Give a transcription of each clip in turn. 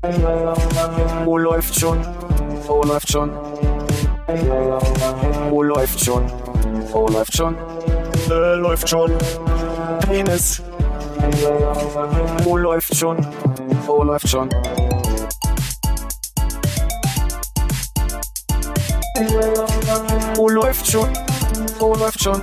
Oh, läuft schon. Oh, läuft schon. Oh, läuft schon. Oh, läuft schon. Läuft schon. Penis. Oh, läuft schon. Oh, läuft schon. Oh, läuft schon. Oh, läuft schon.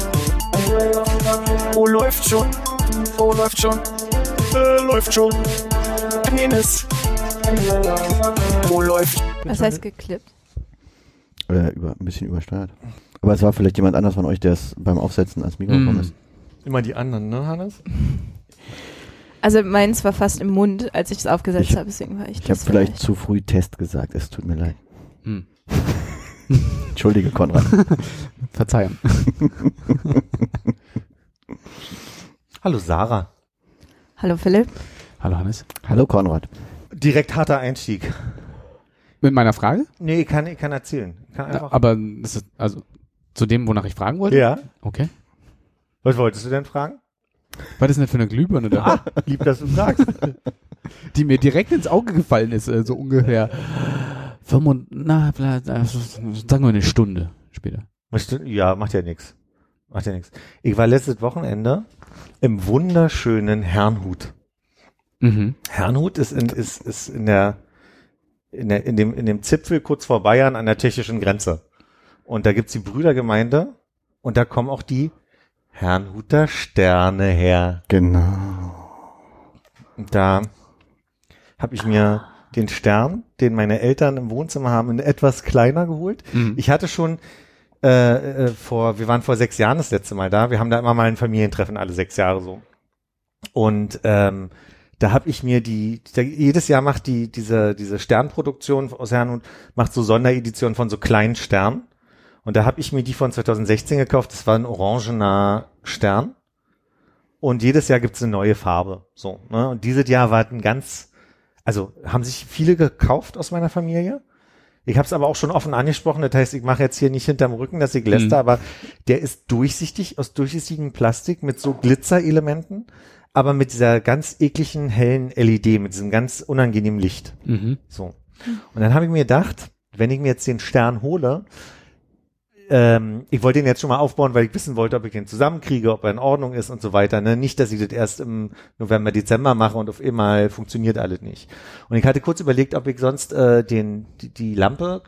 Oh, läuft schon. Oh, läuft schon. Läuft schon. Penis. Oh, läuft. Was heißt geklippt? Ein bisschen übersteuert. Aber es war vielleicht jemand anders von euch, der es beim Aufsetzen ans Mikrofon ist. Immer die anderen, ne, Hannes? Also meins war fast im Mund, als ich es aufgesetzt habe, deswegen war ich habe vielleicht zu früh Test gesagt, es tut mir leid. Entschuldige, Konrad. Verzeihen. Hallo Sarah. Hallo Philipp. Hallo Hannes. Hallo Konrad. Direkt harter Einstieg. Mit meiner Frage? Nee, ich kann erzählen. Ich kann einfach Aber das ist also zu dem, wonach ich fragen wollte? Ja. Okay. Was wolltest du denn fragen? Was ist denn das für eine Glühbirne da? Lieb, dass du fragst. Die mir direkt ins Auge gefallen ist, so ungefähr. Sagen wir eine Stunde später. Ja, macht ja nichts. Ich war letztes Wochenende im wunderschönen Herrnhut. Mhm. Herrnhut ist in dem Zipfel kurz vor Bayern an der tschechischen Grenze. Und da gibt's die Brüdergemeinde und da kommen auch die Herrnhuter Sterne her. Genau. Und da habe ich mir den Stern, den meine Eltern im Wohnzimmer haben, in etwas kleiner geholt. Mhm. Ich hatte schon wir waren vor 6 Jahren das letzte Mal da. Wir haben da immer mal ein Familientreffen, alle 6 Jahre so. Und da habe ich mir jedes Jahr macht diese Sternproduktion aus Herrnhut, macht so Sondereditionen von so kleinen Sternen. Und da habe ich mir die von 2016 gekauft. Das war ein orangener Stern. Und jedes Jahr gibt's eine neue Farbe. So, ne? Und dieses Jahr war haben sich viele gekauft aus meiner Familie. Ich habe es aber auch schon offen angesprochen. Das heißt, ich mache jetzt hier nicht hinterm Rücken, dass ich läster, aber der ist durchsichtig, aus durchsichtigem Plastik mit so Glitzerelementen, aber mit dieser ganz ekligen hellen LED, mit diesem ganz unangenehmen Licht. Mhm. So. Und dann habe ich mir gedacht, wenn ich mir jetzt den Stern hole, ich wollte den jetzt schon mal aufbauen, weil ich wissen wollte, ob ich den zusammenkriege, ob er in Ordnung ist und so weiter. Ne? Nicht, dass ich das erst im November, Dezember mache und auf einmal funktioniert alles nicht. Und ich hatte kurz überlegt, ob ich sonst die Lampe,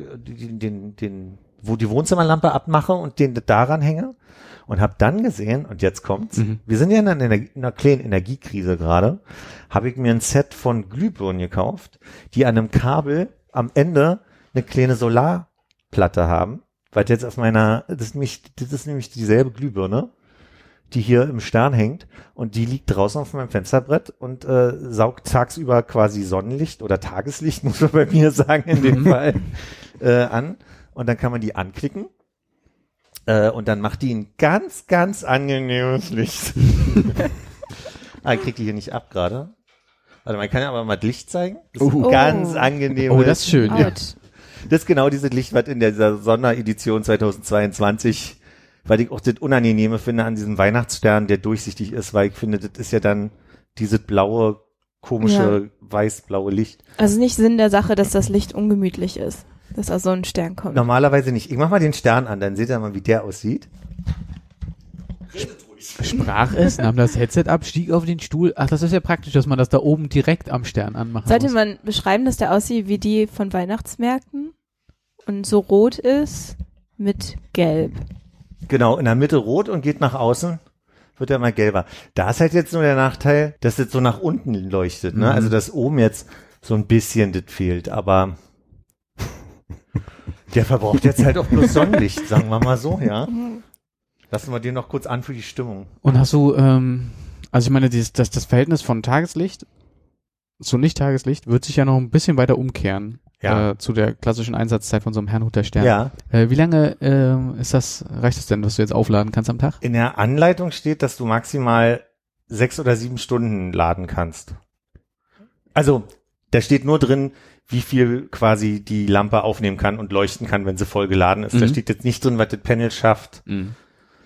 wo die Wohnzimmerlampe abmache und den daran hänge. Und habe dann gesehen, und jetzt kommt's, wir sind ja in einer kleinen Energiekrise gerade, habe ich mir ein Set von Glühbirnen gekauft, die an einem Kabel am Ende eine kleine Solarplatte haben. Weil jetzt auf das ist nämlich dieselbe Glühbirne, die hier im Stern hängt und die liegt draußen auf meinem Fensterbrett und saugt tagsüber quasi Sonnenlicht oder Tageslicht, muss man bei mir sagen in dem Fall, an. Und dann kann man die anklicken und dann macht die ein ganz, ganz angenehmes Licht. Ich krieg die hier nicht ab gerade. Also man kann ja aber mal das Licht zeigen. Das ist ein ganz angenehmes. Oh, das ist schön, ja. Das ist genau dieses Licht, was in dieser Sonderedition 2022, weil ich auch das Unangenehme finde an diesem Weihnachtsstern, der durchsichtig ist, weil ich finde, das ist ja dann dieses blaue, komische, weiß-blaue Licht. Also nicht Sinn der Sache, dass das Licht ungemütlich ist, dass aus so ein Stern kommt. Normalerweise nicht. Ich mach mal den Stern an, dann seht ihr mal, wie der aussieht. Sprach es, nahm das Headset ab, stieg auf den Stuhl. Ach, das ist ja praktisch, dass man das da oben direkt am Stern anmachen Sollte muss. man beschreiben, dass der aussieht wie die von Weihnachtsmärkten und so rot ist mit gelb. Genau, in der Mitte rot und geht nach außen, wird er mal gelber. Da ist halt jetzt nur der Nachteil, dass das so nach unten leuchtet, ne? Also, dass oben jetzt so ein bisschen das fehlt, aber der verbraucht jetzt halt auch bloß Sonnenlicht, sagen wir mal so, ja. Lassen wir den noch kurz an für die Stimmung. Und hast du, also ich meine, das Verhältnis von Tageslicht zu Nicht-Tageslicht wird sich ja noch ein bisschen weiter umkehren. Ja. Zu der klassischen Einsatzzeit von so einem Herrnhuter Stern. Ja. Wie lange reicht das denn, was du jetzt aufladen kannst am Tag? In der Anleitung steht, dass du maximal 6 oder 7 Stunden laden kannst. Also, da steht nur drin, wie viel quasi die Lampe aufnehmen kann und leuchten kann, wenn sie voll geladen ist. Da steht jetzt nicht drin, was das Panel schafft.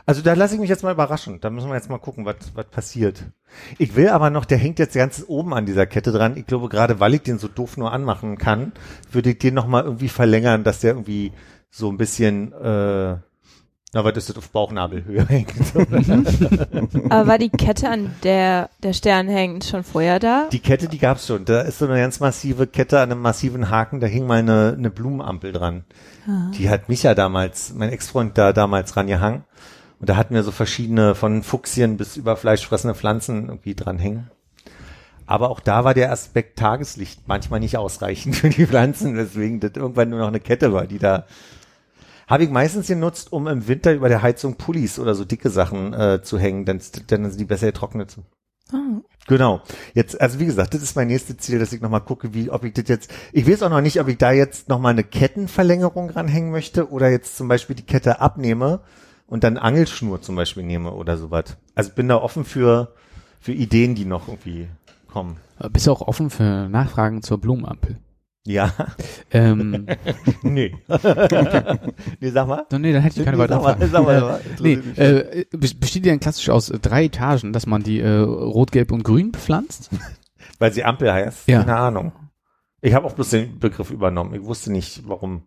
Also da lasse ich mich jetzt mal überraschen. Da müssen wir jetzt mal gucken, was passiert. Ich will aber noch, der hängt jetzt ganz oben an dieser Kette dran. Ich glaube, gerade weil ich den so doof nur anmachen kann, würde ich den nochmal irgendwie verlängern, dass der irgendwie so ein bisschen, was ist das, auf Bauchnabelhöhe hängt. Aber war die Kette, an der der Stern hängt, schon vorher da? Die Kette, die gab's schon. Da ist so eine ganz massive Kette an einem massiven Haken, da hing mal eine Blumenampel dran. Ah. Die hat Micha damals, mein Ex-Freund da damals rangehangen. Und da hatten wir so verschiedene, von Fuchsien bis über fleischfressende Pflanzen irgendwie dranhängen. Aber auch da war der Aspekt Tageslicht manchmal nicht ausreichend für die Pflanzen, weswegen das irgendwann nur noch eine Kette war, die da, habe ich meistens genutzt, um im Winter über der Heizung Pullis oder so dicke Sachen zu hängen, dann sind die besser getrocknet. Oh. Genau. Jetzt, also wie gesagt, das ist mein nächstes Ziel, dass ich nochmal gucke, ob ich das jetzt, ich weiß auch noch nicht, ob ich da jetzt nochmal eine Kettenverlängerung ranhängen möchte oder jetzt zum Beispiel die Kette abnehme und dann Angelschnur zum Beispiel nehme oder sowas. Also bin da offen für Ideen, die noch irgendwie kommen. Bist du auch offen für Nachfragen zur Blumenampel? Ja. Nee, Nee, sag mal. dann hätte ich keine weiteren Fragen. Sag mal. Besteht die denn klassisch aus 3 Etagen, dass man die Rot, Gelb und Grün bepflanzt? Weil sie Ampel heißt? Ja. Keine Ahnung. Ich habe auch bloß den Begriff übernommen. Ich wusste nicht, warum.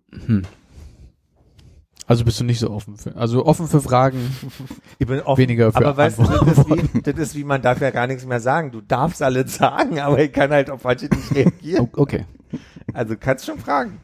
Also bist du nicht so offen für, also offen für Fragen, Ich bin offen. weniger für Aber weißt du, Antworten. das ist wie, man darf ja gar nichts mehr sagen. Du darfst alles sagen, aber ich kann halt auf manche nicht reagieren. Okay. Also kannst schon fragen.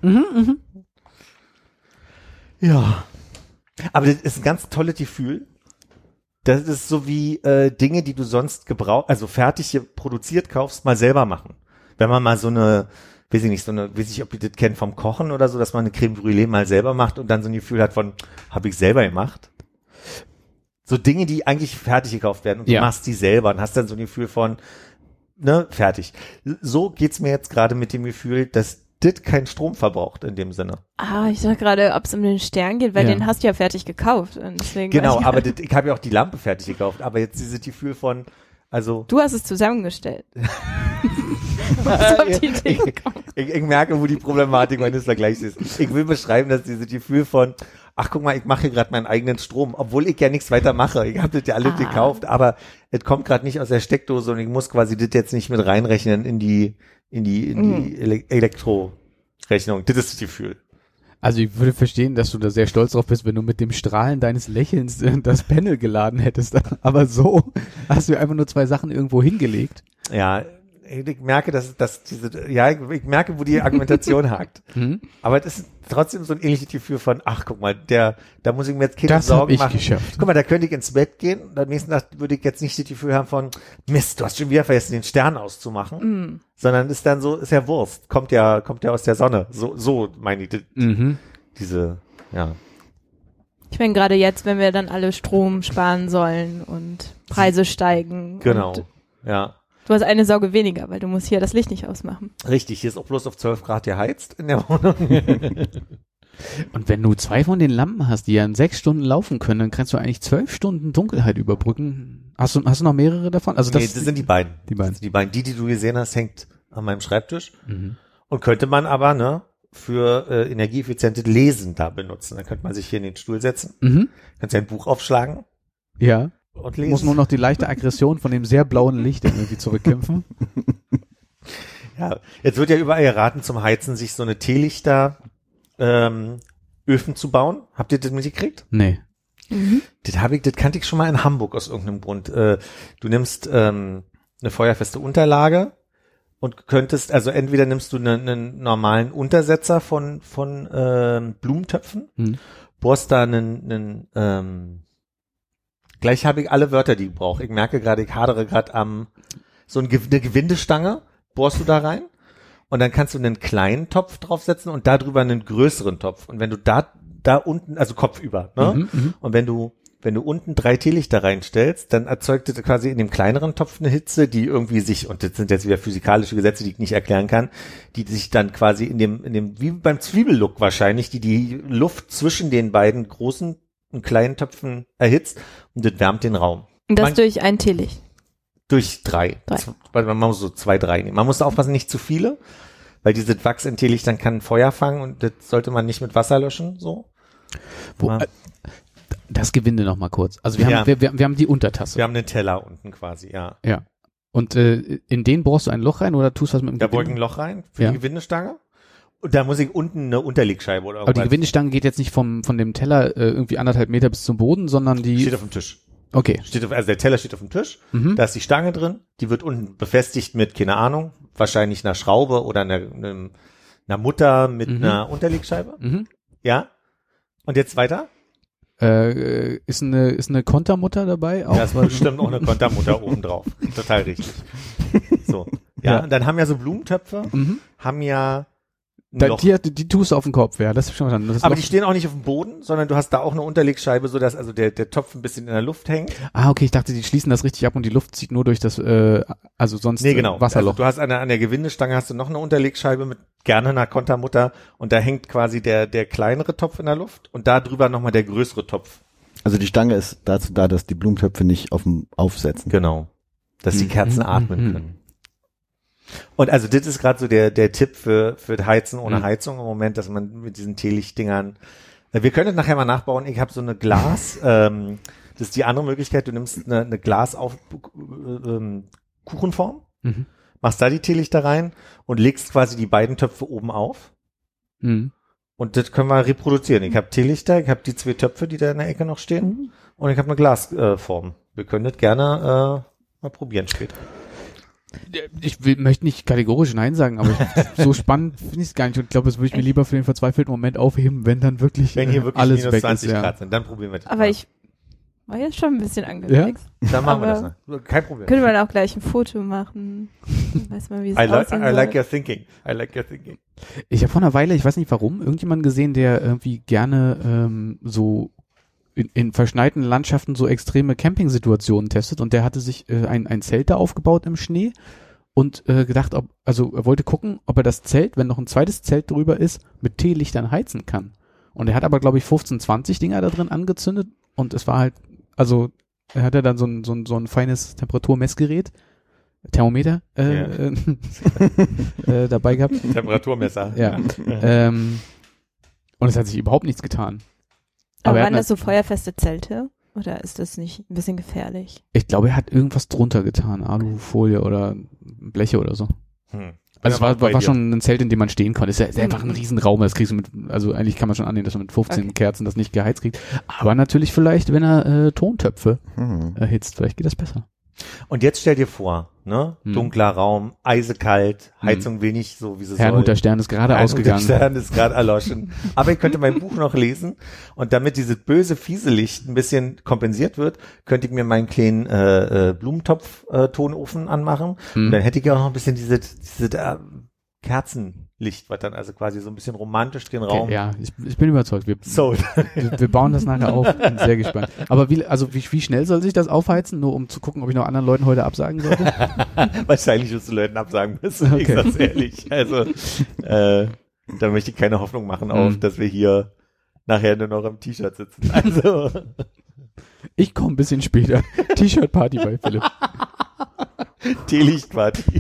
Ja. Aber das ist ein ganz tolles Gefühl. Das ist so wie Dinge, die du sonst also fertig produziert kaufst, mal selber machen. Wenn man mal so eine, weiß ich, ob ihr das kennt vom Kochen oder so, dass man eine Creme Brûlée mal selber macht und dann so ein Gefühl hat von, habe ich selber gemacht. So Dinge, die eigentlich fertig gekauft werden und du machst die selber und hast dann so ein Gefühl von, ne, fertig. So geht's mir jetzt gerade mit dem Gefühl, dass das keinen Strom verbraucht in dem Sinne. Ah, ich sag gerade, ob es um den Stern geht, weil den hast du ja fertig gekauft. Und deswegen Genau, weiß ich aber ich habe ja auch die Lampe fertig gekauft, aber jetzt dieses Gefühl von, also Du hast es zusammengestellt. Was auf die Idee gekommen? ich merke, wo die Problematik meines Vergleichs ist. Ich will beschreiben, dass dieses Gefühl von, ach guck mal, ich mache hier gerade meinen eigenen Strom, obwohl ich ja nichts weiter mache. Ich habe das ja alles gekauft, aber es kommt gerade nicht aus der Steckdose und ich muss quasi das jetzt nicht mit reinrechnen in die Elektrorechnung. Das ist das Gefühl. Also ich würde verstehen, dass du da sehr stolz drauf bist, wenn du mit dem Strahlen deines Lächelns das Panel geladen hättest. Aber so hast du einfach nur 2 Sachen irgendwo hingelegt. Ja, ich merke, ich merke, wo die Argumentation hakt. Aber es ist trotzdem so ein ähnliches Gefühl von, ach, guck mal, da muss ich mir jetzt keine Sorgen machen. Geschafft. Guck mal, da könnte ich ins Bett gehen und am nächsten Tag würde ich jetzt nicht das Gefühl haben von, Mist, du hast schon wieder vergessen, den Stern auszumachen. Sondern ist dann so, ist ja Wurst. Kommt ja aus der Sonne. So meine ich diese, ja. Ich meine, gerade jetzt, wenn wir dann alle Strom sparen sollen und Preise steigen. Genau, Und ja. du hast eine Sorge weniger, weil du musst hier das Licht nicht ausmachen. Richtig, hier ist auch bloß auf 12 Grad geheizt in der Wohnung. Und wenn du 2 von den Lampen hast, die ja in 6 Stunden laufen können, dann kannst du eigentlich 12 Stunden Dunkelheit überbrücken. Hast du noch mehrere davon? Also Das sind die beiden. Die beiden. Das sind die beiden. Die du gesehen hast, hängt an meinem Schreibtisch. Und könnte man aber, für energieeffizientes Lesen da benutzen. Dann könnte man sich hier in den Stuhl setzen, kannst ja ein Buch aufschlagen Ja. und lesen. Muss nur noch die leichte Aggression von dem sehr blauen Licht irgendwie zurückkämpfen. Ja, jetzt wird ja überall geraten, zum Heizen sich so eine Teelichter Öfen zu bauen. Habt ihr das mitgekriegt? Nee. Das kannte ich schon mal in Hamburg aus irgendeinem Grund. Du nimmst eine feuerfeste Unterlage und könntest, also entweder nimmst du einen normalen Untersetzer von Blumentöpfen, bohrst da gleich habe ich alle Wörter, die ich brauche. Ich merke gerade, ich hadere gerade eine Gewindestange, bohrst du da rein und dann kannst du einen kleinen Topf draufsetzen und da drüber einen größeren Topf. Und wenn du da unten, also kopfüber, ne? Und wenn du unten 3 Teelichter reinstellst, dann erzeugt das quasi in dem kleineren Topf eine Hitze, die irgendwie und das sind jetzt wieder physikalische Gesetze, die ich nicht erklären kann, die sich dann quasi in dem, wie beim Zwiebellook wahrscheinlich, die Luft zwischen den beiden großen und kleinen Töpfen erhitzt und das wärmt den Raum. Und das durch ein Teelicht. Durch 3. Weil man muss so 2, 3 nehmen. Man muss aufpassen, nicht zu viele, weil dieses Wachs in Teelichtern kann Feuer fangen und das sollte man nicht mit Wasser löschen, so. Das Gewinde noch mal kurz. Also wir Ja. haben, wir haben die Untertasse. Wir haben einen Teller unten quasi, ja. Ja. Und in den bohrst du ein Loch rein oder tust was mit dem Da bohre ich Gewinde? ein Loch rein für Ja. die Gewindestange. Und da muss ich unten eine Unterlegscheibe oder Aber die irgendwas. Gewindestange geht jetzt nicht von dem Teller irgendwie 1,5 Meter bis zum Boden, sondern die... Steht auf dem Tisch. Okay. Also der Teller steht auf dem Tisch. Mhm. Da ist die Stange drin. Die wird unten befestigt mit, keine Ahnung, wahrscheinlich einer Schraube oder einer Mutter mit einer Unterlegscheibe. Mhm. Ja. Und jetzt weiter? Ist eine Kontermutter dabei? Auch? Da ist bestimmt auch eine Kontermutter oben drauf. Total richtig. So. Ja, Ja. und dann haben ja so Blumentöpfe, haben ja ein Loch. Die tust du auf den Kopf, ja, das ist schon verstanden. Das Aber Loch- die stehen auch nicht auf dem Boden, sondern du hast da auch eine Unterlegscheibe, sodass also der Topf ein bisschen in der Luft hängt. okay, ich dachte, die schließen das richtig ab und die Luft zieht nur durch das, also sonst Nee, genau. Wasserloch. Also du hast an der Gewindestange hast du noch eine Unterlegscheibe mit gerne einer Kontermutter und da hängt quasi der kleinere Topf in der Luft und da drüber nochmal der größere Topf. Also die Stange ist dazu da, dass die Blumentöpfe nicht aufsetzen. Genau. Dass die Kerzen atmen Mhm. können. Und also das ist gerade so der Tipp für Heizen ohne Heizung im Moment, dass man mit diesen Teelichtdingern, wir können das nachher mal nachbauen. Ich habe so eine Glas, das ist die andere Möglichkeit, du nimmst eine Kuchenform, machst da die Teelichter rein und legst quasi die beiden Töpfe oben auf. Mhm. Und das können wir reproduzieren. Ich habe Teelichter, ich habe die 2 Töpfe, die da in der Ecke noch stehen und ich habe eine Glasform. Wir können das gerne mal probieren später. Möchte nicht kategorisch Nein sagen, aber so spannend finde ich es gar nicht. Und ich glaube, das würde ich mir lieber für den verzweifelten Moment aufheben, wenn dann wirklich, Wenn hier wirklich alles minus weg 20 ist. Ja. Grad sind, dann probieren wir das Aber mal. ich war jetzt schon ein bisschen angefixt. Dann machen wir aber- das. Kein Problem. Könnte man auch gleich ein Foto machen. Weiß man, wie es aussehen I like soll. your thinking. I like your thinking. Ich habe vor einer Weile, ich weiß nicht warum, irgendjemanden gesehen, der irgendwie gerne so in verschneiten Landschaften so extreme Campingsituationen testet und der hatte sich ein Zelt da aufgebaut im Schnee und gedacht, er wollte gucken, ob er das Zelt, wenn noch ein zweites Zelt drüber ist, mit Teelichtern heizen kann. Und er hat aber, glaube ich, 15, 20 Dinger da drin angezündet und es war halt, also er hatte dann so ein feines Temperaturmessgerät, Thermometer dabei gehabt. Temperaturmesser. Ja. Und es hat sich überhaupt nichts getan. Aber er waren hat das so feuerfeste Zelte? Oder ist das nicht ein bisschen gefährlich? ich glaube, er hat irgendwas drunter getan, Alufolie oder Bleche oder so. Also es war schon ein Zelt, in dem man stehen konnte. Es ist einfach ein Riesenraum, das kriegst du also eigentlich kann man schon annehmen, dass man mit 15 Kerzen das nicht geheizt kriegt. Aber natürlich vielleicht, wenn er Tontöpfe erhitzt, vielleicht geht das besser. Und jetzt stell dir vor, ne? Dunkler Raum, eisekalt, Heizung wenig, so wie sie soll. Herrnhuter Stern ist gerade ausgegangen. Der Stern ist gerade erloschen. Aber ich könnte mein Buch noch lesen und damit dieses böse, fiese Licht ein bisschen kompensiert wird, könnte ich mir meinen kleinen Blumentopf-Tonofen anmachen und dann hätte ich auch noch ein bisschen dieses Kerzenlicht, was dann also quasi so ein bisschen romantisch den Raum. Okay, ja, ich bin überzeugt. Wir bauen das nachher auf. Bin sehr gespannt. Aber wie schnell soll sich das aufheizen? Nur um zu gucken, ob ich noch anderen Leuten heute absagen sollte? Wahrscheinlich wirst du Leuten absagen müssen, ich sag's ehrlich. Also, da möchte ich keine Hoffnung machen auf, dass wir hier nachher nur noch im T-Shirt sitzen. Also. Ich komme ein bisschen später. T-Shirt-Party bei Philipp. Teelichtparty.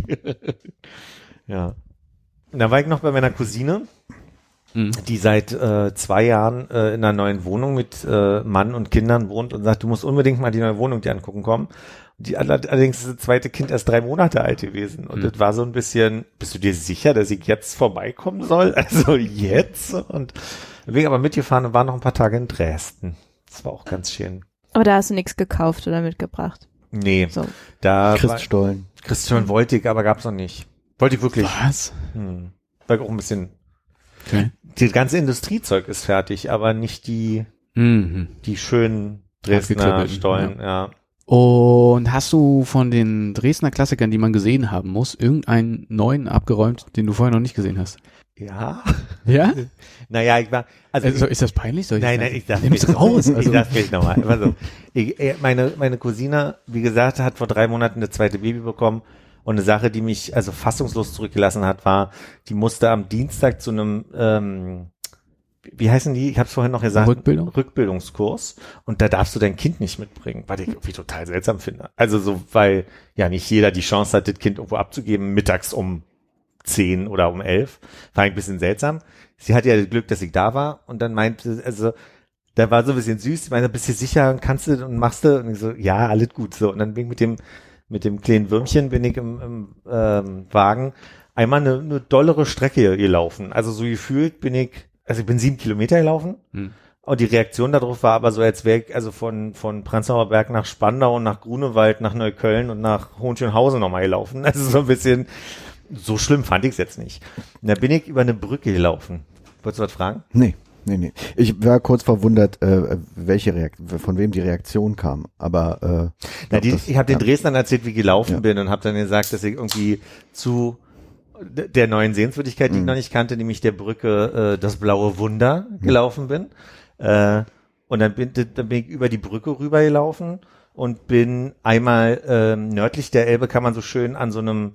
Ja. Und da war ich noch bei meiner Cousine, die seit 2 Jahren in einer neuen Wohnung mit Mann und Kindern wohnt und sagt, du musst unbedingt mal die neue Wohnung dir angucken kommen. Die allerdings ist das zweite Kind erst 3 Monate alt gewesen. Und das war so ein bisschen, bist du dir sicher, dass ich jetzt vorbeikommen soll? Also jetzt? Und dann bin ich aber mitgefahren und war noch ein paar Tage in Dresden. Das war auch ganz schön. Aber da hast du nichts gekauft oder mitgebracht. Nee, So. da Christstollen. Christstollen wollte ich, aber gab's noch nicht. Wollte ich wirklich. Was? Weil auch ein bisschen, Okay. das ganze Industriezeug ist fertig, aber nicht die schönen Dresdner Abgeklöppelten, Stollen, ja. Und hast du von den Dresdner Klassikern, die man gesehen haben muss, irgendeinen neuen abgeräumt, den du vorher noch nicht gesehen hast? Ja? Ja? Naja, ich war, Also ist das peinlich? Soll nein, das- ich sag Nimm's nicht. raus. Also, Ich sag's gleich nochmal. Also, meine Cousine, wie gesagt, hat vor 3 Monaten das zweite Baby bekommen. Und eine Sache, die mich also fassungslos zurückgelassen hat, war, die musste am Dienstag zu einem, wie heißen die? Ich habe es vorhin noch gesagt. Rückbildung? Rückbildungskurs. Und da darfst du dein Kind nicht mitbringen, was ich irgendwie total seltsam finde. Also so, weil ja nicht jeder die Chance hat, das Kind irgendwo abzugeben, mittags um 10 oder um 11. War ein bisschen seltsam. Sie hatte ja das Glück, dass ich da war. Und dann meinte, also Der war so ein bisschen süß. Ich meine, bist du sicher, kannst du und machst du? Und ich so, ja, alles gut. So. Und dann bin ich mit dem kleinen Würmchen bin ich im Wagen einmal eine dollere Strecke gelaufen. Also so gefühlt ich bin 7 Kilometer gelaufen. Und die Reaktion darauf war aber so, als wäre ich also von Prenzlauer Berg nach Spandau und nach Grunewald, nach Neukölln und nach Hohenschönhausen nochmal gelaufen. Also so ein bisschen, so schlimm fand ich es jetzt nicht. Und da bin ich über eine Brücke gelaufen. Wolltest du was fragen? Nee. Ich war kurz verwundert, von wem die Reaktion kam, aber ich habe den Dresdnern erzählt, wie ich gelaufen bin und habe dann gesagt, dass ich irgendwie zu der neuen Sehenswürdigkeit, die ich noch nicht kannte, nämlich der Brücke das Blaue Wunder gelaufen bin. Und dann bin ich über die Brücke rüber gelaufen und bin einmal nördlich der Elbe, kann man so schön an so einem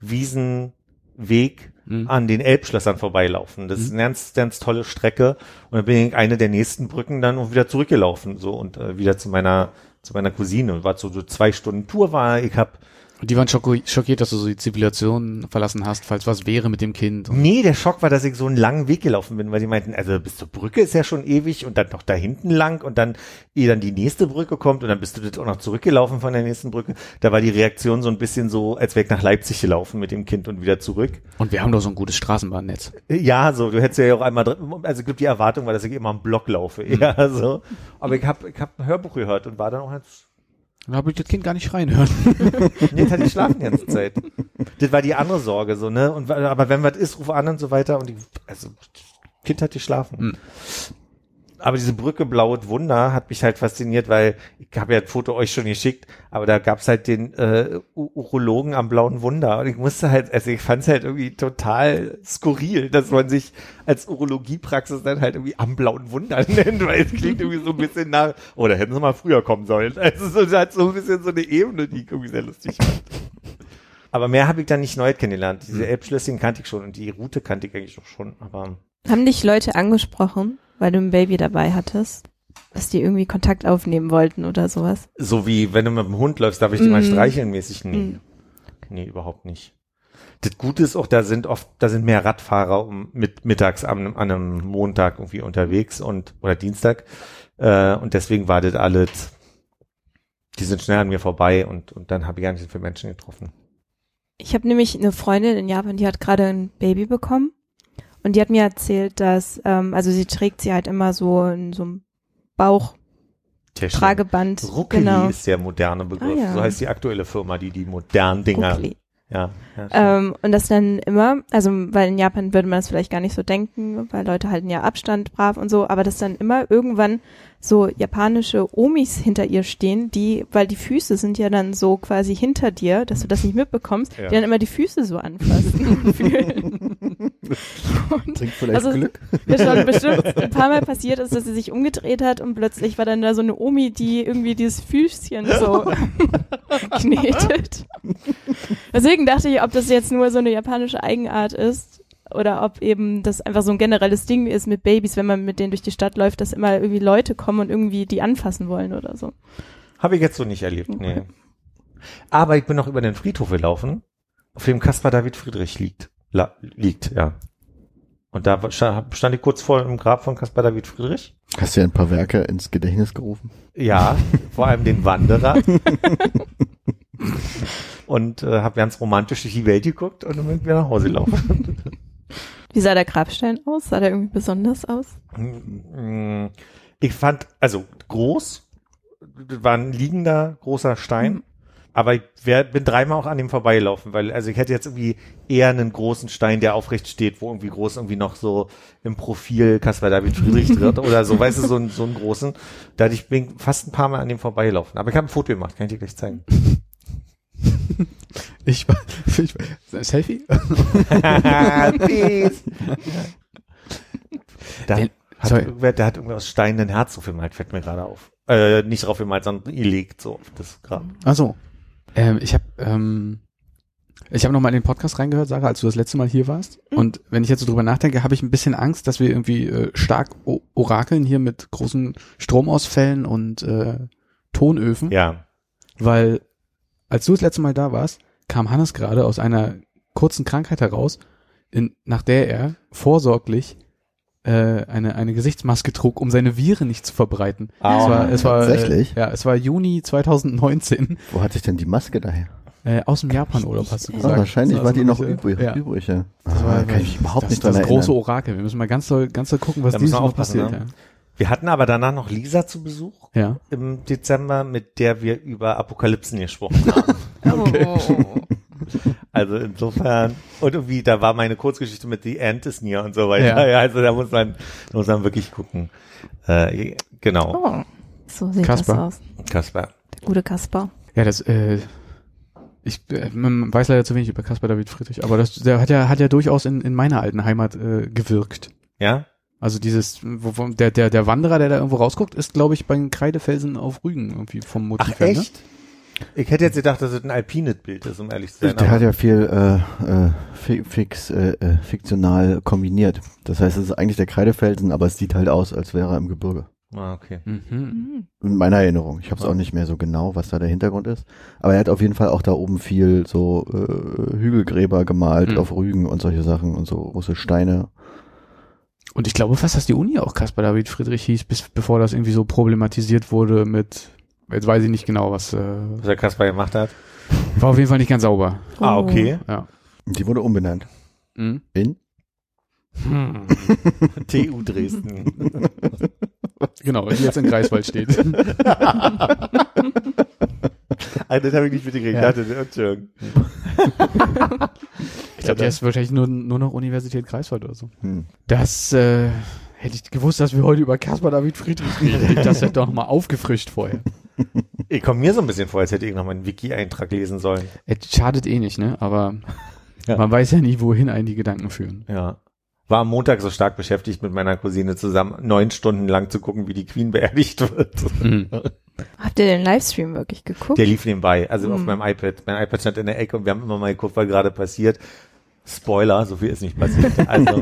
Wiesenweg an den Elbschlössern vorbeilaufen. Das ist eine ganz, ganz tolle Strecke. Und dann bin ich eine der nächsten Brücken dann auch wieder zurückgelaufen, so und wieder zu meiner Cousine. Und war so 2 Stunden Tour war. Die waren schockiert, dass du so die Zivilisation verlassen hast, falls was wäre mit dem Kind. Nee, der Schock war, dass ich so einen langen Weg gelaufen bin, weil die meinten, also bis zur Brücke ist ja schon ewig und dann noch da hinten lang und dann, ehe dann die nächste Brücke kommt und dann bist du das auch noch zurückgelaufen von der nächsten Brücke. Da war die Reaktion so ein bisschen so, als wäre ich nach Leipzig gelaufen mit dem Kind und wieder zurück. Und wir haben doch so ein gutes Straßenbahnnetz. Ja, so, du hättest ja auch einmal, also ich glaube, die Erwartung war, dass ich immer am Block laufe. Ja, so. Aber ich hab ein Hörbuch gehört und war dann auch jetzt. Da habe ich das Kind gar nicht schreien hören. Nee, das hatte ich schlafen die ganze Zeit. Das war die andere Sorge, so, ne? Aber wenn was ist, ruf an und so weiter. Und Kind hat geschlafen. Aber diese Brücke Blaues Wunder hat mich halt fasziniert, weil ich habe ja ein Foto euch schon geschickt, aber da gab's halt den Urologen am Blauen Wunder und ich musste halt, also ich fand's halt irgendwie total skurril, dass man sich als Urologiepraxis dann halt irgendwie am Blauen Wunder nennt, weil es klingt irgendwie so ein bisschen nach, da hätten sie mal früher kommen sollen. Also so hat so ein bisschen so eine Ebene, die ich irgendwie sehr lustig fand. Aber mehr habe ich dann nicht neu kennengelernt. Diese Elbschlösschen kannte ich schon und die Route kannte ich eigentlich auch schon, aber. Haben dich Leute angesprochen, weil du ein Baby dabei hattest, dass die irgendwie Kontakt aufnehmen wollten oder sowas? So wie, wenn du mit dem Hund läufst, darf ich dich mal streicheln mäßig? Nee. Nee, überhaupt nicht. Das Gute ist auch, da sind mehr Radfahrer mittags an einem Montag irgendwie unterwegs oder Dienstag. Und deswegen war das alles, die sind schnell an mir vorbei und dann habe ich gar nicht so viele Menschen getroffen. Ich habe nämlich eine Freundin in Japan, die hat gerade ein Baby bekommen. Und die hat mir erzählt, dass, also sie trägt sie halt immer so in so einem Bauch-Trageband. Ruckeli ist der moderne Begriff. Ja. So heißt die aktuelle Firma, die modernen Dinger. Ruckeli. Ja. Und das dann immer, also weil in Japan würde man das vielleicht gar nicht so denken, weil Leute halten ja Abstand brav und so, aber dass dann immer irgendwann so japanische Omis hinter ihr stehen, weil die Füße sind ja dann so quasi hinter dir, dass du das nicht mitbekommst, die dann immer die Füße so anfassen und fühlen. Trinkt vielleicht Glück. Mir schon bestimmt ein paar Mal passiert ist, dass sie sich umgedreht hat und plötzlich war dann da so eine Omi, die irgendwie dieses Füßchen so knetet. Deswegen dachte ich, ob das jetzt nur so eine japanische Eigenart ist oder ob eben das einfach so ein generelles Ding ist mit Babys, wenn man mit denen durch die Stadt läuft, dass immer irgendwie Leute kommen und irgendwie die anfassen wollen oder so. Habe ich jetzt so nicht erlebt, nee. Aber ich bin noch über den Friedhof gelaufen, auf dem Caspar David Friedrich liegt, ja. Und da stand ich kurz vor dem Grab von Caspar David Friedrich. Hast du ja ein paar Werke ins Gedächtnis gerufen? Ja, vor allem den Wanderer. Und habe ganz romantisch durch die Welt geguckt und dann bin ich wieder nach Hause gelaufen. Wie sah der Grabstein aus? Sah der irgendwie besonders aus? Ich fand, also groß, war ein liegender großer Stein, aber ich bin 3-mal auch an dem vorbeigelaufen, weil, also ich hätte jetzt irgendwie eher einen großen Stein, der aufrecht steht, wo irgendwie groß irgendwie noch so im Profil Caspar David Friedrich drin oder so, weißt du, so einen großen. Bin fast ein paar Mal an dem vorbeigelaufen. Aber ich habe ein Foto gemacht, kann ich dir gleich zeigen. Selfie? Der hat irgendwie aus Stein ein Herz drauf gemalt, fällt mir gerade auf. Nicht drauf gemalt, sondern gelegt so auf das Grab. Ach so. Ich habe noch mal in den Podcast reingehört, Sarah, als du das letzte Mal hier warst. Und wenn ich jetzt so drüber nachdenke, habe ich ein bisschen Angst, dass wir irgendwie stark orakeln hier mit großen Stromausfällen und Tonöfen. Ja. Weil als du das letzte Mal da warst, kam Hannes gerade aus einer kurzen Krankheit heraus, nach der er vorsorglich eine Gesichtsmaske trug, um seine Viren nicht zu verbreiten. Es war Tatsächlich? es war Juni 2019. Wo hat sich denn die Maske daher? Aus dem Japan-Urlaub, hast du gesagt. Wahrscheinlich war die noch übrig. übrig. Ja. Das war, kann ich mich überhaupt nicht das dran große erinnern. Orakel. Wir müssen mal ganz doll gucken, was Da dieses müssen wir Mal aufpassen, passiert. ne? Wir hatten aber danach noch Lisa zu Besuch Ja. im Dezember, mit der wir über Apokalypsen gesprochen haben. Oh. Also insofern, und irgendwie, da war meine Kurzgeschichte mit The Ant is Near und so weiter. Ja, also da muss man wirklich gucken. Genau. Oh, so sieht Kasper. das aus. Kasper. Der gute Kasper. Ja, man weiß leider zu wenig über Caspar David Friedrich, aber der hat ja durchaus in meiner alten Heimat gewirkt. Ja? Also der Wanderer, der da irgendwo rausguckt, ist, glaube ich, bei den Kreidefelsen auf Rügen irgendwie vom Motiv Ach, her, echt? Ne? Ich hätte jetzt gedacht, dass es ein Alpinet-Bild ist, um ehrlich zu sein. Der hat ja viel fiktional kombiniert. Das heißt, es ist eigentlich der Kreidefelsen, aber es sieht halt aus, als wäre er im Gebirge. Okay. Mhm. In meiner Erinnerung. Ich habe es auch nicht mehr so genau, was da der Hintergrund ist. Aber er hat auf jeden Fall auch da oben viel so Hügelgräber gemalt auf Rügen und solche Sachen und so große Steine. Und ich glaube fast, dass die Uni auch Caspar David Friedrich hieß, bevor das irgendwie so problematisiert wurde mit, jetzt weiß ich nicht genau, was der Kasper gemacht hat. war auf jeden Fall nicht ganz sauber. Ah, okay. Ja. Die wurde umbenannt. Mhm. In? TU Dresden. Genau, die jetzt in Greifswald steht. Also, das habe ich nicht mitgekriegt. Ja. Ich dachte, Entschuldigung. Ich glaube, der ist wahrscheinlich nur noch Universität Greifswald oder so. Hm. Das hätte ich gewusst, dass wir heute über Caspar David Friedrich reden. Hätte ich das hätte doch noch mal aufgefrischt vorher. Ich komme mir so ein bisschen vor, als hätte ich noch mal einen Wiki-Eintrag lesen sollen. Es schadet eh nicht, ne? Aber Ja. man weiß ja nie, wohin einen die Gedanken führen. Ja. War am Montag so stark beschäftigt, mit meiner Cousine zusammen 9 Stunden lang zu gucken, wie die Queen beerdigt wird. Mhm. Habt ihr den Livestream wirklich geguckt? Der lief nebenbei, also auf meinem iPad. Mein iPad stand in der Ecke und wir haben immer mal geguckt, was gerade passiert. Spoiler, so viel ist nicht passiert. Also,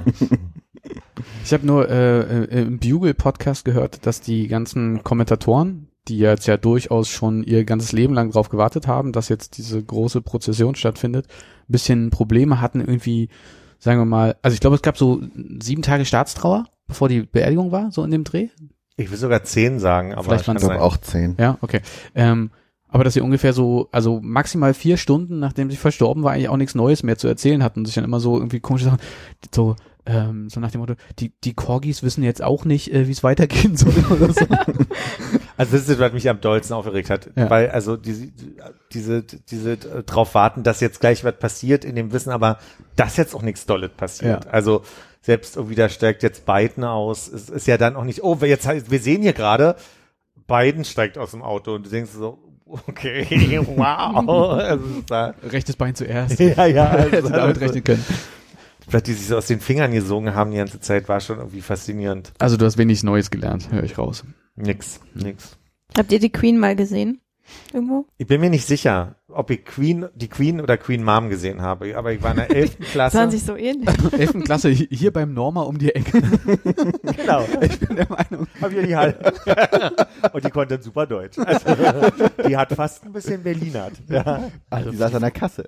Ich habe nur im Bugle-Podcast gehört, dass die ganzen Kommentatoren, die jetzt ja durchaus schon ihr ganzes Leben lang drauf gewartet haben, dass jetzt diese große Prozession stattfindet, ein bisschen Probleme hatten irgendwie, sagen wir mal, also ich glaube, es gab so 7 Tage Staatstrauer, bevor die Beerdigung war, so in dem Dreh. ich will sogar 10 sagen, aber Vielleicht kann Ich glaube sein. auch 10. Ja, okay. Aber dass sie ungefähr so, also maximal 4 Stunden, nachdem sie verstorben war, eigentlich auch nichts Neues mehr zu erzählen hatten und sich dann immer so irgendwie komische Sachen, so nach dem Motto, die Corgis wissen jetzt auch nicht, wie es weitergehen soll oder so. Also das ist, was mich am dollsten aufgeregt hat, Ja. weil also diese drauf warten, dass jetzt gleich was passiert in dem Wissen, aber dass jetzt auch nichts Dolles passiert. Ja. Also selbst irgendwie da steigt jetzt Biden aus, es ist ja dann auch nicht, oh, wir sehen hier gerade, Biden steigt aus dem Auto und du denkst so, okay, wow. Also, es ist da, Rechtes Bein zuerst. ja, Hätte damit rechnen können. die sich so aus den Fingern gesogen haben die ganze Zeit, war schon irgendwie faszinierend. Also du hast wenig Neues gelernt, höre ich raus. Nix. Habt ihr die Queen mal gesehen? Irgendwo? Ich bin mir nicht sicher, ob ich die Queen oder Queen Mom gesehen habe, aber ich war in der 11. Klasse. Sahen sich so ähnlich. 11. Klasse hier beim Norma um die Ecke. Genau. Ich bin der Meinung. Hab ich die halt. Und die konnte super Deutsch. Also, die hat fast ein bisschen Berlinert. Ja. Also die saß an der Kasse.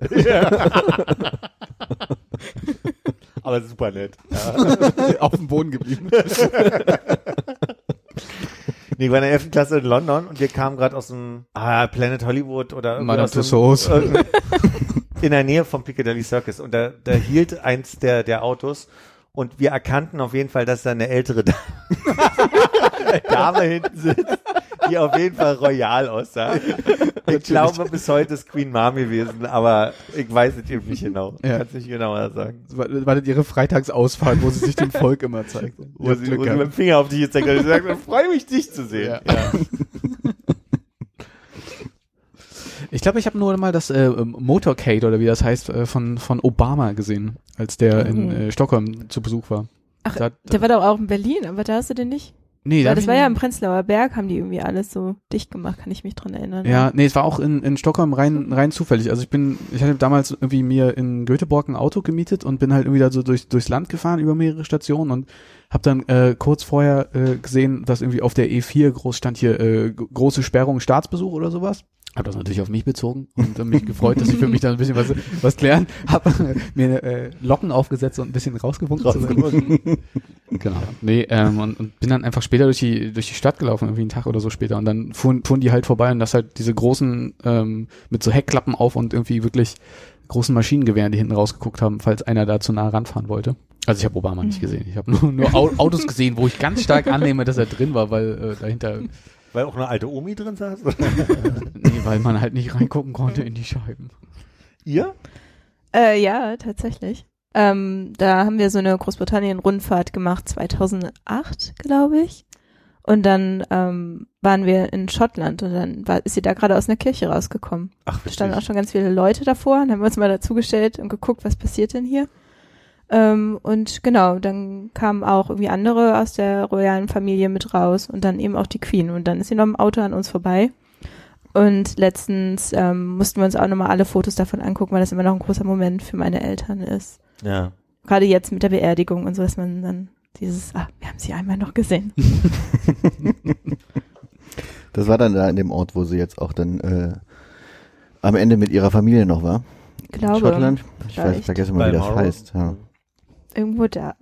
Aber super nett. Ja. Auf dem Boden geblieben. Nee, ich war in der 11. Klasse in London und wir kamen gerade aus dem Planet Hollywood oder irgendwie Madame aus dem- Tussauds. in der Nähe vom Piccadilly Circus und da hielt eins der Autos und wir erkannten auf jeden Fall, dass da eine ältere Dame hinten sitzt, die auf jeden Fall royal aussah. Ich glaube, bis heute ist Queen Mom gewesen, aber ich weiß es eben nicht genau. Ich Ja. kann es nicht genauer sagen. War das ihre Freitagsausfahrt, wo sie sich dem Volk immer zeigt? Wo sie mit dem Finger auf dich gezeigt hat und gesagt hat, ich freue mich, dich zu sehen. Ja. Ja. Ich glaube, ich habe nur mal das Motorcade oder wie das heißt von Obama gesehen, als der in Stockholm zu Besuch war. Ach, Da- der war doch auch in Berlin, aber da hast du den nicht? Nee, Weil hab das ich war ja im nicht- Prenzlauer Berg, haben die irgendwie alles so dicht gemacht, kann ich mich dran erinnern. Ja, nee, es war auch in Stockholm rein zufällig. Also ich hatte damals irgendwie mir in Göteborg ein Auto gemietet und bin halt irgendwie da so durchs Land gefahren über mehrere Stationen und habe dann kurz vorher gesehen, dass irgendwie auf der E4 groß stand hier große Sperrung Staatsbesuch oder sowas. Habe das natürlich auf mich bezogen und mich gefreut, dass ich für mich da ein bisschen was klären. Habe mir Locken aufgesetzt und ein bisschen rausgewunken. Genau. Nee, und bin dann einfach später durch die Stadt gelaufen, irgendwie einen Tag oder so später. Und dann fuhren die halt vorbei und das halt diese großen, mit so Heckklappen auf und irgendwie wirklich großen Maschinengewehren, die hinten rausgeguckt haben, falls einer da zu nah ranfahren wollte. Also ich habe Obama nicht gesehen. Ich habe nur Autos gesehen, wo ich ganz stark annehme, dass er drin war, weil dahinter... Weil auch eine alte Omi drin saß? Nee, weil man halt nicht reingucken konnte in die Scheiben. Ihr? Ja, tatsächlich. Da haben wir so eine Großbritannien-Rundfahrt gemacht, 2008, glaube ich. Und dann waren wir in Schottland und dann ist sie da gerade aus einer Kirche rausgekommen. Ach, da standen auch schon ganz viele Leute davor und haben wir uns mal dazugestellt und geguckt, was passiert denn hier. Und genau, dann kamen auch irgendwie andere aus der royalen Familie mit raus und dann eben auch die Queen. Und dann ist sie noch im Auto an uns vorbei. Und letztens mussten wir uns auch nochmal alle Fotos davon angucken, weil das immer noch ein großer Moment für meine Eltern ist. Ja. Gerade jetzt mit der Beerdigung und so, dass man dann wir haben sie einmal noch gesehen. Das war dann da in dem Ort, wo sie jetzt auch dann am Ende mit ihrer Familie noch war. Ich glaube. Schottland? Ich vergesse mal, wie das heißt. Ja. Irgendwo da.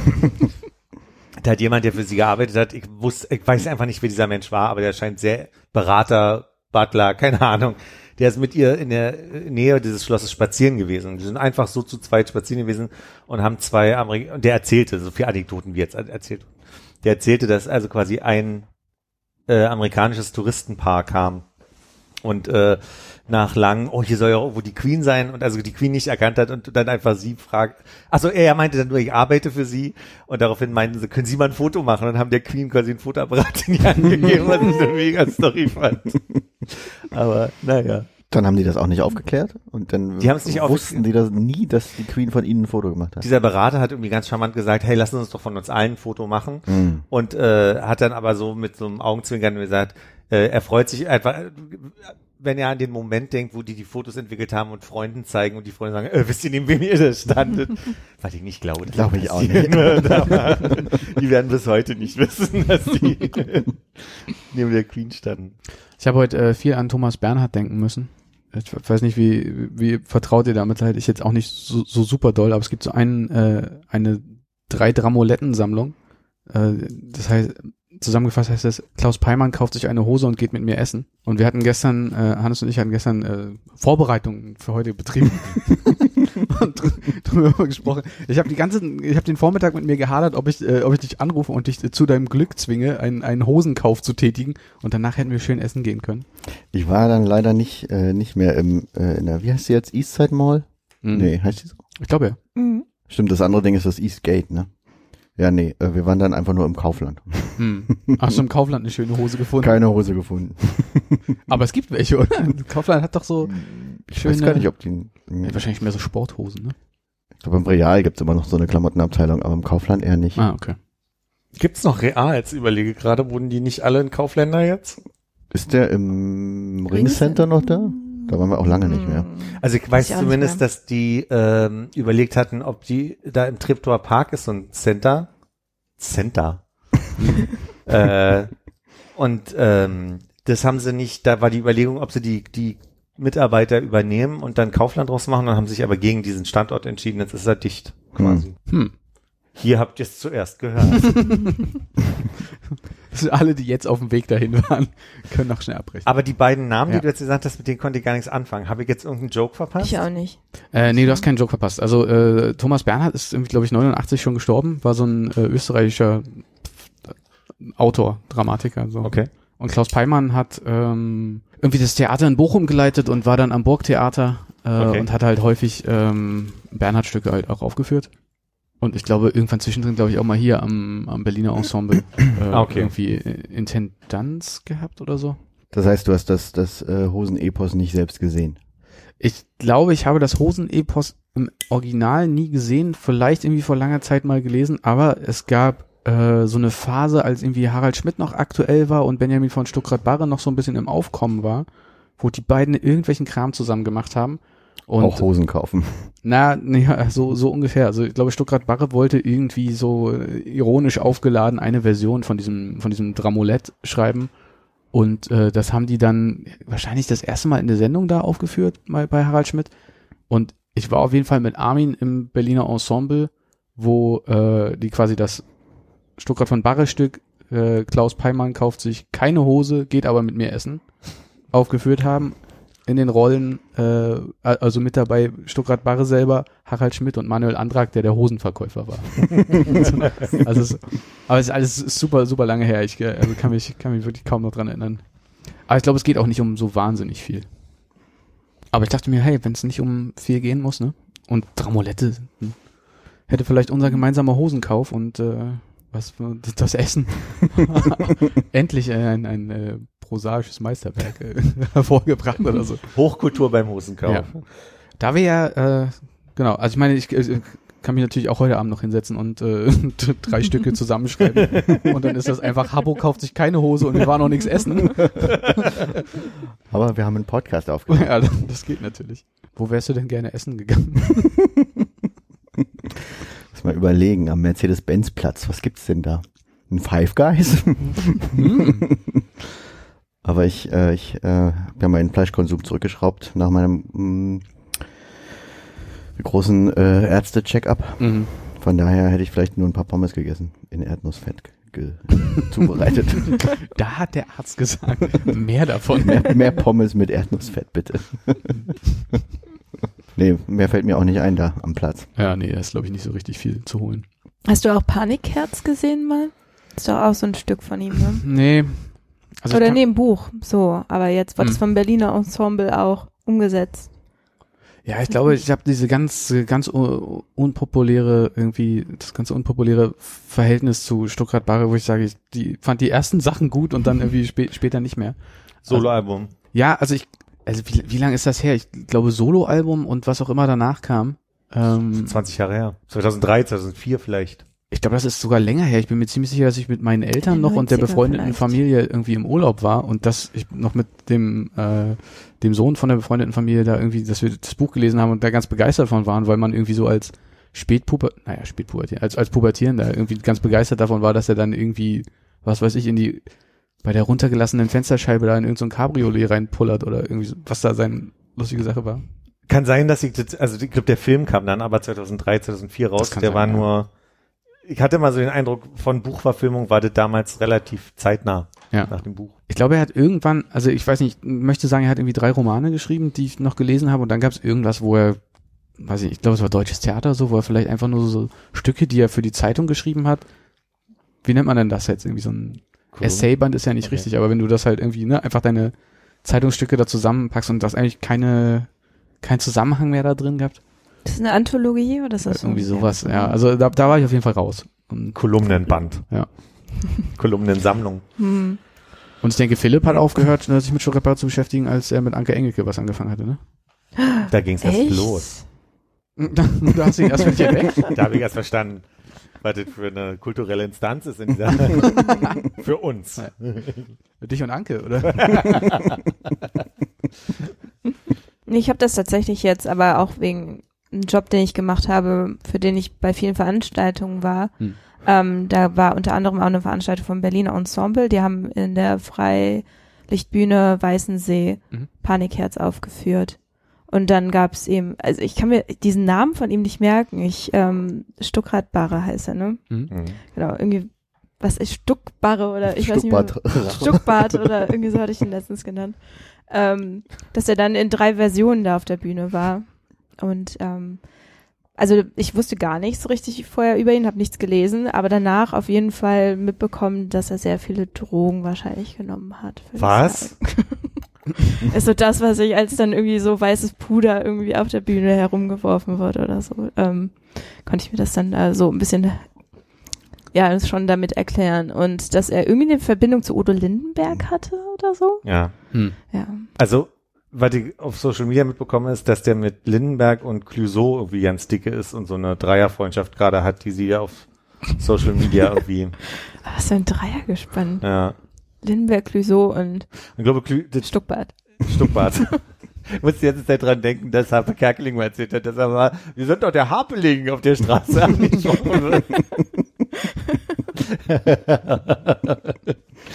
Da hat jemand, der für sie gearbeitet hat, ich weiß einfach nicht, wer dieser Mensch war, aber der scheint sehr Berater, Butler, keine Ahnung. Der ist mit ihr in der Nähe dieses Schlosses spazieren gewesen. Die sind einfach so zu zweit spazieren gewesen und haben und der erzählte, so viele Anekdoten wie jetzt erzählt. Der erzählte, dass also quasi ein amerikanisches Touristenpaar kam und nach lang, hier soll ja irgendwo die Queen sein und also die Queen nicht erkannt hat und dann einfach sie fragt, also er meinte dann nur, ich arbeite für sie und daraufhin meinten sie, können Sie mal ein Foto machen und haben der Queen quasi ein Fotoapparat in die Hand gegeben, was ich eine mega Story fand. Aber naja. Dann haben die das auch nicht aufgeklärt und dann wussten die das nie, dass die Queen von ihnen ein Foto gemacht hat. Dieser Berater hat irgendwie ganz charmant gesagt, hey, lassen Sie uns doch von uns allen ein Foto machen und hat dann aber so mit so einem Augenzwinkern gesagt, er freut sich einfach, wenn er an den Moment denkt, wo die Fotos entwickelt haben und Freunden zeigen und die Freunde sagen, wisst ihr, neben wem ihr da standet? Was ich nicht glaube. Glaube ich auch nicht. Die werden bis heute nicht wissen, dass die neben der Queen standen. Ich habe heute viel an Thomas Bernhard denken müssen. Ich weiß nicht, wie vertraut ihr damit seid. Ich jetzt auch nicht so super doll, aber es gibt so eine 3-Dramoletten-Sammlung. Das heißt, zusammengefasst heißt es, Klaus Peimann kauft sich eine Hose und geht mit mir essen. Und wir hatten gestern, Hannes und ich hatten gestern Vorbereitungen für heute betrieben und drüber gesprochen. Ich habe den Vormittag mit mir gehadert, ob ich dich anrufe und dich zu deinem Glück zwinge, einen Hosenkauf zu tätigen. Und danach hätten wir schön essen gehen können. Ich war dann leider nicht mehr in der, wie heißt sie jetzt, Eastside Mall? Nee, heißt die so? Ich glaube ja. Mhm. Stimmt, das andere Ding ist das Eastgate, ne? Ja, nee, wir waren dann einfach nur im Kaufland. Hast du im Kaufland eine schöne Hose gefunden? Keine Hose gefunden. Aber es gibt welche, oder? Kaufland hat doch so schöne... Ich weiß gar nicht, ob die... wahrscheinlich mehr so Sporthosen, ne? Ich glaube, im Real gibt's immer noch so eine Klamottenabteilung, aber im Kaufland eher nicht. Ah, okay. Gibt's noch Reals? Überlege gerade, wurden die nicht alle in Kaufländer jetzt? Ist der im Ringcenter noch da? Da waren wir auch lange nicht mehr. Also ich weiß zumindest, dass die überlegt hatten, ob die da im Treptower Park ist so ein Center. Und das haben sie nicht, da war die Überlegung, ob sie die Mitarbeiter übernehmen und dann Kaufland draus machen, dann haben sie sich aber gegen diesen Standort entschieden, jetzt ist er dicht quasi. Hier habt ihr es zuerst gehört. Alle, die jetzt auf dem Weg dahin waren, können noch schnell abbrechen. Aber die beiden Namen, die du jetzt gesagt hast, mit denen konnte ich gar nichts anfangen. Habe ich jetzt irgendeinen Joke verpasst? Ich auch nicht. Nee, du hast keinen Joke verpasst. Also Thomas Bernhard ist irgendwie, glaube ich, 89 schon gestorben, war so ein österreichischer Autor, Dramatiker. So. Okay. Und Klaus Peimann hat irgendwie das Theater in Bochum geleitet und war dann am Burgtheater und hat halt häufig Bernhard-Stücke halt auch aufgeführt. Und ich glaube, irgendwann zwischendrin, glaube ich, auch mal hier am Berliner Ensemble irgendwie Intendanz gehabt oder so. Das heißt, du hast das Hosen-Epos nicht selbst gesehen? Ich glaube, ich habe das Hosen-Epos im Original nie gesehen, vielleicht irgendwie vor langer Zeit mal gelesen, aber es gab so eine Phase, als irgendwie Harald Schmidt noch aktuell war und Benjamin von Stuckrad-Barre noch so ein bisschen im Aufkommen war, wo die beiden irgendwelchen Kram zusammen gemacht haben. Und auch Hosen kaufen. So ungefähr. Also ich glaube, Stuckrad-Barre wollte irgendwie so ironisch aufgeladen eine Version von diesem Dramolett schreiben Und das haben die dann wahrscheinlich das erste Mal in der Sendung da aufgeführt bei Harald Schmidt. Und ich war auf jeden Fall mit Armin im Berliner Ensemble, wo die quasi das Stuckrad von Barre Stück Klaus Peimann kauft sich keine Hose, geht aber mit mir essen, aufgeführt haben. In den Rollen, also mit dabei Stuckrad Barre selber, Harald Schmidt und Manuel Andrak, der Hosenverkäufer war. Also aber es ist alles super, super lange her. Ich kann mich wirklich kaum noch dran erinnern. Aber ich glaube, es geht auch nicht um so wahnsinnig viel. Aber ich dachte mir, hey, wenn es nicht um viel gehen muss, ne? Und Dramolette hätte vielleicht unser gemeinsamer Hosenkauf und das Essen endlich ein prosaisches Meisterwerk hervorgebracht oder so. Hochkultur beim Hosenkauf. Ja. Da wir ja, genau, also ich meine, ich kann mich natürlich auch heute Abend noch hinsetzen und 3 Stücke zusammenschreiben und dann ist das einfach, Habbo kauft sich keine Hose und wir waren noch nichts essen. Aber wir haben einen Podcast aufgenommen. Ja, das geht natürlich. Wo wärst du denn gerne essen gegangen? Muss mal überlegen, am Mercedes-Benz-Platz, was gibt's denn da? Ein Five Guys? Aber ich habe ja meinen Fleischkonsum zurückgeschraubt nach meinem großen Ärzte-Check-up. Mhm. Von daher hätte ich vielleicht nur ein paar Pommes gegessen, in Erdnussfett zubereitet. Da hat der Arzt gesagt, mehr davon. Mehr Pommes mit Erdnussfett, bitte. Nee, mehr fällt mir auch nicht ein da am Platz. Ja, nee, da ist glaube ich nicht so richtig viel zu holen. Hast du auch Panikherz gesehen mal? Ist doch auch so ein Stück von ihm, ne? Nee. Also oder im Buch, so. Aber jetzt wird es vom Berliner Ensemble auch umgesetzt. Ja, ich glaube, ich habe diese ganz unpopuläre, das ganze unpopuläre Verhältnis zu Stuckrad Barre, wo ich sage, ich fand die ersten Sachen gut und dann irgendwie später nicht mehr. Soloalbum. Ja, also wie lange ist das her? Ich glaube Soloalbum und was auch immer danach kam. 20 Jahre her. 2003, 2004 vielleicht. Ich glaube, das ist sogar länger her. Ich bin mir ziemlich sicher, dass ich mit meinen Eltern noch und der befreundeten Familie irgendwie im Urlaub war und dass ich noch mit dem Sohn von der befreundeten Familie da irgendwie, dass wir das Buch gelesen haben und da ganz begeistert davon waren, weil man irgendwie so als als Pubertierender irgendwie ganz begeistert davon war, dass er dann irgendwie, was weiß ich, bei der runtergelassenen Fensterscheibe da in irgendein Cabriolet reinpullert oder irgendwie, was da seine lustige Sache war. Kann sein, dass ich glaube, der Film kam dann aber 2003, 2004 raus. Der war nur, ich hatte mal so den Eindruck, von Buchverfilmung war das damals relativ zeitnah nach dem Buch. Ich glaube, er hat irgendwann, also ich weiß nicht, möchte sagen, er hat irgendwie 3 Romane geschrieben, die ich noch gelesen habe und dann gab es irgendwas, wo er, weiß ich glaube, es war Deutsches Theater so, wo er vielleicht einfach nur so Stücke, die er für die Zeitung geschrieben hat. Wie nennt man denn das jetzt? Irgendwie so ein Essayband ist ja nicht richtig, aber wenn du das halt irgendwie, einfach deine Zeitungsstücke da zusammenpackst und das eigentlich kein Zusammenhang mehr da drin gehabt. Das ist eine Anthologie oder ist das irgendwie sowas, ja. Also da war ich auf jeden Fall raus. Und Kolumnenband. Ja. Kolumnensammlung. Und ich denke, Philipp hat aufgehört, sich mit Stuckrad zu beschäftigen, als er mit Anke Engelke was angefangen hatte, ne? Da ging es erst los. Du hast ihn erst für dich entdeckt? Da habe ich erst verstanden, was das für eine kulturelle Instanz ist in dieser für uns. Für dich und Anke, oder? Ich habe das tatsächlich jetzt, aber auch wegen einem Job, den ich gemacht habe, für den ich bei vielen Veranstaltungen war. Da war unter anderem auch eine Veranstaltung vom Berliner Ensemble. Die haben in der Freilichtbühne Weißensee Panikherz aufgeführt. Und dann gab's eben, also ich kann mir diesen Namen von ihm nicht merken. Stuckrad Barre heißt er, ne? Genau, irgendwie, was ist Stuckbarre oder ich weiß nicht mehr. Stuckbart oder irgendwie so hatte ich ihn letztens genannt. Dass er dann in 3 Versionen da auf der Bühne war. Und also ich wusste gar nichts so richtig vorher über ihn, habe nichts gelesen, aber danach auf jeden Fall mitbekommen, dass er sehr viele Drogen wahrscheinlich genommen hat. Was? Ist so das, was ich als dann irgendwie so weißes Puder irgendwie auf der Bühne herumgeworfen wurde oder so, konnte ich mir das dann so ein bisschen schon damit erklären. Und dass er irgendwie eine Verbindung zu Udo Lindenberg hatte oder so. Ja. Ja. Also, was ich auf Social Media mitbekommen ist, dass der mit Lindenberg und Clouseau irgendwie ganz dicke ist und so eine Dreierfreundschaft gerade hat, die sie ja auf Social Media irgendwie. Was für ein Dreiergespann. Ja. Lindenberg, Clouseau und ich glaube, Stuckbart. Ich muss die ganze Zeit dran denken, dass Harpe Kerkeling mal erzählt hat, dass er mal, wir sind doch der Harpeling auf der Straße angesprochen wird.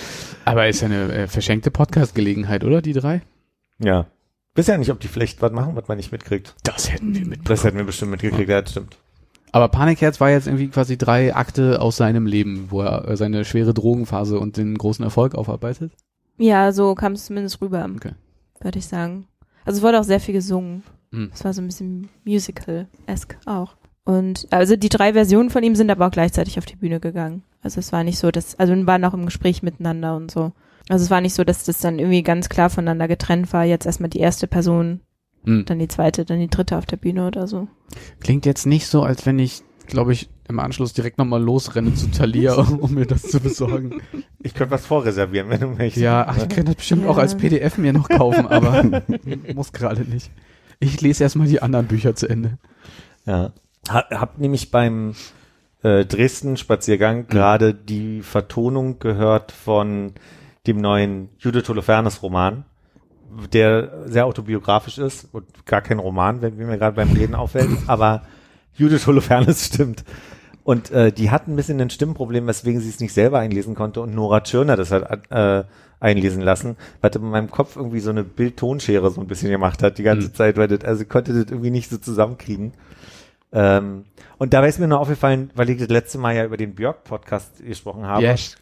Aber ist ja eine verschenkte Podcast-Gelegenheit, oder, die 3? Ja. Weiß ja nicht, ob die vielleicht was machen, was man nicht mitkriegt. Das hätten wir mitbekommen. Das hätten wir bestimmt mitgekriegt, ja, das stimmt. Aber Panikherz war jetzt irgendwie quasi 3 Akte aus seinem Leben, wo er seine schwere Drogenphase und den großen Erfolg aufarbeitet. Ja, so kam es zumindest rüber, Okay. würde ich sagen. Also es wurde auch sehr viel gesungen. Es war so ein bisschen Musical-esque auch. Und also die 3 Versionen von ihm sind aber auch gleichzeitig auf die Bühne gegangen. Also es war nicht so, also wir waren auch im Gespräch miteinander und so. Also es war nicht so, dass das dann irgendwie ganz klar voneinander getrennt war. Jetzt erstmal die erste Person, dann die zweite, dann die dritte auf der Bühne oder so. Klingt jetzt nicht so, als wenn ich, glaube ich, im Anschluss direkt nochmal losrenne zu Thalia, um mir das zu besorgen. Ich könnte was vorreservieren, wenn du möchtest. Ja, ich kann das bestimmt auch als PDF mir noch kaufen, aber muss gerade nicht. Ich lese erstmal die anderen Bücher zu Ende. Ja. Hab nämlich beim Dresden-Spaziergang gerade die Vertonung gehört von dem neuen Judith Holofernes-Roman, der sehr autobiografisch ist und gar kein Roman, wie mir gerade beim Reden auffällt, aber Judith Holofernes stimmt. Und die hat ein bisschen ein Stimmenproblem, weswegen sie es nicht selber einlesen konnte und Nora Tschirner das hat einlesen lassen, weil in meinem Kopf irgendwie so eine Bild-Tonschere so ein bisschen gemacht hat die ganze Zeit, weil das, also konnte das irgendwie nicht so zusammenkriegen. Und dabei ist mir nur aufgefallen, weil ich das letzte Mal ja über den Björk-Podcast gesprochen habe. Yes.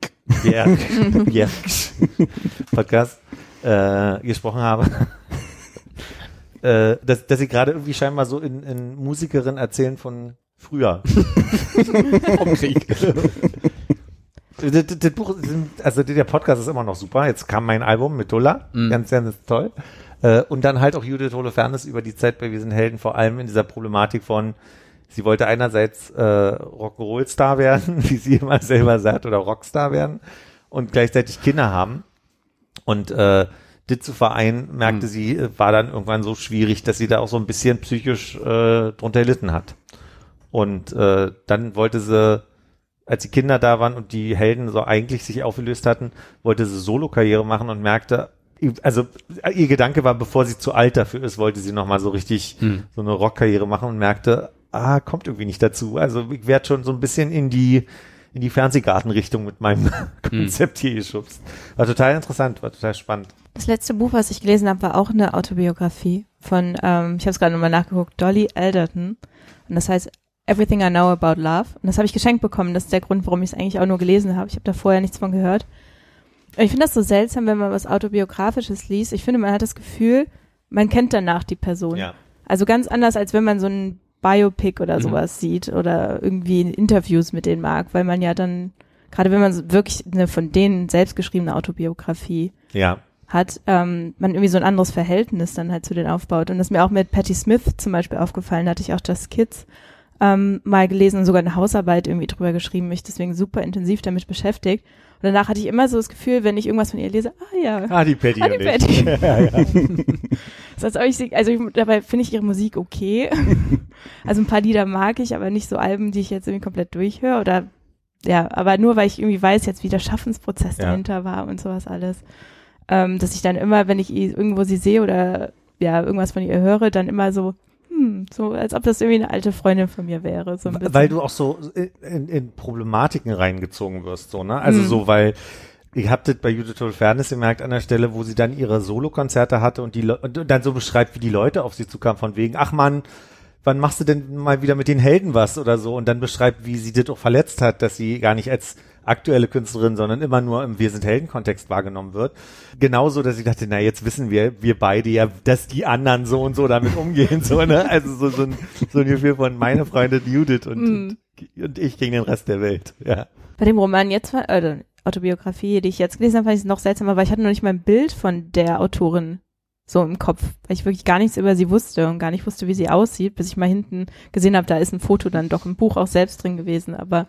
Podcast gesprochen habe, dass sie gerade irgendwie scheinbar so in Musikerinnen erzählen von früher. Vom Krieg. Das Buch, also der Podcast ist immer noch super. Jetzt kam mein Album mit Dulla, ganz, ganz toll. Und dann halt auch Judith Holofernes über die Zeit bei Wir sind Helden, vor allem in dieser Problematik von, sie wollte einerseits Rock'n'Roll-Star werden, wie sie immer selber sagt, oder Rockstar werden und gleichzeitig Kinder haben. Und das zu vereinen, merkte sie, war dann irgendwann so schwierig, dass sie da auch so ein bisschen psychisch drunter gelitten hat. Und dann wollte sie, als die Kinder da waren und die Helden so eigentlich sich aufgelöst hatten, wollte sie Solo-Karriere machen und merkte, also ihr Gedanke war, bevor sie zu alt dafür ist, wollte sie nochmal so richtig so eine Rockkarriere machen und merkte, kommt irgendwie nicht dazu. Also ich werde schon so ein bisschen in die Fernsehgartenrichtung mit meinem Konzept hier geschubst. War total interessant, war total spannend. Das letzte Buch, was ich gelesen habe, war auch eine Autobiografie von, ich habe es gerade nochmal nachgeguckt, Dolly Alderton. Und das heißt Everything I Know About Love. Und das habe ich geschenkt bekommen. Das ist der Grund, warum ich es eigentlich auch nur gelesen habe. Ich habe da vorher nichts von gehört. Und ich finde das so seltsam, wenn man was Autobiografisches liest. Ich finde, man hat das Gefühl, man kennt danach die Person. Ja. Also ganz anders, als wenn man so ein Biopic oder sowas sieht oder irgendwie Interviews mit denen mag, weil man ja dann, gerade wenn man so wirklich eine von denen selbst geschriebene Autobiografie hat, man irgendwie so ein anderes Verhältnis dann halt zu denen aufbaut. Und das ist mir auch mit Patti Smith zum Beispiel aufgefallen, da hatte ich auch Just Kids mal gelesen und sogar eine Hausarbeit irgendwie drüber geschrieben, mich deswegen super intensiv damit beschäftigt. Und danach hatte ich immer so das Gefühl, wenn ich irgendwas von ihr lese, die Patti. Die Patti. Das heißt, dabei finde ich ihre Musik okay. Also ein paar Lieder mag ich, aber nicht so Alben, die ich jetzt irgendwie komplett durchhöre oder, aber nur, weil ich irgendwie weiß jetzt, wie der Schaffensprozess dahinter war und sowas alles. Dass ich dann immer, wenn ich irgendwo sie sehe oder irgendwas von ihr höre, dann immer so als ob das irgendwie eine alte Freundin von mir wäre. So ein bisschen. Weil du auch so in Problematiken reingezogen wirst, so, ne? Also so, weil ich hab das bei Judith Holofernes gemerkt an der Stelle, wo sie dann ihre Solokonzerte hatte und und dann so beschreibt, wie die Leute auf sie zukamen, von wegen, ach Mann, wann machst du denn mal wieder mit den Helden was oder so? Und dann beschreibt, wie sie das auch verletzt hat, dass sie gar nicht als aktuelle Künstlerin, sondern immer nur im Wir sind Helden-Kontext wahrgenommen wird. Genauso, dass ich dachte, na, jetzt wissen wir beide ja, dass die anderen so und so damit umgehen, so, ne? Also so ein Gefühl von meine Freundin Judith und ich gegen den Rest der Welt, ja. Bei dem Roman jetzt, Autobiografie, die ich jetzt gelesen habe, fand ich es noch seltsamer, weil ich hatte noch nicht mal ein Bild von der Autorin so im Kopf, weil ich wirklich gar nichts über sie wusste und gar nicht wusste, wie sie aussieht, bis ich mal hinten gesehen habe, da ist ein Foto dann doch im Buch auch selbst drin gewesen, aber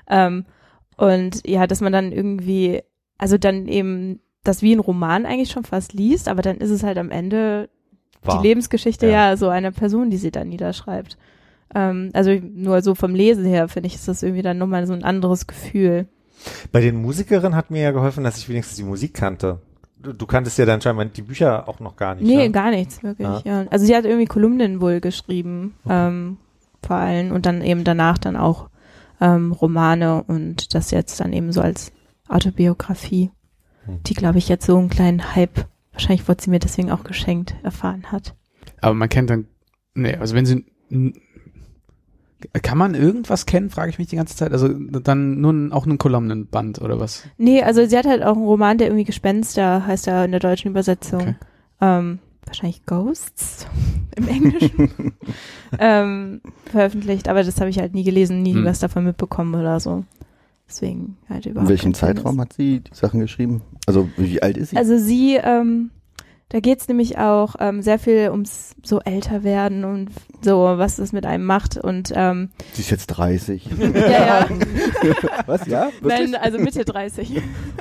und dass man dann irgendwie, also dann eben das wie ein Roman eigentlich schon fast liest, aber dann ist es halt am Ende die Lebensgeschichte so einer Person, die sie dann niederschreibt. Also nur so vom Lesen her, finde ich, ist das irgendwie dann nochmal so ein anderes Gefühl. Bei den Musikerinnen hat mir ja geholfen, dass ich wenigstens die Musik kannte. Du kanntest ja dann scheinbar die Bücher auch noch gar nicht. Nee, gar nichts, wirklich. Ja. Also sie hat irgendwie Kolumnen wohl geschrieben, vor allem, und dann eben danach dann auch Romane und das jetzt dann eben so als Autobiografie. die, glaube ich, jetzt so einen kleinen Hype, wahrscheinlich wurde sie mir deswegen auch geschenkt, erfahren hat. Aber man kennt dann, also wenn sie, kann man irgendwas kennen, frage ich mich die ganze Zeit. Also dann nur auch einen Kolumnenband oder was? Nee, also sie hat halt auch einen Roman, der irgendwie Gespenster heißt er in der deutschen Übersetzung. Okay. Wahrscheinlich Ghosts im Englischen veröffentlicht, aber das habe ich halt nie gelesen, nie was davon mitbekommen oder so. Deswegen halt überhaupt. In welchem Zeitraum hat sie die Sachen geschrieben? Also wie alt ist sie? Also sie, da geht's nämlich auch sehr viel ums so älter werden und so, was das mit einem macht und sie ist jetzt 30. ja. Was, ja? Wirklich? Nein, also Mitte 30.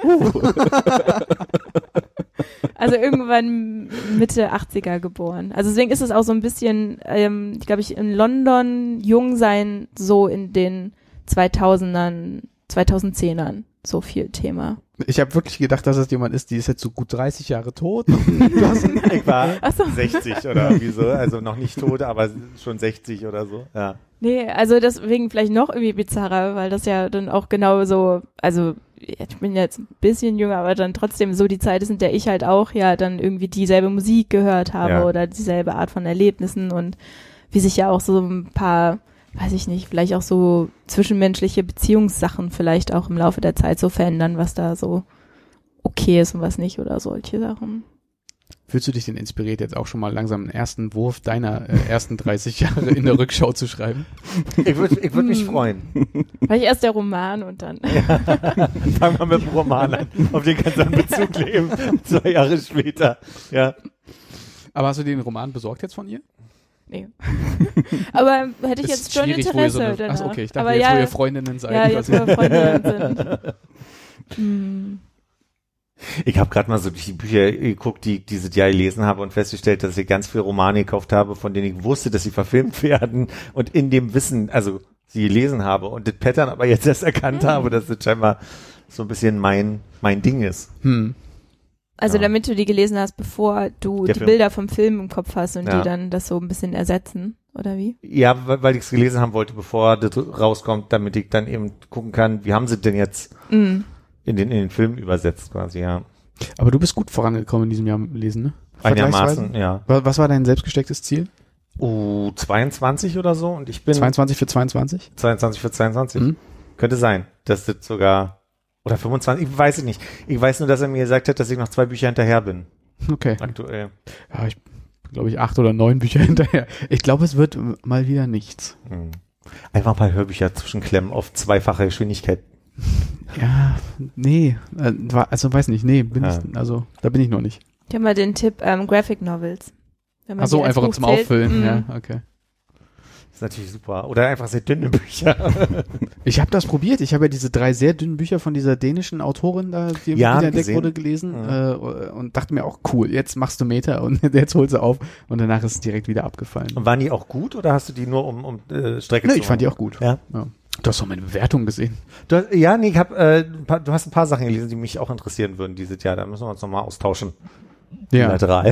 Also irgendwann Mitte 80er geboren. Also deswegen ist es auch so ein bisschen, glaube ich, in London jung sein, so in den 2000ern, 2010ern, so viel Thema. Ich habe wirklich gedacht, dass es jemand ist, die ist jetzt so gut 30 Jahre tot. Ich war so. 60 oder wieso, also noch nicht tot, aber schon 60 oder so, ja. Nee, also deswegen vielleicht noch irgendwie bizarrer, weil das ja dann auch genau so, also ich bin jetzt ein bisschen jünger, aber dann trotzdem so die Zeit ist, in der ich halt auch ja dann irgendwie dieselbe Musik gehört habe oder dieselbe Art von Erlebnissen und wie sich ja auch so ein paar, weiß ich nicht, vielleicht auch so zwischenmenschliche Beziehungssachen vielleicht auch im Laufe der Zeit so verändern, was da so okay ist und was nicht oder solche Sachen. Fühlst du dich denn inspiriert, jetzt auch schon mal langsam einen ersten Wurf deiner ersten 30 Jahre in der Rückschau zu schreiben? Ich würd mich freuen. Vielleicht erst der Roman und dann. Ja. Fangen wir mit dem Roman an, auf den kannst du einen Bezug nehmen, 2 Jahre später. Ja. Aber hast du den Roman besorgt jetzt von ihr? Nee. Aber hätte ich jetzt schon Interesse danach. Achso, okay, ich dachte aber jetzt, ja, wo ihr Freundinnen seid. Ja, jetzt wo wir Freundinnen sind. Ich habe gerade mal so durch die Bücher geguckt, die ich dieses Jahr gelesen habe und festgestellt, dass ich ganz viele Romane gekauft habe, von denen ich wusste, dass sie verfilmt werden und in dem Wissen, also sie gelesen habe und das Pattern aber jetzt erst erkannt habe, dass das scheinbar so ein bisschen mein Ding ist. Also damit du die gelesen hast, bevor du die Bilder vom Film im Kopf hast und die dann das so ein bisschen ersetzen, oder wie? Ja, weil ich es gelesen haben wollte, bevor das rauskommt, damit ich dann eben gucken kann, wie haben sie denn jetzt in den Film übersetzt quasi, ja. Aber du bist gut vorangekommen in diesem Jahr im Lesen, ne? Einigermaßen, ja. Was war dein selbstgestecktes Ziel? 22 oder so und ich bin 22 für 22? 22 für 22. Könnte sein, dass das sogar oder 25, ich weiß es nicht. Ich weiß nur, dass er mir gesagt hat, dass ich noch 2 Bücher hinterher bin. Okay. Aktuell. Ja, ich glaube ich 8 oder 9 Bücher hinterher. Ich glaube, es wird mal wieder nichts. Einfach ein paar Hörbücher zwischenklemmen auf 2-fache Geschwindigkeit. Ja, nee, also weiß nicht, nee, also da bin ich noch nicht. Ich habe mal den Tipp, Graphic Novels. Ach so, einfach zum Auffüllen, ja, okay. Das ist natürlich super. Oder einfach sehr dünne Bücher. Ich habe das probiert. Ich habe ja diese 3 sehr dünnen Bücher von dieser dänischen Autorin da, die wieder entdeckt wurde, gelesen und dachte mir auch, cool, jetzt machst du Meter und jetzt holst du auf und danach ist es direkt wieder abgefallen. Und waren die auch gut oder hast du die nur um Strecke zu ich fand die auch gut. Ja. Du hast doch meine Bewertung gesehen. Du hast ein paar Sachen gelesen, die mich auch interessieren würden dieses Jahr. Da müssen wir uns nochmal austauschen. Ja. Lateral.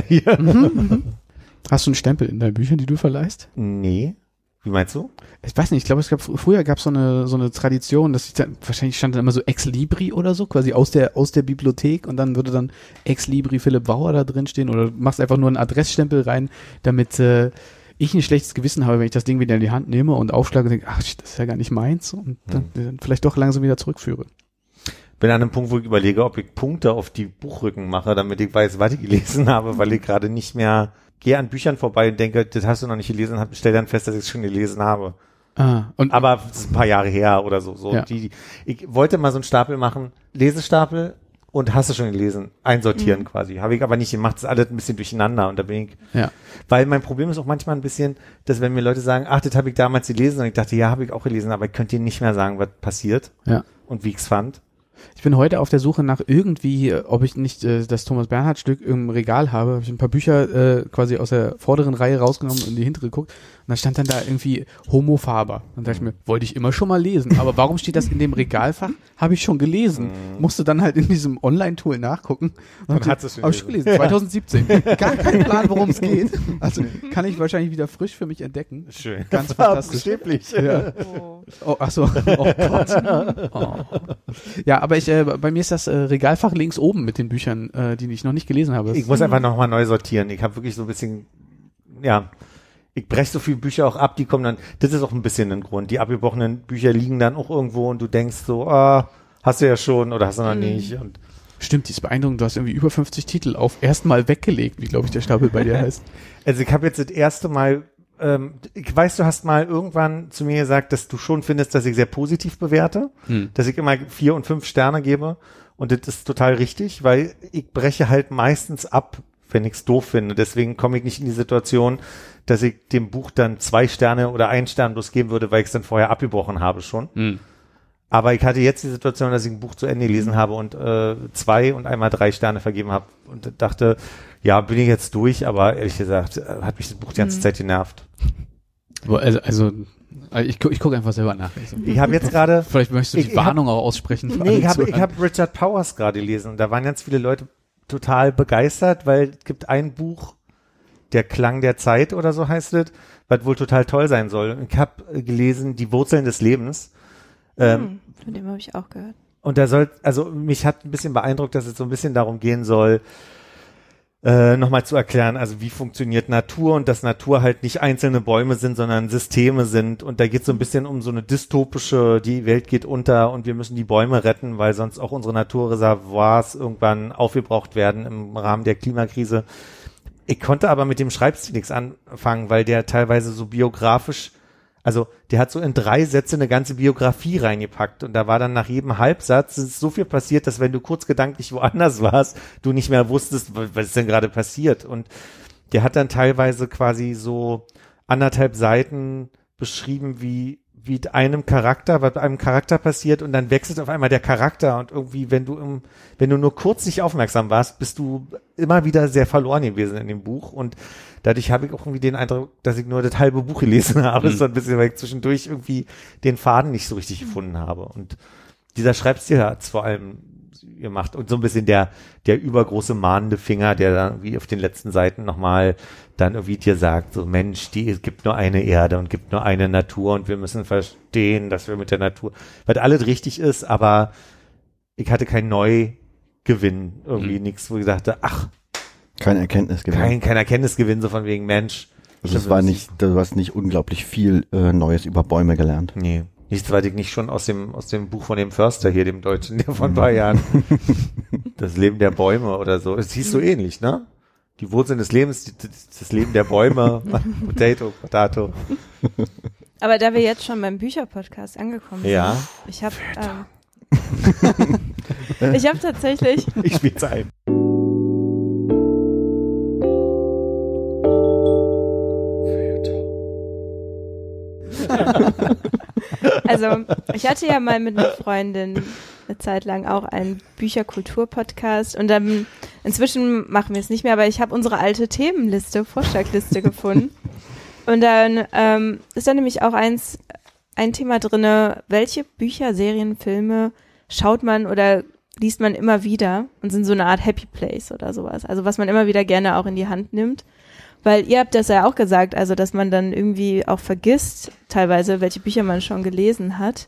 Hast du einen Stempel in deinen Büchern, die du verleihst? Nee. Wie meinst du? Ich weiß nicht, ich glaube, früher gab es so eine Tradition, dass wahrscheinlich stand dann immer so Ex Libri oder so, quasi aus der Bibliothek und dann würde dann Ex Libri Philipp Bauer da drin stehen oder du machst einfach nur einen Adressstempel rein, damit ich ein schlechtes Gewissen habe, wenn ich das Ding wieder in die Hand nehme und aufschlage und denke, ach, das ist ja gar nicht meins und dann vielleicht doch langsam wieder zurückführe. Bin an einem Punkt, wo ich überlege, ob ich Punkte auf die Buchrücken mache, damit ich weiß, was ich gelesen habe, weil ich gerade nicht mehr gehe an Büchern vorbei und denke, das hast du noch nicht gelesen, stell dann fest, dass ich es schon gelesen habe. Aber das ist ein paar Jahre her oder so. Ja. Ich wollte mal so einen Stapel machen, Lesestapel und hast du schon gelesen, einsortieren quasi. Habe ich aber nicht gemacht, das ist alles ein bisschen durcheinander und da bin ich, weil mein Problem ist auch manchmal ein bisschen, dass wenn mir Leute sagen, ach, das habe ich damals gelesen und ich dachte, ja, habe ich auch gelesen, aber ich könnte dir nicht mehr sagen, was passiert und wie ich es fand. Ich bin heute auf der Suche nach irgendwie, ob ich nicht das Thomas Bernhard Stück im Regal habe. Habe ich ein paar Bücher quasi aus der vorderen Reihe rausgenommen und in die hintere geguckt da stand dann da irgendwie Homo Faber. Dann dachte ich mir, wollte ich immer schon mal lesen. Aber warum steht das in dem Regalfach? Habe ich schon gelesen. Musste dann halt in diesem Online-Tool nachgucken. Und hat es schon gelesen. 2017. Gar kein Plan, worum es geht. Also kann ich wahrscheinlich wieder frisch für mich entdecken. Schön. Ganz fantastisch. Buchstäblich. Ja. Oh, ach so. Oh Gott. Oh. Ja, aber bei mir ist das Regalfach links oben mit den Büchern, die ich noch nicht gelesen habe. Ich muss einfach nochmal neu sortieren. Ich habe wirklich so ein bisschen, ich breche so viele Bücher auch ab, die kommen dann, das ist auch ein bisschen ein Grund. Die abgebrochenen Bücher liegen dann auch irgendwo und du denkst so, hast du ja schon oder hast du noch nicht. Und stimmt, die ist beeindruckend. Du hast irgendwie über 50 Titel auf erstmal weggelegt, wie glaube ich der Stapel bei dir heißt. Also ich habe jetzt das erste Mal, ich weiß, du hast mal irgendwann zu mir gesagt, dass du schon findest, dass ich sehr positiv bewerte, dass ich immer 4 und 5 Sterne gebe und das ist total richtig, weil ich breche halt meistens ab, wenn ich es doof finde. Deswegen komme ich nicht in die Situation, dass ich dem Buch dann 2 Sterne oder 1 Stern bloß geben würde, weil ich es dann vorher abgebrochen habe schon. Aber ich hatte jetzt die Situation, dass ich ein Buch zu Ende gelesen habe und 2 und einmal 3 Sterne vergeben habe und dachte, ja, bin ich jetzt durch, aber ehrlich gesagt, hat mich das Buch die ganze Zeit genervt. Also ich gucke einfach selber nach. Ich habe jetzt gerade... Vielleicht möchtest du die Warnung auch aussprechen. Nee, ich hab Richard Powers gerade gelesen und da waren ganz viele Leute total begeistert, weil es gibt ein Buch, Der Klang der Zeit oder so heißt es, was wohl total toll sein soll. Ich habe gelesen Die Wurzeln des Lebens. Von dem habe ich auch gehört. Und mich hat ein bisschen beeindruckt, dass es so ein bisschen darum gehen soll, nochmal zu erklären, also wie funktioniert Natur und dass Natur halt nicht einzelne Bäume sind, sondern Systeme sind. Und da geht es so ein bisschen um so eine dystopische, die Welt geht unter und wir müssen die Bäume retten, weil sonst auch unsere Naturreservoirs irgendwann aufgebraucht werden im Rahmen der Klimakrise. Ich konnte aber mit dem Schreibstil nichts anfangen, weil der teilweise so biografisch, also der hat so in 3 Sätze eine ganze Biografie reingepackt und da war dann nach jedem Halbsatz ist so viel passiert, dass wenn du kurz gedanklich woanders warst, du nicht mehr wusstest, was ist denn gerade passiert. Und der hat dann teilweise quasi so 1,5 Seiten beschrieben, wie einem Charakter, was einem Charakter passiert und dann wechselt auf einmal der Charakter und irgendwie, wenn du nur kurz nicht aufmerksam warst, bist du immer wieder sehr verloren gewesen in dem Buch und dadurch habe ich auch irgendwie den Eindruck, dass ich nur das halbe Buch gelesen habe, so ein bisschen, weil ich zwischendurch irgendwie den Faden nicht so richtig gefunden habe und dieser Schreibstil hat es vor allem gemacht und so ein bisschen der übergroße mahnende Finger, der dann irgendwie auf den letzten Seiten nochmal dann irgendwie dir sagt, so Mensch, es gibt nur eine Erde und gibt nur eine Natur und wir müssen verstehen, dass wir mit der Natur, weil alles richtig ist, aber ich hatte keinen Neugewinn, irgendwie nichts, wo ich dachte, kein Erkenntnisgewinn. Kein Erkenntnisgewinn, so von wegen Mensch. Also du hast nicht unglaublich viel Neues über Bäume gelernt. Nee. Nichts, weil ich nicht schon aus dem Buch von dem Förster hier, dem Deutschen, der vor ein paar Jahren, das Leben der Bäume oder so. Es hieß so ähnlich, ne? Die Wurzeln des Lebens, das Leben der Bäume, Potato. Aber da wir jetzt schon beim Bücherpodcast angekommen sind, ich habe tatsächlich... Ich spiel's ein. Also, ich hatte ja mal mit einer Freundin eine Zeit lang auch einen Bücherkultur-Podcast und dann, inzwischen machen wir es nicht mehr, aber ich habe unsere alte Vorschlagliste gefunden und dann ist da nämlich auch ein Thema drinne, welche Bücher, Serien, Filme schaut man oder liest man immer wieder und sind so eine Art Happy Place oder sowas, also was man immer wieder gerne auch in die Hand nimmt. Weil ihr habt das ja auch gesagt, also dass man dann irgendwie auch vergisst, teilweise, welche Bücher man schon gelesen hat.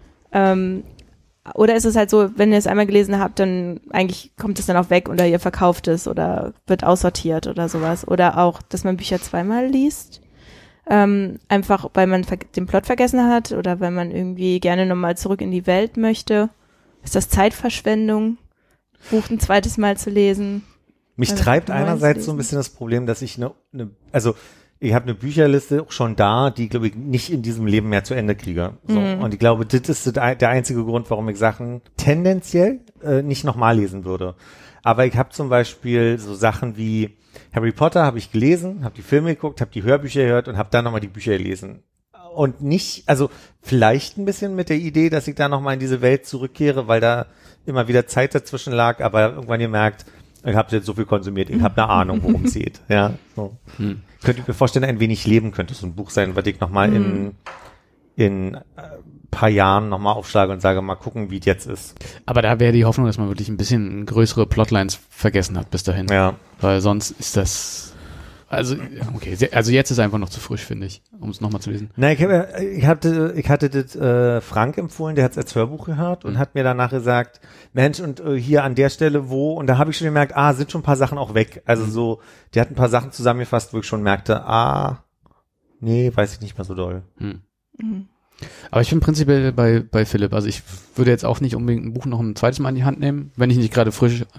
Oder ist es halt so, wenn ihr es einmal gelesen habt, dann eigentlich kommt es dann auch weg oder ihr verkauft es oder wird aussortiert oder sowas. Oder auch, dass man Bücher zweimal liest, einfach weil man den Plot vergessen hat oder weil man irgendwie gerne nochmal zurück in die Welt möchte. Ist das Zeitverschwendung, Buch ein zweites Mal zu lesen? Mich treibt einerseits so ein bisschen das Problem, dass ich ich habe eine Bücherliste auch schon da, die, glaube ich, nicht in diesem Leben mehr zu Ende kriege. So. Und ich glaube, das ist der einzige Grund, warum ich Sachen tendenziell nicht nochmal lesen würde. Aber ich habe zum Beispiel so Sachen wie Harry Potter habe ich gelesen, habe die Filme geguckt, habe die Hörbücher gehört und habe dann nochmal die Bücher gelesen. Und nicht, also vielleicht ein bisschen mit der Idee, dass ich da nochmal in diese Welt zurückkehre, weil da immer wieder Zeit dazwischen lag, aber irgendwann gemerkt, Ich habe jetzt so viel konsumiert, ich habe eine Ahnung, worum es geht. Ja, so. Könnte ich mir vorstellen, ein wenig Leben könnte so ein Buch sein, was ich nochmal in paar Jahren nochmal aufschlage und sage, mal gucken, wie es jetzt ist. Aber da wäre die Hoffnung, dass man wirklich ein bisschen größere Plotlines vergessen hat bis dahin. Ja. Weil sonst ist das, also jetzt ist einfach noch zu frisch, finde ich, um es nochmal zu lesen. Na, ich hatte das Frank empfohlen, der hat es als Hörbuch gehört und hat mir danach gesagt, Mensch, und hier an der Stelle wo, und da habe ich schon gemerkt, sind schon ein paar Sachen auch weg. Also so, der hat ein paar Sachen zusammengefasst, wo ich schon merkte, nee, weiß ich nicht mehr so doll. Aber ich bin prinzipiell bei Philipp, also ich würde jetzt auch nicht unbedingt ein Buch noch ein zweites Mal in die Hand nehmen, wenn ich nicht gerade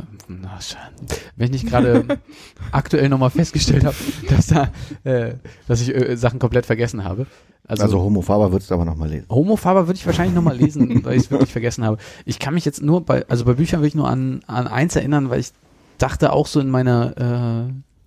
aktuell nochmal festgestellt habe, dass ich Sachen komplett vergessen habe. Also Homo Faber würdest du aber nochmal lesen. Homo Faber würde ich wahrscheinlich nochmal lesen, weil ich es wirklich vergessen habe. Ich kann mich jetzt nur bei Büchern will ich nur an eins erinnern, weil ich dachte auch so in meiner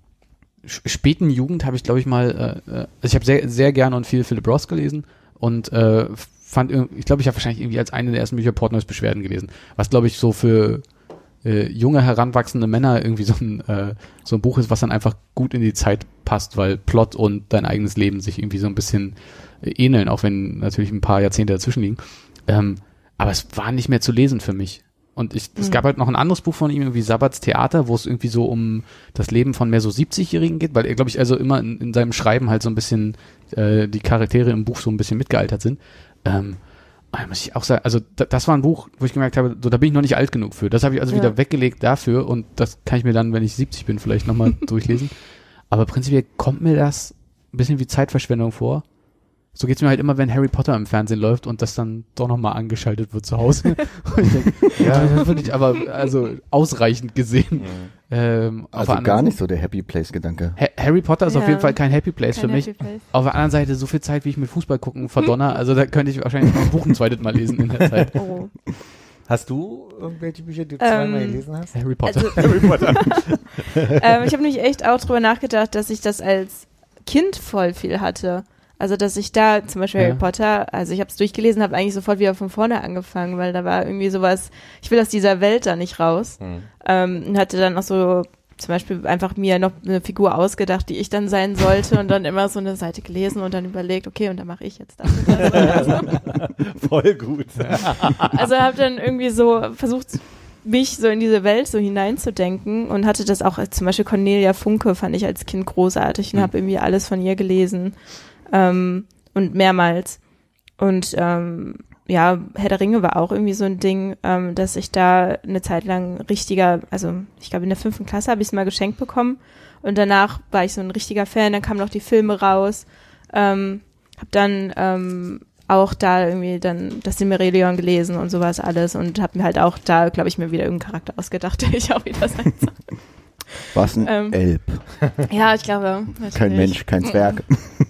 späten Jugend habe ich, glaube ich mal, also ich habe sehr, sehr gerne und viel Philip Roth gelesen und ich glaube, ich habe wahrscheinlich irgendwie als eine der ersten Bücher Portnoys Beschwerden gelesen, was, glaube ich, so für junge, heranwachsende Männer irgendwie so ein Buch ist, was dann einfach gut in die Zeit passt, weil Plot und dein eigenes Leben sich irgendwie so ein bisschen ähneln, auch wenn natürlich ein paar Jahrzehnte dazwischen liegen. Aber es war nicht mehr zu lesen für mich. Und es gab halt noch ein anderes Buch von ihm, irgendwie Sabbats Theater, wo es irgendwie so um das Leben von mehr so 70-Jährigen geht, weil er, glaube ich, also immer in seinem Schreiben halt so ein bisschen die Charaktere im Buch so ein bisschen mitgealtert sind. Muss ich auch sagen, also das war ein Buch, wo ich gemerkt habe, so da bin ich noch nicht alt genug für. Das habe ich also wieder weggelegt dafür und das kann ich mir dann, wenn ich 70 bin, vielleicht nochmal durchlesen. Aber prinzipiell kommt mir das ein bisschen wie Zeitverschwendung vor. So geht's mir halt immer, wenn Harry Potter im Fernsehen läuft und das dann doch nochmal angeschaltet wird zu Hause. Und ich denke, das würde ich aber also ausreichend gesehen. Also gar nicht so der Happy Place-Gedanke. Harry Potter ist auf jeden Fall kein Happy Place für mich. Auf der anderen Seite so viel Zeit, wie ich mit Fußball gucken verdonner, also da könnte ich wahrscheinlich noch ein Buch ein zweites Mal lesen in der Zeit. Oh. Hast du irgendwelche Bücher, die du zweimal gelesen hast? Harry Potter. Also, Harry Potter. Ich habe nämlich echt auch drüber nachgedacht, dass ich das als Kind voll viel hatte. Also, dass ich da zum Beispiel Harry Potter, also ich habe es durchgelesen, habe eigentlich sofort wieder von vorne angefangen, weil da war irgendwie sowas, ich will aus dieser Welt da nicht raus. Und hatte dann auch so zum Beispiel einfach mir noch eine Figur ausgedacht, die ich dann sein sollte und dann immer so eine Seite gelesen und dann überlegt, okay, und dann mache ich jetzt das. Voll gut. Also habe dann irgendwie so versucht, mich so in diese Welt so hineinzudenken und hatte das auch, zum Beispiel Cornelia Funke fand ich als Kind großartig und habe irgendwie alles von ihr gelesen. Und mehrmals. Und Herr der Ringe war auch irgendwie so ein Ding, dass ich da eine Zeit lang also ich glaube in der 5. Klasse habe ich es mal geschenkt bekommen und danach war ich so ein richtiger Fan, dann kamen noch die Filme raus, habe dann auch da irgendwie dann das Silmarillion gelesen und sowas alles und habe mir halt auch da, glaube ich, mir wieder irgendeinen Charakter ausgedacht, der ich auch wieder sein soll. Was ein Elb. Ja, ich glaube. Natürlich. Kein Mensch, kein Zwerg.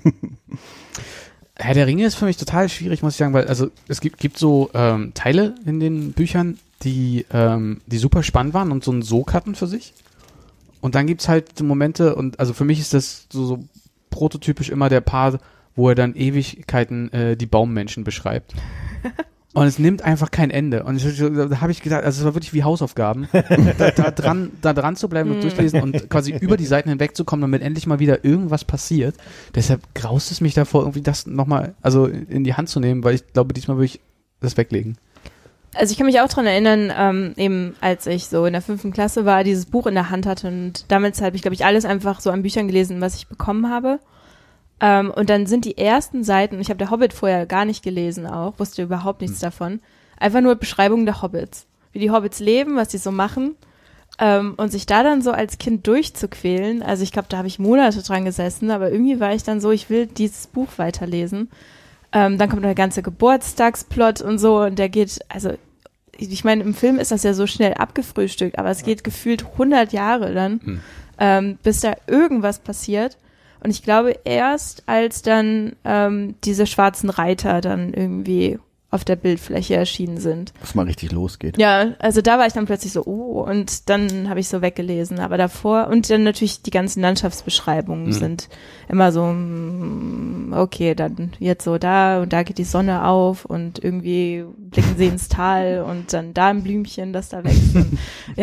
Herr der Ringe ist für mich total schwierig, muss ich sagen, weil also es gibt so Teile in den Büchern, die super spannend waren und so einen Sog hatten für sich. Und dann gibt's halt Momente und also für mich ist das so prototypisch immer der Part, wo er dann Ewigkeiten die Baummenschen beschreibt. Und es nimmt einfach kein Ende. Und da habe ich gedacht, also es war wirklich wie Hausaufgaben, da dran zu bleiben und durchlesen und quasi über die Seiten hinwegzukommen, damit endlich mal wieder irgendwas passiert. Deshalb graust es mich davor, irgendwie das nochmal also in die Hand zu nehmen, weil ich glaube, diesmal würde ich das weglegen. Also ich kann mich auch dran erinnern, eben als ich so in der 5. Klasse war, dieses Buch in der Hand hatte und damals habe ich, glaube ich, alles einfach so an Büchern gelesen, was ich bekommen habe. Und dann sind die ersten Seiten, ich habe der Hobbit vorher gar nicht gelesen auch, wusste überhaupt nichts davon, einfach nur Beschreibungen der Hobbits, wie die Hobbits leben, was sie so machen und sich da dann so als Kind durchzuquälen, also ich glaube, da habe ich Monate dran gesessen, aber irgendwie war ich dann so, ich will dieses Buch weiterlesen. Dann kommt der ganze Geburtstagsplot und so und der geht, also ich meine, im Film ist das ja so schnell abgefrühstückt, aber es geht gefühlt 100 Jahre dann, bis da irgendwas passiert. Und ich glaube, erst als dann diese schwarzen Reiter dann irgendwie auf der Bildfläche erschienen sind. Was mal richtig losgeht. Ja, also da war ich dann plötzlich so, und dann habe ich so weggelesen. Aber davor, und dann natürlich die ganzen Landschaftsbeschreibungen sind immer so, okay, dann jetzt so da und da geht die Sonne auf und irgendwie blicken sie ins Tal und dann da ein Blümchen, das da wächst. Und, ja,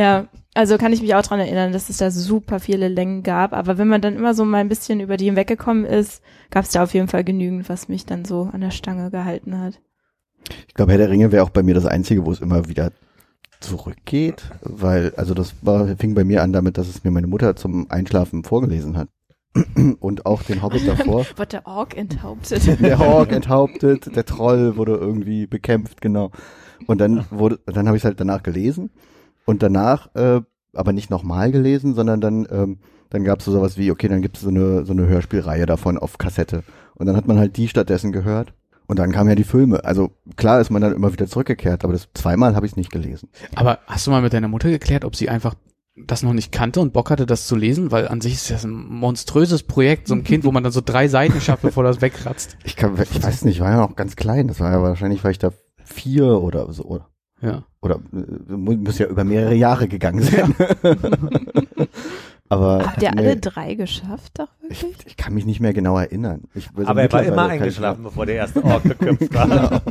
Also kann ich mich auch dran erinnern, dass es da super viele Längen gab. Aber wenn man dann immer so mal ein bisschen über die hinweggekommen ist, gab es da auf jeden Fall genügend, was mich dann so an der Stange gehalten hat. Ich glaube, Herr der Ringe wäre auch bei mir das Einzige, wo es immer wieder zurückgeht, weil, also fing bei mir an damit, dass es mir meine Mutter zum Einschlafen vorgelesen hat. Und auch den Hobbit davor. Wurde der Ork enthauptet. Der Ork enthauptet, der Troll wurde irgendwie bekämpft, genau. Und dann habe ich es halt danach gelesen und danach, aber nicht nochmal gelesen, sondern dann gab es so sowas wie, okay, dann gibt es so eine Hörspielreihe davon auf Kassette. Und dann hat man halt die stattdessen gehört. Und dann kamen ja die Filme. Also klar ist man dann immer wieder zurückgekehrt, aber das zweimal habe ich es nicht gelesen. Aber hast du mal mit deiner Mutter geklärt, ob sie einfach das noch nicht kannte und Bock hatte, das zu lesen? Weil an sich ist das ein monströses Projekt, so ein Kind, wo man dann so 3 Seiten schafft, bevor das wegkratzt. Ich weiß nicht, ich war ja noch ganz klein. Das war ja wahrscheinlich, war ich da 4 oder so. Ja. Oder muss ja über mehrere Jahre gegangen sein. Ja. Aber habt ihr alle 3 geschafft, doch wirklich? Ich kann mich nicht mehr genau erinnern. Aber er war immer eingeschlafen, bevor der erste Ork geköpft war. Genau.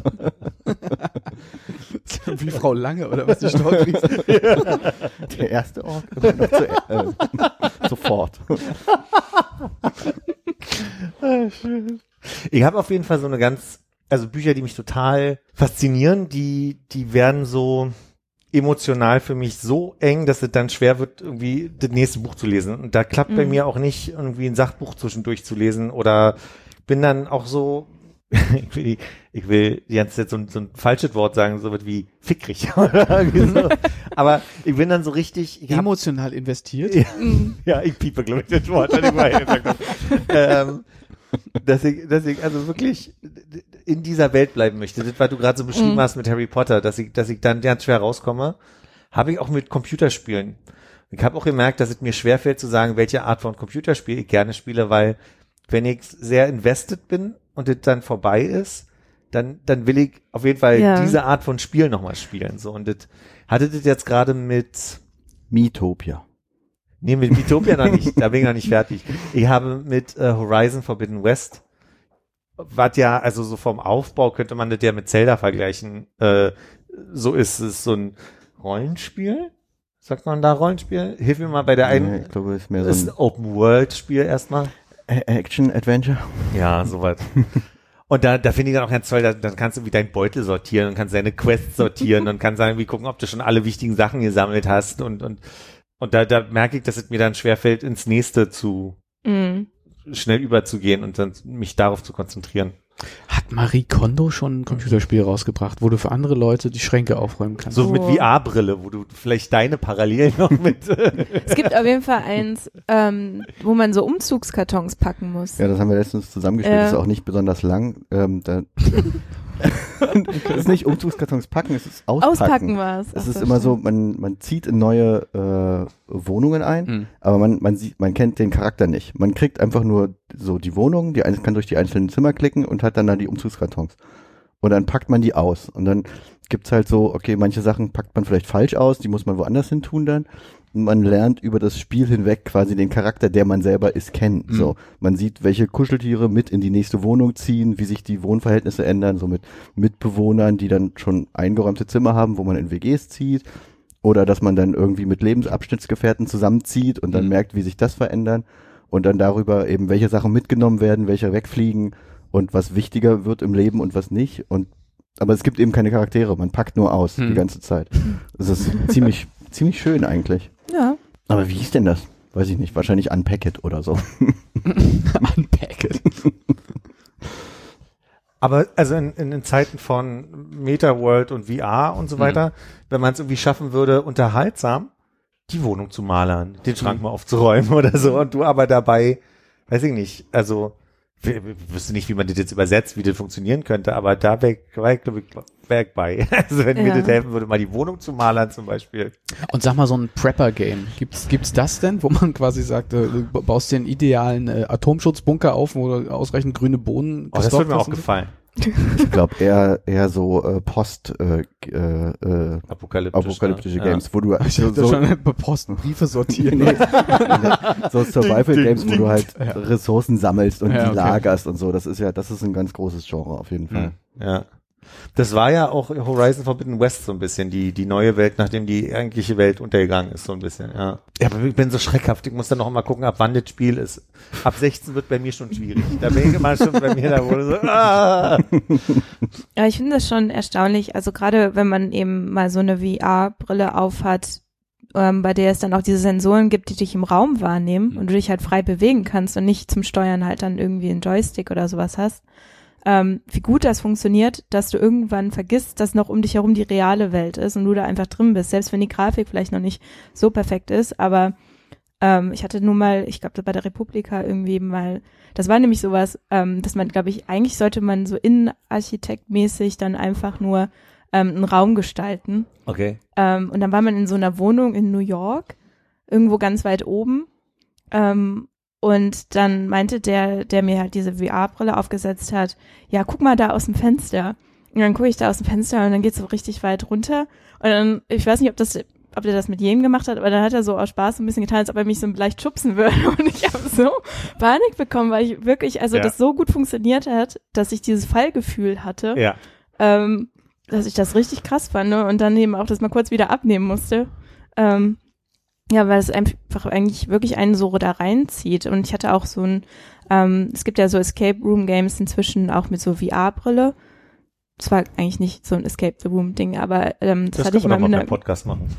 Wie Frau Lange, oder was die Stork hieß. Der erste Ork immer noch sofort. Ich habe auf jeden Fall so eine also Bücher, die mich total faszinieren, die werden so emotional für mich so eng, dass es dann schwer wird, irgendwie das nächste Buch zu lesen. Und da klappt bei mir auch nicht, irgendwie ein Sachbuch zwischendurch zu lesen oder bin dann auch so, ich will die ganze Zeit so ein falsches Wort sagen, so wird wie fickrig oder so. Aber ich bin dann so richtig emotional investiert. Ja, ich piepe, glaube ich, das Wort, das ich mal gesagt habe. Dass ich also wirklich in dieser Welt bleiben möchte. Das, was du gerade so beschrieben hast mit Harry Potter, dass ich dann ganz schwer rauskomme, habe ich auch mit Computerspielen. Ich habe auch gemerkt, dass es mir schwerfällt zu sagen, welche Art von Computerspiel ich gerne spiele, weil wenn ich sehr invested bin und es dann vorbei ist, dann will ich auf jeden Fall diese Art von Spiel nochmal spielen. So, und das hattet ihr jetzt gerade mit Miitopia. Nee, mit Miitopia noch nicht, da bin ich noch nicht fertig. Ich habe mit Horizon Forbidden West, was ja, also so vom Aufbau könnte man das ja mit Zelda vergleichen. So ist es so ein Rollenspiel. Sagt man da Rollenspiel? Hilf mir mal bei der einen. Nee, ich glaube, es ist mehr so ein Open-World-Spiel erstmal. Action-Adventure. Ja, sowas. Und da finde ich dann auch ganz toll, dann kannst du wie deinen Beutel sortieren und kannst deine Quests sortieren und kannst irgendwie gucken, ob du schon alle wichtigen Sachen gesammelt hast und da merke ich, dass es mir dann schwerfällt, ins nächste zu schnell überzugehen und dann mich darauf zu konzentrieren. Hat Marie Kondo schon ein Computerspiel rausgebracht, wo du für andere Leute die Schränke aufräumen kannst? So mit VR-Brille, wo du vielleicht deine Parallelen noch mit... Es gibt auf jeden Fall eins, wo man so Umzugskartons packen muss. Ja, das haben wir letztens zusammengespielt. Das ist auch nicht besonders lang. Es ist nicht Umzugskartons packen, es ist auspacken. Auspacken war es. Es ist immer so, man zieht in neue Wohnungen ein, aber man kennt den Charakter nicht. Man kriegt einfach nur so die Wohnung, kann durch die einzelnen Zimmer klicken und hat dann da die Umzugskartons. Und dann packt man die aus. Und dann gibt's halt so, okay, manche Sachen packt man vielleicht falsch aus, die muss man woanders hin tun dann. Und man lernt über das Spiel hinweg quasi den Charakter, der man selber ist, kennen. So, man sieht, welche Kuscheltiere mit in die nächste Wohnung ziehen, wie sich die Wohnverhältnisse ändern, so mit Mitbewohnern, die dann schon eingeräumte Zimmer haben, wo man in WGs zieht. Oder dass man dann irgendwie mit Lebensabschnittsgefährten zusammenzieht und dann merkt, wie sich das verändern. Und dann darüber eben, welche Sachen mitgenommen werden, welche wegfliegen und was wichtiger wird im Leben und was nicht. Aber es gibt eben keine Charaktere, man packt nur aus die ganze Zeit. Das ist ziemlich schön eigentlich. Ja. Aber wie hieß denn das? Weiß ich nicht. Wahrscheinlich Unpack It oder so. Unpack It. Aber also in Zeiten von Meta-World und VR und so weiter, wenn man es irgendwie schaffen würde, unterhaltsam die Wohnung zu malern, den Schrank mal aufzuräumen oder so und du aber dabei, weiß ich nicht, also ich wüsste nicht, wie man das jetzt übersetzt, wie das funktionieren könnte, aber da wäre ich, glaube ich, bei. Also wenn mir das helfen würde, mal die Wohnung zu malern zum Beispiel. Und sag mal, so ein Prepper-Game. Gibt's das denn, wo man quasi sagt, du baust dir einen idealen Atomschutzbunker auf, wo ausreichend grüne Bohnen das würde mir auch gefallen. Ich glaube eher so apokalyptische Games, wo du Postenbriefe sortieren. So Survival Games, wo du halt Ressourcen sammelst und die lagerst und so. Das ist ein ganz großes Genre auf jeden Fall. Ja. Das war ja auch Horizon Forbidden West so ein bisschen, die neue Welt, nachdem die eigentliche Welt untergegangen ist, so ein bisschen, ja. Ja, aber ich bin so schreckhaft, ich muss dann noch mal gucken, ab wann das Spiel ist. Ab 16 wird bei mir schon schwierig. Da bin ich immer schon bei mir, da wurde so, Ja, ich finde das schon erstaunlich, also gerade wenn man eben mal so eine VR-Brille aufhat, bei der es dann auch diese Sensoren gibt, die dich im Raum wahrnehmen und du dich halt frei bewegen kannst und nicht zum Steuern halt dann irgendwie einen Joystick oder sowas hast. Wie gut das funktioniert, dass du irgendwann vergisst, dass noch um dich herum die reale Welt ist und du da einfach drin bist, selbst wenn die Grafik vielleicht noch nicht so perfekt ist, aber ich hatte nur mal, ich glaube bei der Republika irgendwie mal, das war nämlich sowas, dass man, glaube ich, eigentlich sollte man so innenarchitektmäßig dann einfach nur einen Raum gestalten. Okay. Und dann war man in so einer Wohnung in New York, irgendwo ganz weit oben, und dann meinte der mir halt diese VR-Brille aufgesetzt hat, ja, guck mal da aus dem Fenster. Und dann gucke ich da aus dem Fenster und dann geht's so richtig weit runter. Und dann, ich weiß nicht, ob der das mit jedem gemacht hat, aber dann hat er so aus Spaß so ein bisschen getan, als ob er mich so leicht schubsen würde. Und ich habe so Panik bekommen, weil ich wirklich, das so gut funktioniert hat, dass ich dieses Fallgefühl hatte, dass ich das richtig krass fand, ne? Und dann eben auch das mal kurz wieder abnehmen musste. Ja, weil es einfach eigentlich wirklich einen so da reinzieht. Und ich hatte auch so es gibt ja so Escape Room Games inzwischen auch mit so VR-Brille. Das war eigentlich nicht so ein Escape the Room Ding, aber das hatte ich mal mit einer Podcast machen.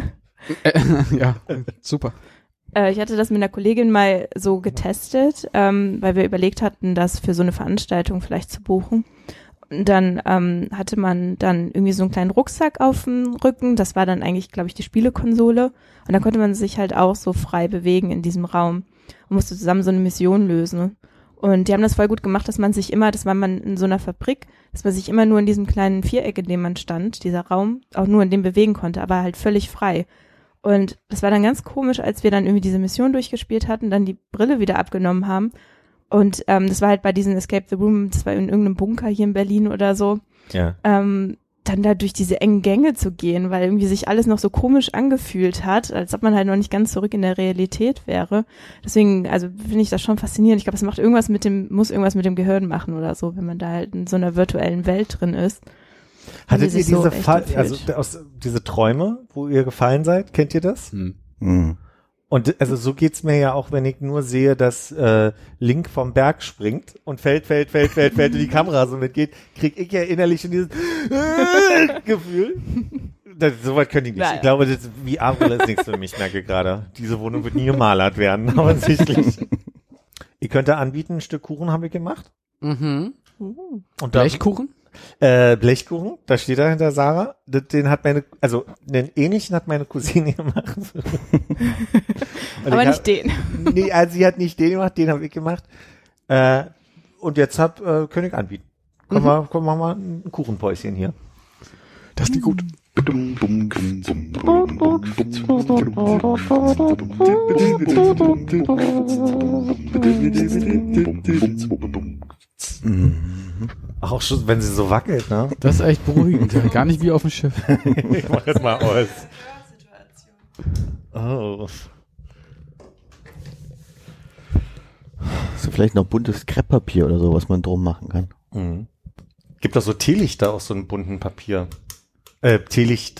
Ja, super. Ich hatte das mit einer Kollegin mal so getestet, weil wir überlegt hatten, das für so eine Veranstaltung vielleicht zu buchen. Und dann hatte man dann irgendwie so einen kleinen Rucksack auf dem Rücken. Das war dann eigentlich, glaube ich, die Spielekonsole. Und dann konnte man sich halt auch so frei bewegen in diesem Raum und musste zusammen so eine Mission lösen. Und die haben das voll gut gemacht, dass man sich immer, das war man in so einer Fabrik, dass man sich immer nur in diesem kleinen Viereck, in dem man stand, dieser Raum, auch nur in dem bewegen konnte, aber halt völlig frei. Und das war dann ganz komisch, als wir dann irgendwie diese Mission durchgespielt hatten, dann die Brille wieder abgenommen haben. Und das war halt bei diesen Escape the Room, das war in irgendeinem Bunker hier in Berlin oder so, Ja. dann da durch diese engen Gänge zu gehen, weil irgendwie sich alles noch so komisch angefühlt hat, als ob man halt noch nicht ganz zurück in der Realität wäre. Deswegen, finde ich das schon faszinierend. Ich glaube, es macht muss irgendwas mit dem Gehirn machen oder so, wenn man da halt in so einer virtuellen Welt drin ist. Hattet ihr diese Träume, wo ihr gefallen seid? Kennt ihr das? Mhm. Und also so geht's mir ja auch, wenn ich nur sehe, dass Link vom Berg springt und fällt und die Kamera so mitgeht, krieg ich ja innerlich schon dieses Gefühl. Soweit können die nicht. Ja. Ich glaube, das VR-Brille ist nichts für mich, merke ich gerade. Diese Wohnung wird nie gemalert werden, offensichtlich. Ihr könnt da anbieten, ein Stück Kuchen habe ich gemacht. Mhm. Und Blechkuchen? Blechkuchen, da steht da hinter Sarah. Den ähnlichen hat meine Cousine gemacht. Aber nicht den. Nee, also sie hat nicht den gemacht, den habe ich gemacht. Und jetzt kann ich anbieten. Komm mal ein Kuchenpäuschen hier. Das klingt gut. Auch schon, wenn sie so wackelt, ne? Das ist echt beruhigend. Ja. Gar nicht wie auf dem Schiff. Ich mach jetzt mal aus. Oh. Hast du vielleicht noch buntes Krepppapier oder so, was man drum machen kann? Mhm. Gibt doch so Teelichter aus so einem bunten Papier. Teelicht,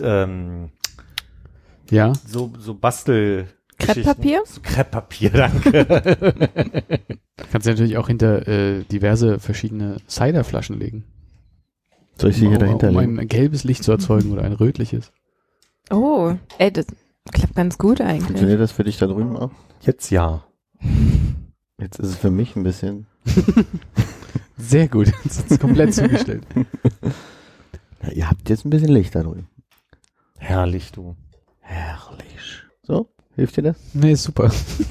Ja. so Bastel. Krepppapier? So Krepppapier, danke. Kannst du natürlich auch hinter diverse verschiedene Ciderflaschen legen. Soll ich sie hier dahinter legen? Um ein gelbes Licht zu erzeugen oder ein rötliches. Oh, das klappt ganz gut eigentlich. Funktioniert das für dich da drüben auch? Jetzt ja. Jetzt ist es für mich ein bisschen. Sehr gut. Das ist komplett zugestellt. Ja, ihr habt jetzt ein bisschen Licht da drüben. Herrlich, du. Herrlich. So, hilft dir das? Nee, ist super.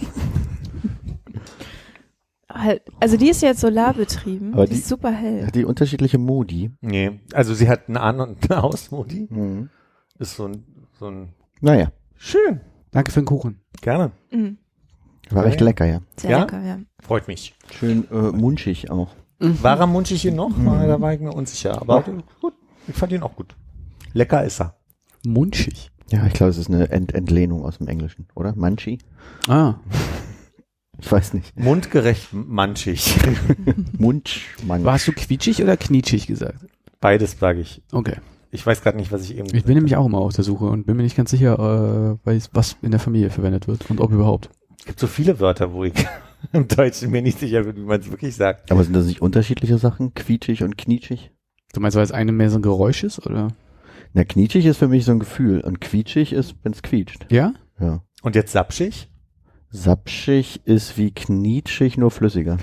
Also die ist jetzt solarbetrieben, Aber die ist super hell. Hat die unterschiedliche Modi? Nee, also sie hat einen An- und einen Aus-Modi. Mhm. Ist so ein Naja, schön. Danke für den Kuchen. Gerne. Mhm. war recht lecker, ja. Sehr Ja? lecker, ja. Freut mich. Schön munchig auch. War er munchig hier noch? Da war ich mir unsicher. Aber gut, ich fand ihn auch gut. Lecker ist er. Munchig. Ja, ich glaube, es ist eine Entlehnung aus dem Englischen, oder? Munchie? Ah. Ich weiß nicht. Mundgerecht manchig. Munch. Hast du quietschig oder knietschig gesagt? Beides sage ich. Okay. Ich weiß gerade nicht, was ich eben Ich bin nämlich auch immer auf der Suche und bin mir nicht ganz sicher, was in der Familie verwendet wird und ob überhaupt. Es gibt so viele Wörter, wo ich im Deutschen mir nicht sicher bin, wie man es wirklich sagt. Aber sind das nicht unterschiedliche Sachen? Quietschig und knietschig? Du meinst, weil es eine mehr so ein Geräusch ist, oder? Na, knietschig ist für mich so ein Gefühl und quietschig ist, wenn es quietscht. Ja? Ja. Und jetzt sapschig? Sapschig ist wie knietschig, nur flüssiger.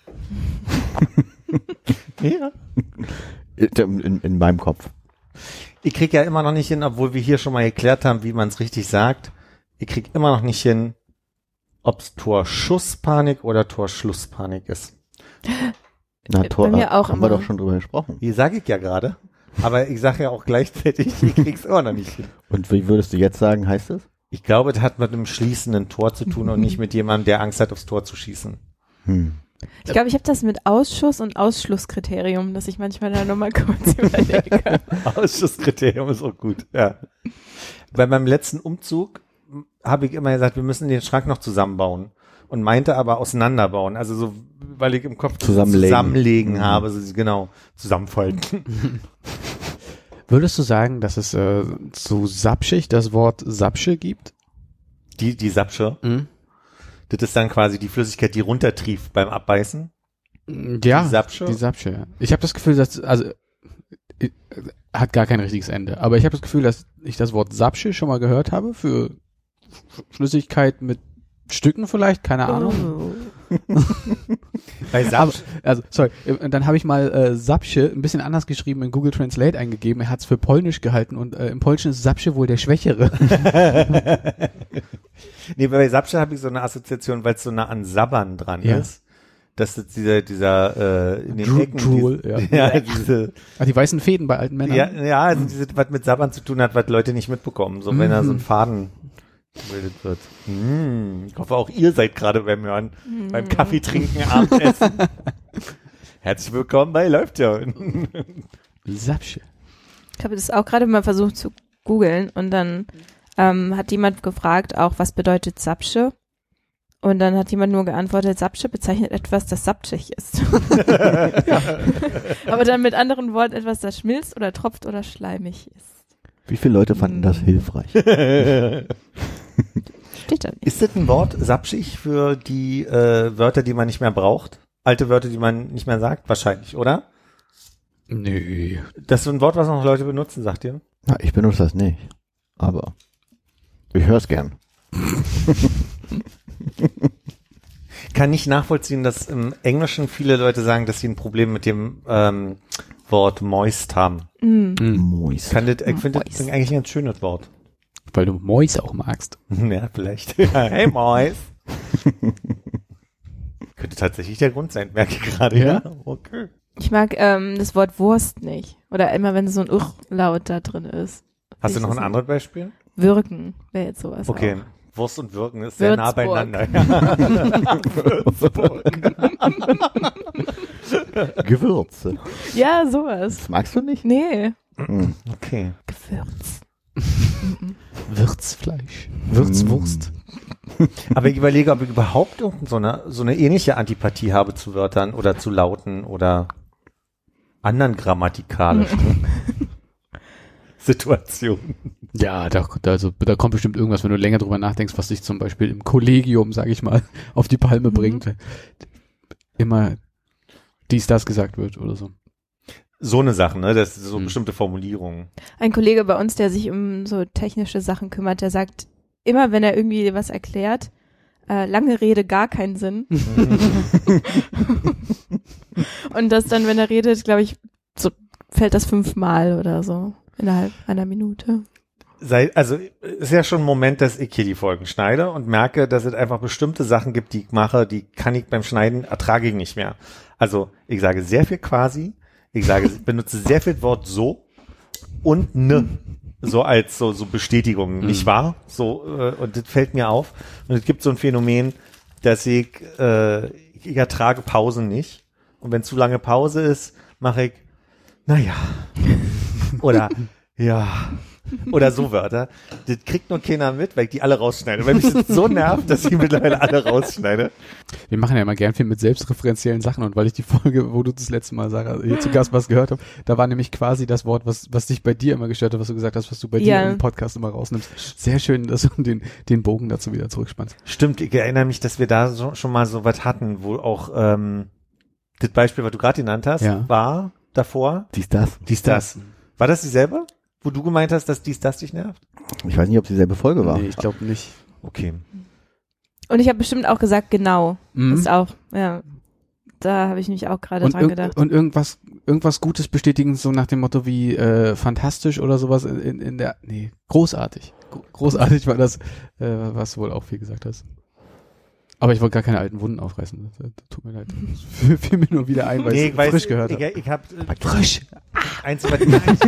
Ja. In meinem Kopf. Ich krieg ja immer noch nicht hin, obwohl wir hier schon mal geklärt haben, wie man es richtig sagt. Ich krieg immer noch nicht hin, ob es Torschusspanik oder Torschlusspanik ist. Na, Bei mir auch haben immer. wir doch schon drüber gesprochen. Hier sage ich ja gerade. Aber ich sage ja auch gleichzeitig, ich krieg's immer noch nicht hin. Und wie würdest du jetzt sagen, heißt es? Ich glaube, das hat mit einem schließenden Tor zu tun und nicht mit jemandem, der Angst hat, aufs Tor zu schießen. Ich glaube, ich habe das mit Ausschuss- und Ausschlusskriterium, dass ich manchmal da nochmal kurz überlege. Ausschusskriterium ist auch gut, ja. Bei meinem letzten Umzug habe ich immer gesagt, wir müssen den Schrank noch zusammenbauen. Und meinte aber auseinanderbauen. Also so, weil ich im Kopf zusammenlegen habe. So, genau, zusammenfalten. Würdest du sagen, dass es so sapschig das Wort Sapsche gibt? Die Sapsche? Mhm. Das ist dann quasi die Flüssigkeit, die runtertrieft beim Abbeißen? Ja, Die Sapsche? die Sapsche, ja. Ich habe das Gefühl, dass, hat gar kein richtiges Ende, aber ich habe das Gefühl, dass ich das Wort Sapsche schon mal gehört habe für Flüssigkeit mit Stücken vielleicht, keine Ahnung. Bei Sapsche? Also, sorry, dann habe ich mal Sapsche ein bisschen anders geschrieben in Google Translate eingegeben. Er hat es für Polnisch gehalten und im Polnischen ist Sapsche wohl der Schwächere. Nee, bei Sapsche habe ich so eine Assoziation, weil es so nah an Sabbern dran Ja. ist. Dass das dieser in den Ecken Drool, ja, diese Die weißen Fäden bei alten Männern. ja, also was mit Sabbern zu tun hat, was Leute nicht mitbekommen, so wenn da so ein Faden gebildet wird. Ich hoffe auch ihr seid gerade beim Hören, beim Kaffee trinken, Abendessen. Herzlich willkommen bei Läuft ja. Sapsche. Ich habe das auch gerade mal versucht zu googeln und dann hat jemand gefragt auch, was bedeutet Sapsche? Und dann hat jemand nur geantwortet, Sapsche bezeichnet etwas, das sapschig ist. Aber dann mit anderen Worten etwas, das schmilzt oder tropft oder schleimig ist. Wie viele Leute fanden das hilfreich? Steht da nicht. Ist das ein Wort, sapschig, für die Wörter, die man nicht mehr braucht? Alte Wörter, die man nicht mehr sagt? Wahrscheinlich, oder? Nö. Das ist ein Wort, was noch Leute benutzen, sagt ihr? Na, ich benutze das nicht. Aber ich höre es gern. Kann nicht nachvollziehen, dass im Englischen viele Leute sagen, dass sie ein Problem mit dem Wort moist haben. Moist. Ich finde das eigentlich ein ganz schönes Wort. Weil du Mäus auch magst. Ja, vielleicht. Hey, Mois. Könnte tatsächlich der Grund sein, merke ich gerade. Ja? Okay. Ich mag das Wort Wurst nicht. Oder immer, wenn so ein Laut da drin ist. Hast du noch das ein anderes Beispiel? Wirken wäre jetzt sowas. Okay. Auch. Wurst und Wirken ist sehr nah Würzburg. beieinander. Ja. Würzburg. Gewürze. Ja, sowas. Das magst du nicht? Nee. Okay. Gewürz. Würzfleisch. Würzwurst. Aber ich überlege, ob ich überhaupt so eine ähnliche Antipathie habe zu Wörtern oder zu Lauten oder anderen grammatikalischen Situationen. Ja, da kommt bestimmt irgendwas, wenn du länger drüber nachdenkst, was dich zum Beispiel im Kollegium, sag ich mal, auf die Palme bringt. Immer das gesagt wird oder so. So eine Sache, ne? Das ist so bestimmte Formulierungen. Ein Kollege bei uns, der sich um so technische Sachen kümmert, der sagt immer, wenn er irgendwie was erklärt, lange Rede, gar keinen Sinn. Und das dann, wenn er redet, glaube ich, so fällt das 5-mal oder so innerhalb einer Minute. Also ist ja schon ein Moment, dass ich hier die Folgen schneide und merke, dass es einfach bestimmte Sachen gibt, die ich mache, die kann ich beim Schneiden, ertrage ich nicht mehr. Also ich sage sehr viel quasi, ich benutze sehr viel Wort so und ne, so als so Bestätigung, nicht wahr? So, und das fällt mir auf. Und es gibt so ein Phänomen, dass ich ertrage Pausen nicht. Und wenn zu lange Pause ist, mache ich, naja, oder ja, oder so Wörter. Das kriegt nur keiner mit, weil ich die alle rausschneide. Weil mich das so nervt, dass ich mittlerweile alle rausschneide. Wir machen ja immer gern viel mit selbstreferenziellen Sachen und weil ich die Folge, wo du das letzte Mal, Sarah, hier zu Gast was gehört habe, da war nämlich quasi das Wort, was dich bei dir immer gestört hat, was du gesagt hast, was du bei dir im Podcast immer rausnimmst. Sehr schön, dass du den Bogen dazu wieder zurückspannst. Stimmt, ich erinnere mich, dass wir da schon mal so was hatten, wo auch das Beispiel, was du gerade genannt hast, war davor. Dies, das. War das dieselbe? Wo du gemeint hast, dass das dich nervt? Ich weiß nicht, ob es dieselbe Folge war. Nee, ich glaube nicht. Okay. Und ich habe bestimmt auch gesagt, genau. Ist auch, ja. Da habe ich mich auch gerade dran gedacht. Und irgendwas Gutes bestätigen, so nach dem Motto wie fantastisch oder sowas großartig. Großartig war das, was du wohl auch viel gesagt hast. Aber ich wollte gar keine alten Wunden aufreißen. Das tut mir leid. Das fiel mir nur wieder ein, weil ich frisch gehört habe. Ich habe frisch. Eins Sollte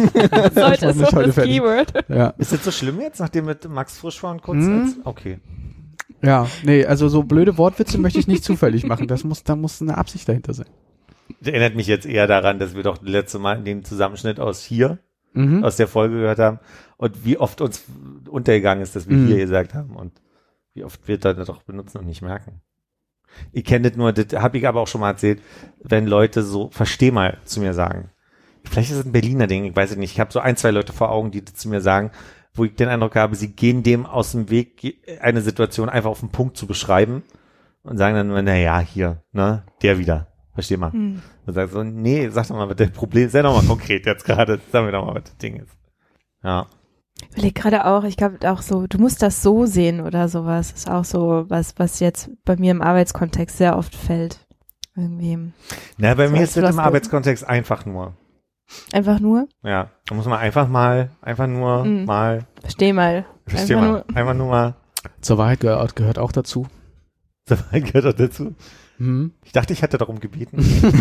es so das Keyword. Ja. Ist das so schlimm jetzt, nachdem mit Max frisch war und kurz? Okay. Ja, nee, also so blöde Wortwitze möchte ich nicht zufällig machen. Da muss eine Absicht dahinter sein. Das erinnert mich jetzt eher daran, dass wir doch das letzte Mal in dem Zusammenschnitt aus der Folge gehört haben und wie oft uns untergegangen ist, dass wir hier gesagt haben und wie oft wir das doch benutzen und nicht merken. Ich kenne das nur, das habe ich aber auch schon mal erzählt, wenn Leute so, versteh mal, zu mir sagen. Vielleicht ist es ein Berliner Ding, ich weiß es nicht. Ich habe so 1, 2 Leute vor Augen, die das zu mir sagen, wo ich den Eindruck habe, sie gehen dem aus dem Weg, eine Situation einfach auf den Punkt zu beschreiben und sagen dann nur, naja, hier, ne, der wieder. Versteh mal. Und sagst so, nee, sag doch mal, was das Problem ist. Sei doch mal konkret jetzt gerade. Sag mir doch mal, was das Ding ist. Ja. Ich überlege gerade auch, ich glaube auch so, du musst das so sehen oder sowas. Ist auch so was jetzt bei mir im Arbeitskontext sehr oft fällt. Irgendwie. Na, bei mir ist das im Arbeitskontext einfach nur. Einfach nur? Ja, da muss man einfach nur mal. Versteh mal. Einfach nur mal. Zur Wahrheit gehört auch dazu. Zur Wahrheit gehört auch dazu. Ich dachte, ich hatte darum gebeten.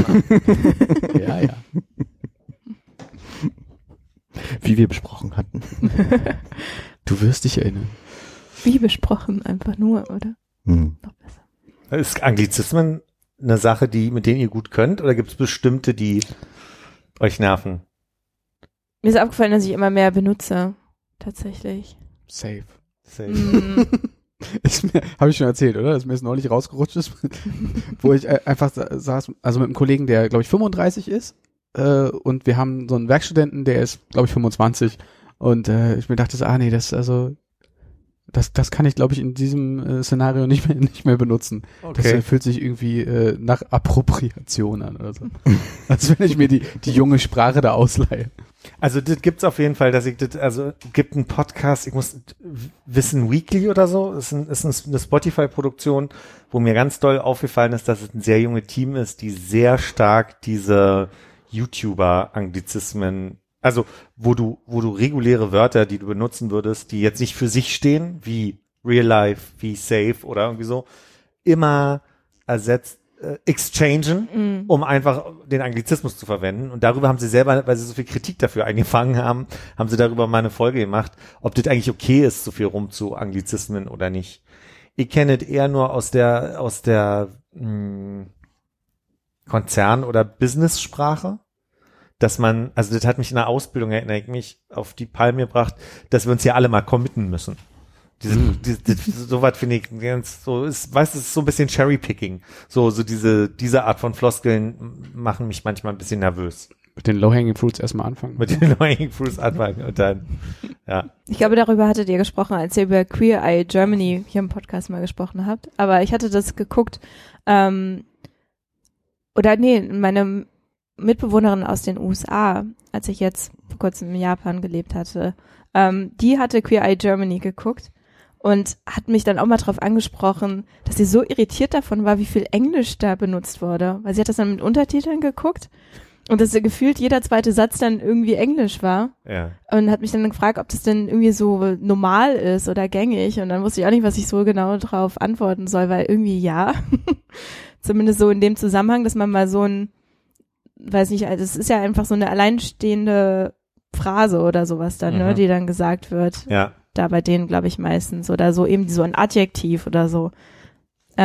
Ja. Wie wir besprochen hatten. Du wirst dich erinnern. Wie besprochen, einfach nur, oder? Noch besser. Ist Anglizismen eine Sache, mit denen ihr gut könnt, oder gibt es bestimmte, die euch nerven? Mir ist aufgefallen, dass ich immer mehr benutze. Tatsächlich. Safe. Habe ich schon erzählt, oder? Dass mir das neulich rausgerutscht ist, wo ich einfach saß, also mit einem Kollegen, der, glaube ich, 35 ist, und wir haben so einen Werkstudenten, der ist, glaube ich, 25, und ich mir dachte so, nee, das kann ich, glaube ich, in diesem Szenario nicht mehr benutzen. Okay. Das fühlt sich irgendwie nach Appropriation an oder so. Als wenn ich mir die junge Sprache da ausleihe. Also das gibt's auf jeden Fall, gibt einen Podcast, ich muss Wissen Weekly oder so, ist eine Spotify-Produktion, wo mir ganz doll aufgefallen ist, dass es ein sehr junges Team ist, die sehr stark diese YouTuber-Anglizismen, also wo du reguläre Wörter, die du benutzen würdest, die jetzt nicht für sich stehen, wie Real Life, wie Safe oder irgendwie so, immer ersetzt, exchangen, um einfach den Anglizismus zu verwenden. Und darüber haben sie selber, weil sie so viel Kritik dafür eingefangen haben sie darüber mal eine Folge gemacht, ob das eigentlich okay ist, so viel rum zu Anglizismen oder nicht. Ich kenne es eher nur aus der Konzern- oder Business-Sprache, dass man, also das hat mich in der Ausbildung, erinnere ich mich, auf die Palme gebracht, dass wir uns ja alle mal committen müssen. Sowas finde ich ganz so, es ist so ein bisschen Cherry-Picking. So diese Art von Floskeln machen mich manchmal ein bisschen nervös. Mit den Low-Hanging Fruits erstmal anfangen. Mit den Low-Hanging Fruits anfangen und dann, ja. Ich glaube, darüber hattet ihr gesprochen, als ihr über Queer Eye Germany hier im Podcast mal gesprochen habt. Aber ich hatte das geguckt, meine Mitbewohnerin aus den USA, als ich jetzt vor kurzem in Japan gelebt hatte, die hatte Queer Eye Germany geguckt und hat mich dann auch mal drauf angesprochen, dass sie so irritiert davon war, wie viel Englisch da benutzt wurde. Weil sie hat das dann mit Untertiteln geguckt und dass gefühlt jeder zweite Satz dann irgendwie Englisch war. Ja. Und hat mich dann gefragt, ob das denn irgendwie so normal ist oder gängig. Und dann wusste ich auch nicht, was ich so genau drauf antworten soll, weil irgendwie ja. Zumindest so in dem Zusammenhang, dass man mal so weiß nicht, also es ist ja einfach so eine alleinstehende Phrase oder sowas dann, ne, die dann gesagt wird. Ja. Da bei denen, glaube ich, meistens. Oder so eben so ein Adjektiv oder so.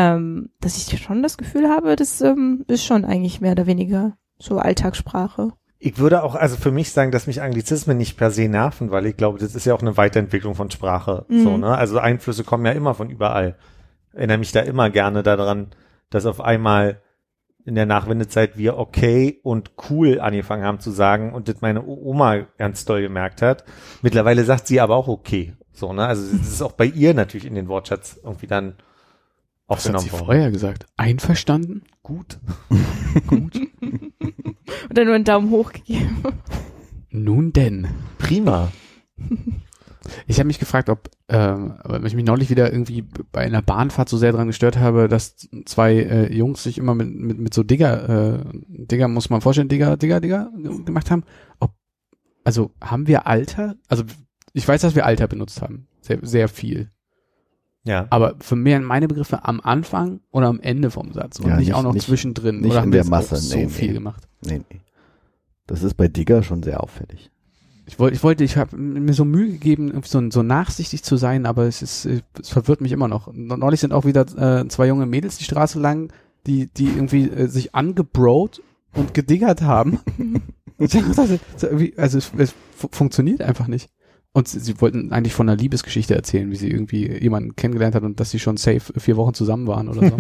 Dass ich schon das Gefühl habe, das ist schon eigentlich mehr oder weniger so Alltagssprache. Ich würde auch also für mich sagen, dass mich Anglizismen nicht per se nerven, weil ich glaube, das ist ja auch eine Weiterentwicklung von Sprache. So, ne? Also Einflüsse kommen ja immer von überall. Ich erinnere mich da immer gerne daran, dass auf einmal in der Nachwendezeit wir okay und cool angefangen haben zu sagen und das meine Oma ganz doll gemerkt hat. Mittlerweile sagt sie aber auch okay. So, ne? Also das ist auch bei ihr natürlich in den Wortschatz irgendwie dann Was hat aufgenommen sie worden. vorher gesagt? Einverstanden? Gut. Gut. Oder nur einen Daumen hoch gegeben. Nun denn. Prima. Ich habe mich gefragt, ob weil ich mich neulich wieder irgendwie bei einer Bahnfahrt so sehr dran gestört habe, dass zwei Jungs sich immer mit so Digger muss man vorstellen, Digger gemacht haben. Also haben wir Alter? Also ich weiß, dass wir Alter benutzt haben. Sehr, sehr viel. Ja. Aber für meine Begriffe am Anfang oder am Ende vom Satz und Ja, nicht auch noch nicht- zwischendrin. nicht oder in haben der wir Masse, auch so nee, viel nee. gemacht? Nee. Das ist bei Digger schon sehr auffällig. Ich habe mir so Mühe gegeben, irgendwie so nachsichtig zu sein, aber es verwirrt mich immer noch. Neulich sind auch wieder zwei junge Mädels die Straße lang, die irgendwie sich angebrot und gediggert haben. Ich dachte, also es funktioniert einfach nicht. Und sie wollten eigentlich von einer Liebesgeschichte erzählen, wie sie irgendwie jemanden kennengelernt hat und dass sie schon safe 4 Wochen zusammen waren oder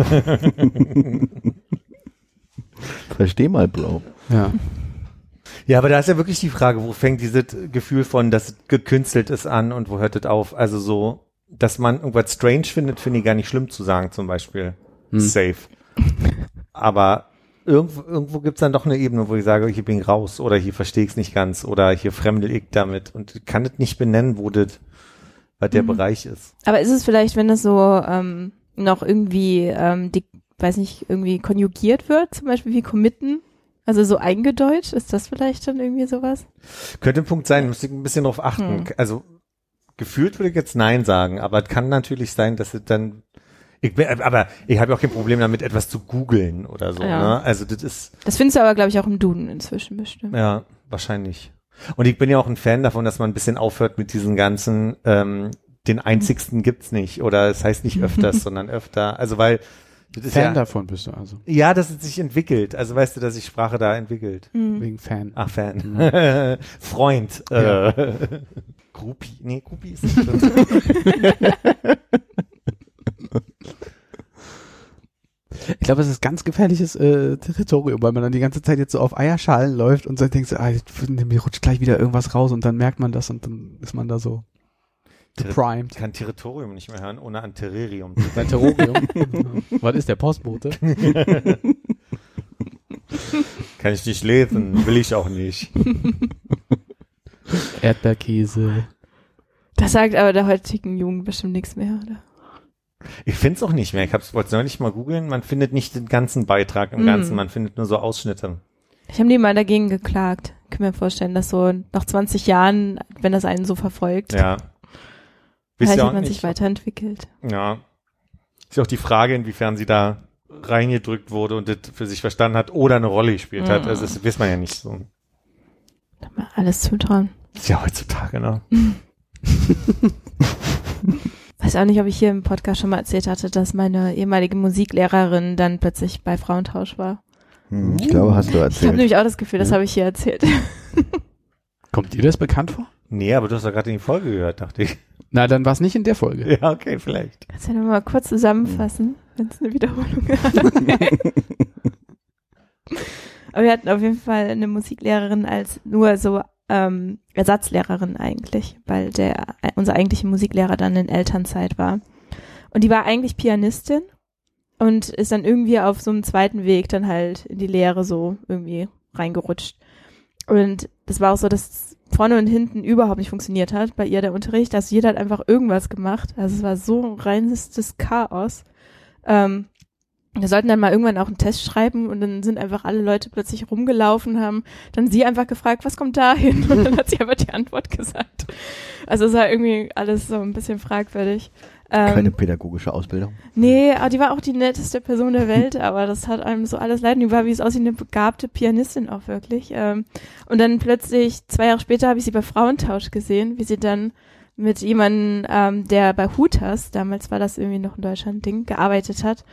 so. Versteh mal, Bro. Ja. Ja, aber da ist ja wirklich die Frage, wo fängt dieses Gefühl von, dass es gekünstelt ist an und wo hört es auf? Also so, dass man irgendwas strange findet, finde ich gar nicht schlimm zu sagen, zum Beispiel. Safe. Aber irgendwo gibt's dann doch eine Ebene, wo ich sage, hier bin ich raus oder hier verstehe ich es nicht ganz oder hier fremdel ich damit und ich kann es nicht benennen, wo das, was der Bereich ist. Aber ist es vielleicht, wenn das so noch irgendwie, irgendwie konjugiert wird, zum Beispiel wie committen, also so eingedeutscht, ist das vielleicht dann irgendwie sowas? Könnte ein Punkt sein, müsste ich ein bisschen drauf achten. Also gefühlt würde ich jetzt Nein sagen, aber es kann natürlich sein, dass es dann aber ich habe ja auch kein Problem damit, etwas zu googeln oder so. Ja. Ne? Also das ist Das findest du aber, glaube ich, auch im Duden inzwischen bestimmt. ja wahrscheinlich. Und ich bin ja auch ein Fan davon, dass man ein bisschen aufhört mit diesen ganzen den einzigsten gibt's nicht oder es heißt nicht öfters, sondern öfter. Also weil das ist Fan davon bist du also. ja, dass es sich entwickelt. Also weißt du, dass sich Sprache da entwickelt. Wegen Fan. Ach, Fan. Freund. Ja. Groupie. Nee, Groupie ist nicht schlimm. Ich glaube, es ist ganz gefährliches Territorium, weil man dann die ganze Zeit jetzt so auf Eierschalen läuft und dann denkt so, mir rutscht gleich wieder irgendwas raus und dann merkt man das und dann ist man da so geprimed. Ich kann Territorium nicht mehr hören, ohne an Terrarium. Sein Terrorium. Was ist der Postbote? Kann ich nicht lesen, will ich auch nicht. Erdbeerkäse. Das sagt aber der heutigen Jugend bestimmt nichts mehr, oder? Ich find's auch nicht mehr. Ich wollte es neulich mal googeln. Man findet nicht den ganzen Beitrag im Ganzen, man findet nur so Ausschnitte. Ich habe die mal dagegen geklagt. Ich kann mir vorstellen, dass so nach 20 Jahren, wenn das einen so verfolgt, Ja. Wisst vielleicht ihr hat auch man nicht. sich weiterentwickelt. Ja. Ist ja auch die Frage, inwiefern sie da reingedrückt wurde und das für sich verstanden hat oder eine Rolle gespielt hat. Also das weiß man ja nicht so. Kann man alles zutrauen. Ist ja heutzutage, ne? Weiß auch nicht, ob ich hier im Podcast schon mal erzählt hatte, dass meine ehemalige Musiklehrerin dann plötzlich bei Frauentausch war. Ich glaube, hast du Ich habe erzählt. nämlich auch das Gefühl, das habe ich hier erzählt. Kommt dir das bekannt vor? Nee, aber du hast doch gerade in die Folge gehört, dachte ich. Na, dann war es nicht in der Folge. Ja, okay, vielleicht. Kannst du ja noch mal kurz zusammenfassen, wenn es eine Wiederholung ist. Aber wir hatten auf jeden Fall eine Musiklehrerin als nur so Ersatzlehrerin eigentlich, weil unser eigentlicher Musiklehrer dann in Elternzeit war. Und die war eigentlich Pianistin und ist dann irgendwie auf so einem zweiten Weg dann halt in die Lehre so irgendwie reingerutscht. Und das war auch so, dass vorne und hinten überhaupt nicht funktioniert hat bei ihr der Unterricht. Also jeder hat einfach irgendwas gemacht. Also es war so reinstes Chaos. Wir sollten dann mal irgendwann auch einen Test schreiben und dann sind einfach alle Leute plötzlich rumgelaufen, haben dann sie einfach gefragt, was kommt da hin? Und dann hat sie einfach die Antwort gesagt. Also es war irgendwie alles so ein bisschen fragwürdig. Keine pädagogische Ausbildung. Nee, aber die war auch die netteste Person der Welt, aber das hat einem so alles leid. Die war, wie es aussieht, eine begabte Pianistin auch wirklich. Und dann plötzlich, 2 Jahre später, habe ich sie bei Frauentausch gesehen, wie sie dann mit jemandem, der bei Hooters, damals war das irgendwie noch in Deutschland ein Ding, gearbeitet hat.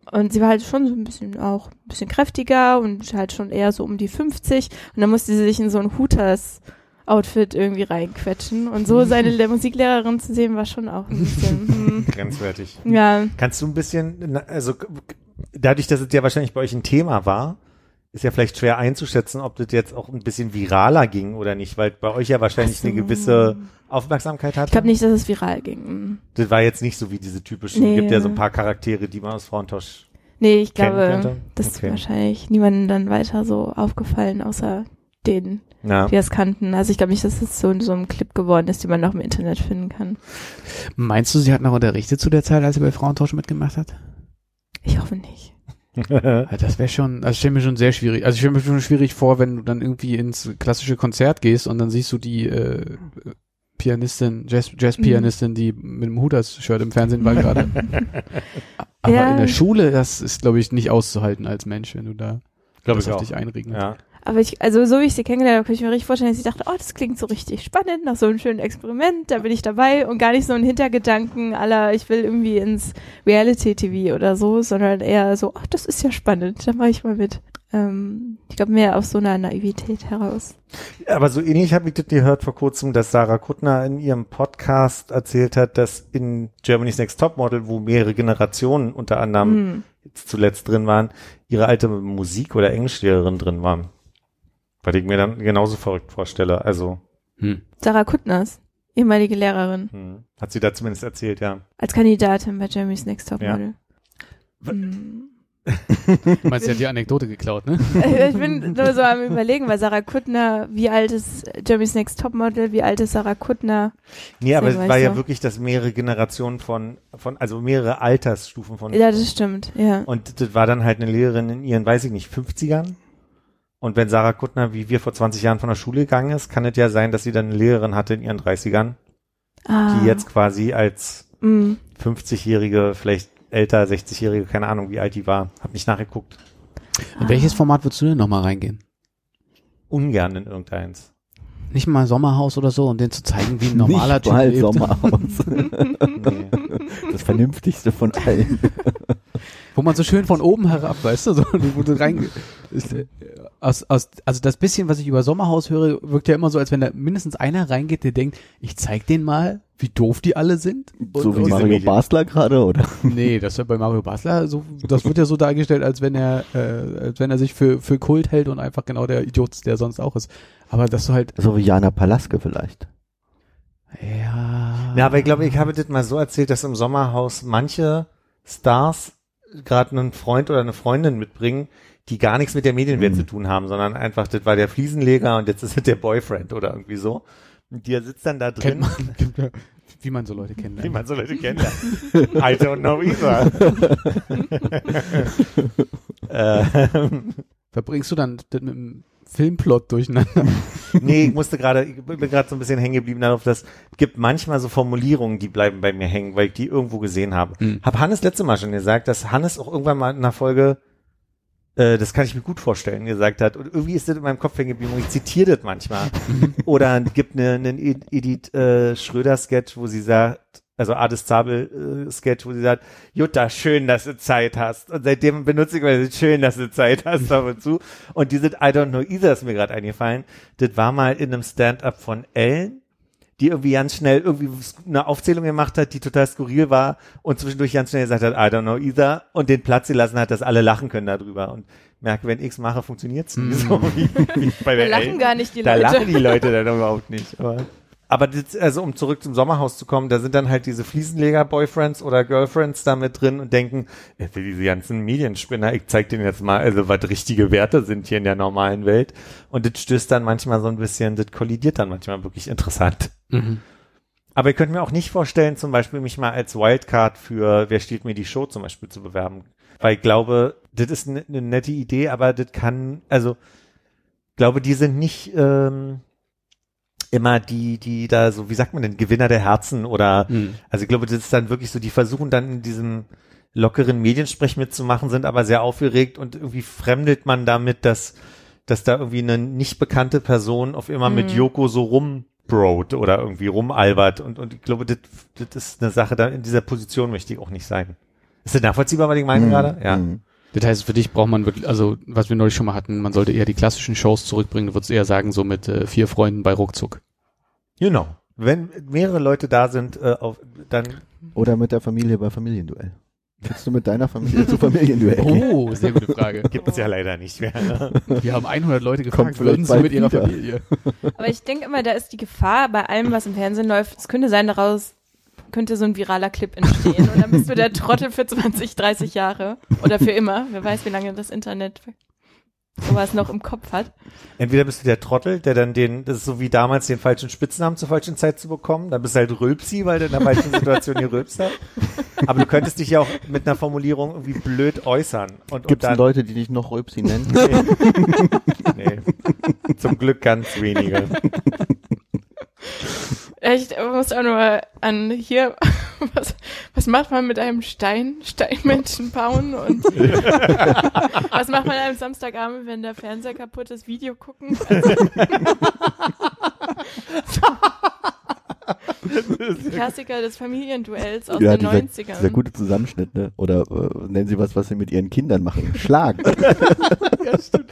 Und sie war halt schon so ein bisschen kräftiger und halt schon eher so um die 50. Und dann musste sie sich in so ein Hooters-Outfit irgendwie reinquetschen. Und so seine Musiklehrerin zu sehen, war schon auch ein bisschen grenzwertig. Ja. Kannst du ein bisschen, also dadurch, dass es ja wahrscheinlich bei euch ein Thema war, ist ja vielleicht schwer einzuschätzen, ob das jetzt auch ein bisschen viraler ging oder nicht, weil bei euch ja wahrscheinlich eine gewisse Aufmerksamkeit hatte. Ich glaube nicht, dass es viral ging. Das war jetzt nicht so wie diese typischen, gibt ja so ein paar Charaktere, die man aus Frauentausch ich glaube, könnte. das ist wahrscheinlich niemandem dann weiter so aufgefallen, außer denen, die es kannten. Also ich glaube nicht, dass es so ein Clip geworden ist, den man noch im Internet finden kann. Meinst du, sie hat noch unterrichtet zu der Zeit, als sie bei Frauentausch mitgemacht hat? Ich hoffe nicht. Das wäre schon, also ich stelle mir schon sehr schwierig, also ich stelle mir schon schwierig vor, wenn du dann irgendwie ins klassische Konzert gehst und dann siehst du die Pianistin, Jazz-Pianistin, die mit dem Hooters-Shirt im Fernsehen war gerade. Aber in der Schule, das ist, glaube ich, nicht auszuhalten als Mensch, wenn du da das auf dich einregnet. Ja. Aber so wie ich sie kennengelernt habe, kann ich mir richtig vorstellen, dass ich dachte, das klingt so richtig spannend, nach so einem schönen Experiment, da bin ich dabei und gar nicht so ein Hintergedanken aller, ich will irgendwie ins Reality-TV oder so, sondern eher so, das ist ja spannend, da mache ich mal mit. Ich glaube mehr aus so einer Naivität heraus. Aber so ähnlich habe ich das gehört vor kurzem, dass Sarah Kuttner in ihrem Podcast erzählt hat, dass in Germany's Next Topmodel, wo mehrere Generationen unter anderem jetzt zuletzt drin waren, ihre alte Musik- oder Englischlehrerin drin waren. Was ich mir dann genauso verrückt vorstelle. Also Sarah Kuttners, ehemalige Lehrerin. Hat sie da zumindest erzählt, ja. Als Kandidatin bei Germany's Next Topmodel. Du meinst, sie hat die Anekdote geklaut, ne? Ich bin nur so am Überlegen, weil Sarah Kuttner, wie alt ist Germany's Next Topmodel, wie alt ist Sarah Kuttner? Nee, aber es war ja wirklich, dass mehrere Generationen also mehrere Altersstufen von. Ja, das stimmt, ja. Und das war dann halt eine Lehrerin in ihren, weiß ich nicht, 50ern. Und wenn Sarah Kuttner, wie wir vor 20 Jahren von der Schule gegangen ist, kann es ja sein, dass sie dann eine Lehrerin hatte in ihren 30ern, die jetzt quasi als 50-Jährige, vielleicht älter, 60-Jährige, keine Ahnung, wie alt die war. Hab nicht nachgeguckt. In welches Format würdest du denn nochmal reingehen? Ungern in irgendeins. Nicht mal Sommerhaus oder so, um denen zu zeigen, wie ein normaler Typ lebt. Nicht mal Sommerhaus. Nee. Das Vernünftigste von allen. Wo man so schön von oben herab, weißt du, so, wo du rein, also das bisschen, was ich über Sommerhaus höre, wirkt ja immer so, als wenn da mindestens einer reingeht, der denkt, ich zeig denen mal, wie doof die alle sind. So wie Mario Basler gerade, oder? Nee, das wird bei Mario Basler so, das wird ja so dargestellt, als wenn er sich für Kult hält und einfach genau der Idiot ist, der sonst auch ist. Aber dass du halt. So wie Jana Palaske vielleicht. Ja. Ja, aber ich glaube, ich habe das mal so erzählt, dass im Sommerhaus manche Stars gerade einen Freund oder eine Freundin mitbringen, die gar nichts mit der Medienwelt zu tun haben, sondern einfach, das war der Fliesenleger und jetzt ist es der Boyfriend oder irgendwie so. Und der sitzt dann da drin. Wie man so Leute kennenlernt. Wie man so Leute kennenlernt. I don't know either. Verbringst du dann das mit dem Filmplot durcheinander? Nee, ich bin gerade so ein bisschen hängen geblieben darauf, dass es gibt manchmal so Formulierungen, die bleiben bei mir hängen, weil ich die irgendwo gesehen habe. Hab Hannes letzte Mal schon gesagt, dass Hannes auch irgendwann mal in einer Folge, das kann ich mir gut vorstellen, gesagt hat, und irgendwie ist das in meinem Kopf hängen geblieben und ich zitiere das manchmal. Oder es gibt einen Edith Schröder-Sketch, wo sie sagt, also Ades Zabel-Sketch, wo sie sagt, Jutta, schön, dass du Zeit hast. Und seitdem benutze ich mal schön, dass du Zeit hast, ab und zu. Und diese I don't know either ist mir gerade eingefallen. Das war mal in einem Stand-up von Ellen, die irgendwie ganz schnell irgendwie eine Aufzählung gemacht hat, die total skurril war und zwischendurch ganz schnell gesagt hat, I don't know either und den Platz gelassen hat, dass alle lachen können darüber. Und merke, wenn ich's mache, funktioniert's nicht so wie bei der Da lachen Ellen. gar nicht die Da Leute. lachen die Leute dann überhaupt nicht. Aber das, also um zurück zum Sommerhaus zu kommen, da sind dann halt diese Fliesenleger-Boyfriends oder Girlfriends da mit drin und denken, diese ganzen Medienspinner, ich zeig denen jetzt mal, also was richtige Werte sind hier in der normalen Welt. Und das stößt dann manchmal so ein bisschen, das kollidiert dann manchmal wirklich interessant. Aber ich könnte mir auch nicht vorstellen, zum Beispiel mich mal als Wildcard für Wer stiehlt mir die Show zum Beispiel zu bewerben. Weil ich glaube, das ist eine nette Idee, aber das kann, also ich glaube, die sind nicht immer die da so, wie sagt man denn, Gewinner der Herzen oder, also ich glaube, das ist dann wirklich so, die versuchen dann in diesem lockeren Mediensprech mitzumachen, sind aber sehr aufgeregt und irgendwie fremdelt man damit, dass da irgendwie eine nicht bekannte Person auf immer mit Joko so rumbrot oder irgendwie rumalbert und ich glaube, das ist eine Sache, da in dieser Position möchte ich auch nicht sein. Ist das nachvollziehbar, was ich meine gerade? Ja. Das heißt, für dich braucht man wirklich, also was wir neulich schon mal hatten, man sollte eher die klassischen Shows zurückbringen. Du würdest eher sagen, so mit 4 Freunden bei Ruckzuck. Genau. Wenn mehrere Leute da sind, dann... Oder mit der Familie bei Familienduell. Willst du mit deiner Familie zu Familienduell gehen? Oh, sehr gute Frage. Gibt es ja leider nicht mehr. Ne? Wir haben 100 Leute Kommt gefragt, würden sie mit ihrer wieder. Familie. Aber ich denke immer, da ist die Gefahr bei allem, was im Fernsehen läuft, es könnte sein, daraus könnte so ein viraler Clip entstehen und dann bist du der Trottel für 20, 30 Jahre oder für immer. Wer weiß, wie lange das Internet sowas noch im Kopf hat. Entweder bist du der Trottel, der dann das ist so wie damals, den falschen Spitznamen zur falschen Zeit zu bekommen. Dann bist du halt Rülpsi, weil du in der falschen Situation gerülpst hast. Aber du könntest dich ja auch mit einer Formulierung irgendwie blöd äußern. Gibt es Leute, die dich noch Rülpsi nennen? Nee. Zum Glück ganz wenige. Ich muss auch nur an hier, was macht man mit einem Steinmenschen bauen und was macht man am Samstagabend, wenn der Fernseher kaputt ist, Video gucken? Klassiker des Familienduells aus den 90ern. Dieser gute Zusammenschnitt, ne? Oder nennen Sie was Sie mit Ihren Kindern machen. Schlagen. Ja, stimmt.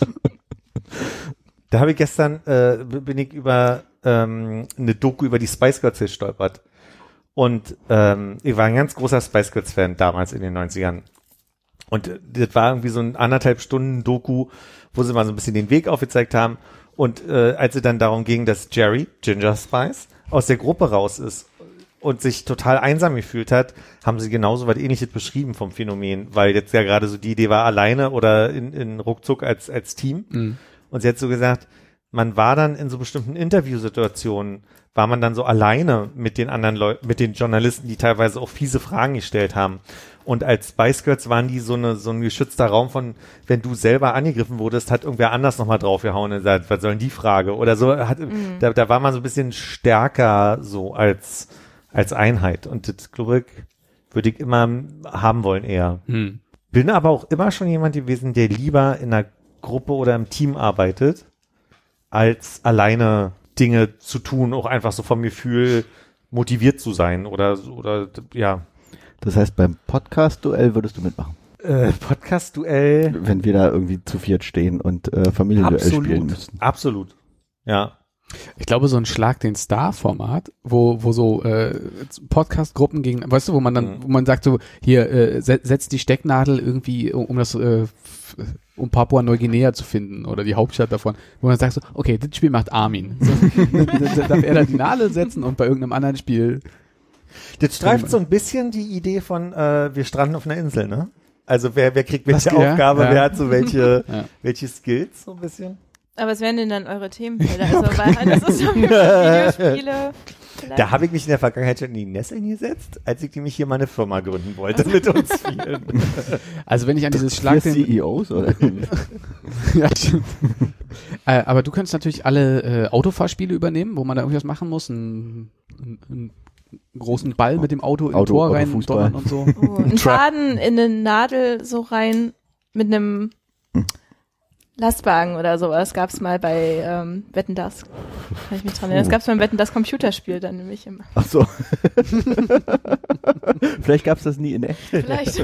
Da habe ich gestern, bin ich über eine Doku über die Spice Girls gestolpert. Und ich war ein ganz großer Spice Girls Fan damals in den 90ern. Und das war irgendwie so ein 1,5 Stunden Doku, wo sie mal so ein bisschen den Weg aufgezeigt haben. Und als es dann darum ging, dass Jerry, Ginger Spice, aus der Gruppe raus ist und sich total einsam gefühlt hat, haben sie genauso was Ähnliches beschrieben vom Phänomen, weil jetzt ja gerade so die Idee war, alleine oder in Ruckzuck als Team. Mhm. Und sie hat so gesagt, man war dann in so bestimmten Interviewsituationen, war man dann so alleine mit den anderen Leuten, mit den Journalisten, die teilweise auch fiese Fragen gestellt haben. Und als Spice Girls waren die so ein geschützter Raum von, wenn du selber angegriffen wurdest, hat irgendwer anders nochmal draufgehauen und gesagt, was soll denn die Frage? Oder so, da war man so ein bisschen stärker so als Einheit. Und das, glaube ich, würde ich immer haben wollen eher. Bin aber auch immer schon jemand gewesen, der lieber in einer Gruppe oder im Team arbeitet, als alleine Dinge zu tun, auch einfach so vom Gefühl motiviert zu sein oder ja. Das heißt, beim Podcast-Duell würdest du mitmachen? Podcast-Duell? Wenn wir da irgendwie zu viert stehen und Familienduell spielen müssen. Absolut, ja. Ich glaube, so ein Schlag den Star-Format, wo so Podcast-Gruppen gegen, weißt du, wo man sagt so, hier, setzt die Stecknadel irgendwie, um Papua-Neuguinea zu finden oder die Hauptstadt davon, wo man sagt so, okay, das Spiel macht Armin. So, dann darf er da die Nadel setzen und bei irgendeinem anderen Spiel. Das streift so ein bisschen die Idee von, wir stranden auf einer Insel, ne? Also wer kriegt welche Aufgabe, wer hat so welche Skills, so ein bisschen. Aber was wären denn dann eure Themenfelder? Also, weil das ist so Videospiele. Da habe ich mich in der Vergangenheit schon in die Nesseln gesetzt, als ich nämlich hier meine Firma gründen wollte mit uns vielen. Also wenn ich an dieses Schlag den CEOs oder? Ja, stimmt. Aber du könntest natürlich alle Autofahrspiele übernehmen, wo man da irgendwas machen muss, einen großen Ball mit dem Auto im Tor rein donnern und so. Oh, einen Faden in eine Nadel so rein mit einem Lastwagen oder sowas gab's mal bei Wetten, dass. Kann ich mich dran erinnern. Das gab's beim Wetten, dass Computerspiel dann nämlich immer. Ach so. Vielleicht gab's das nie in echt. Vielleicht.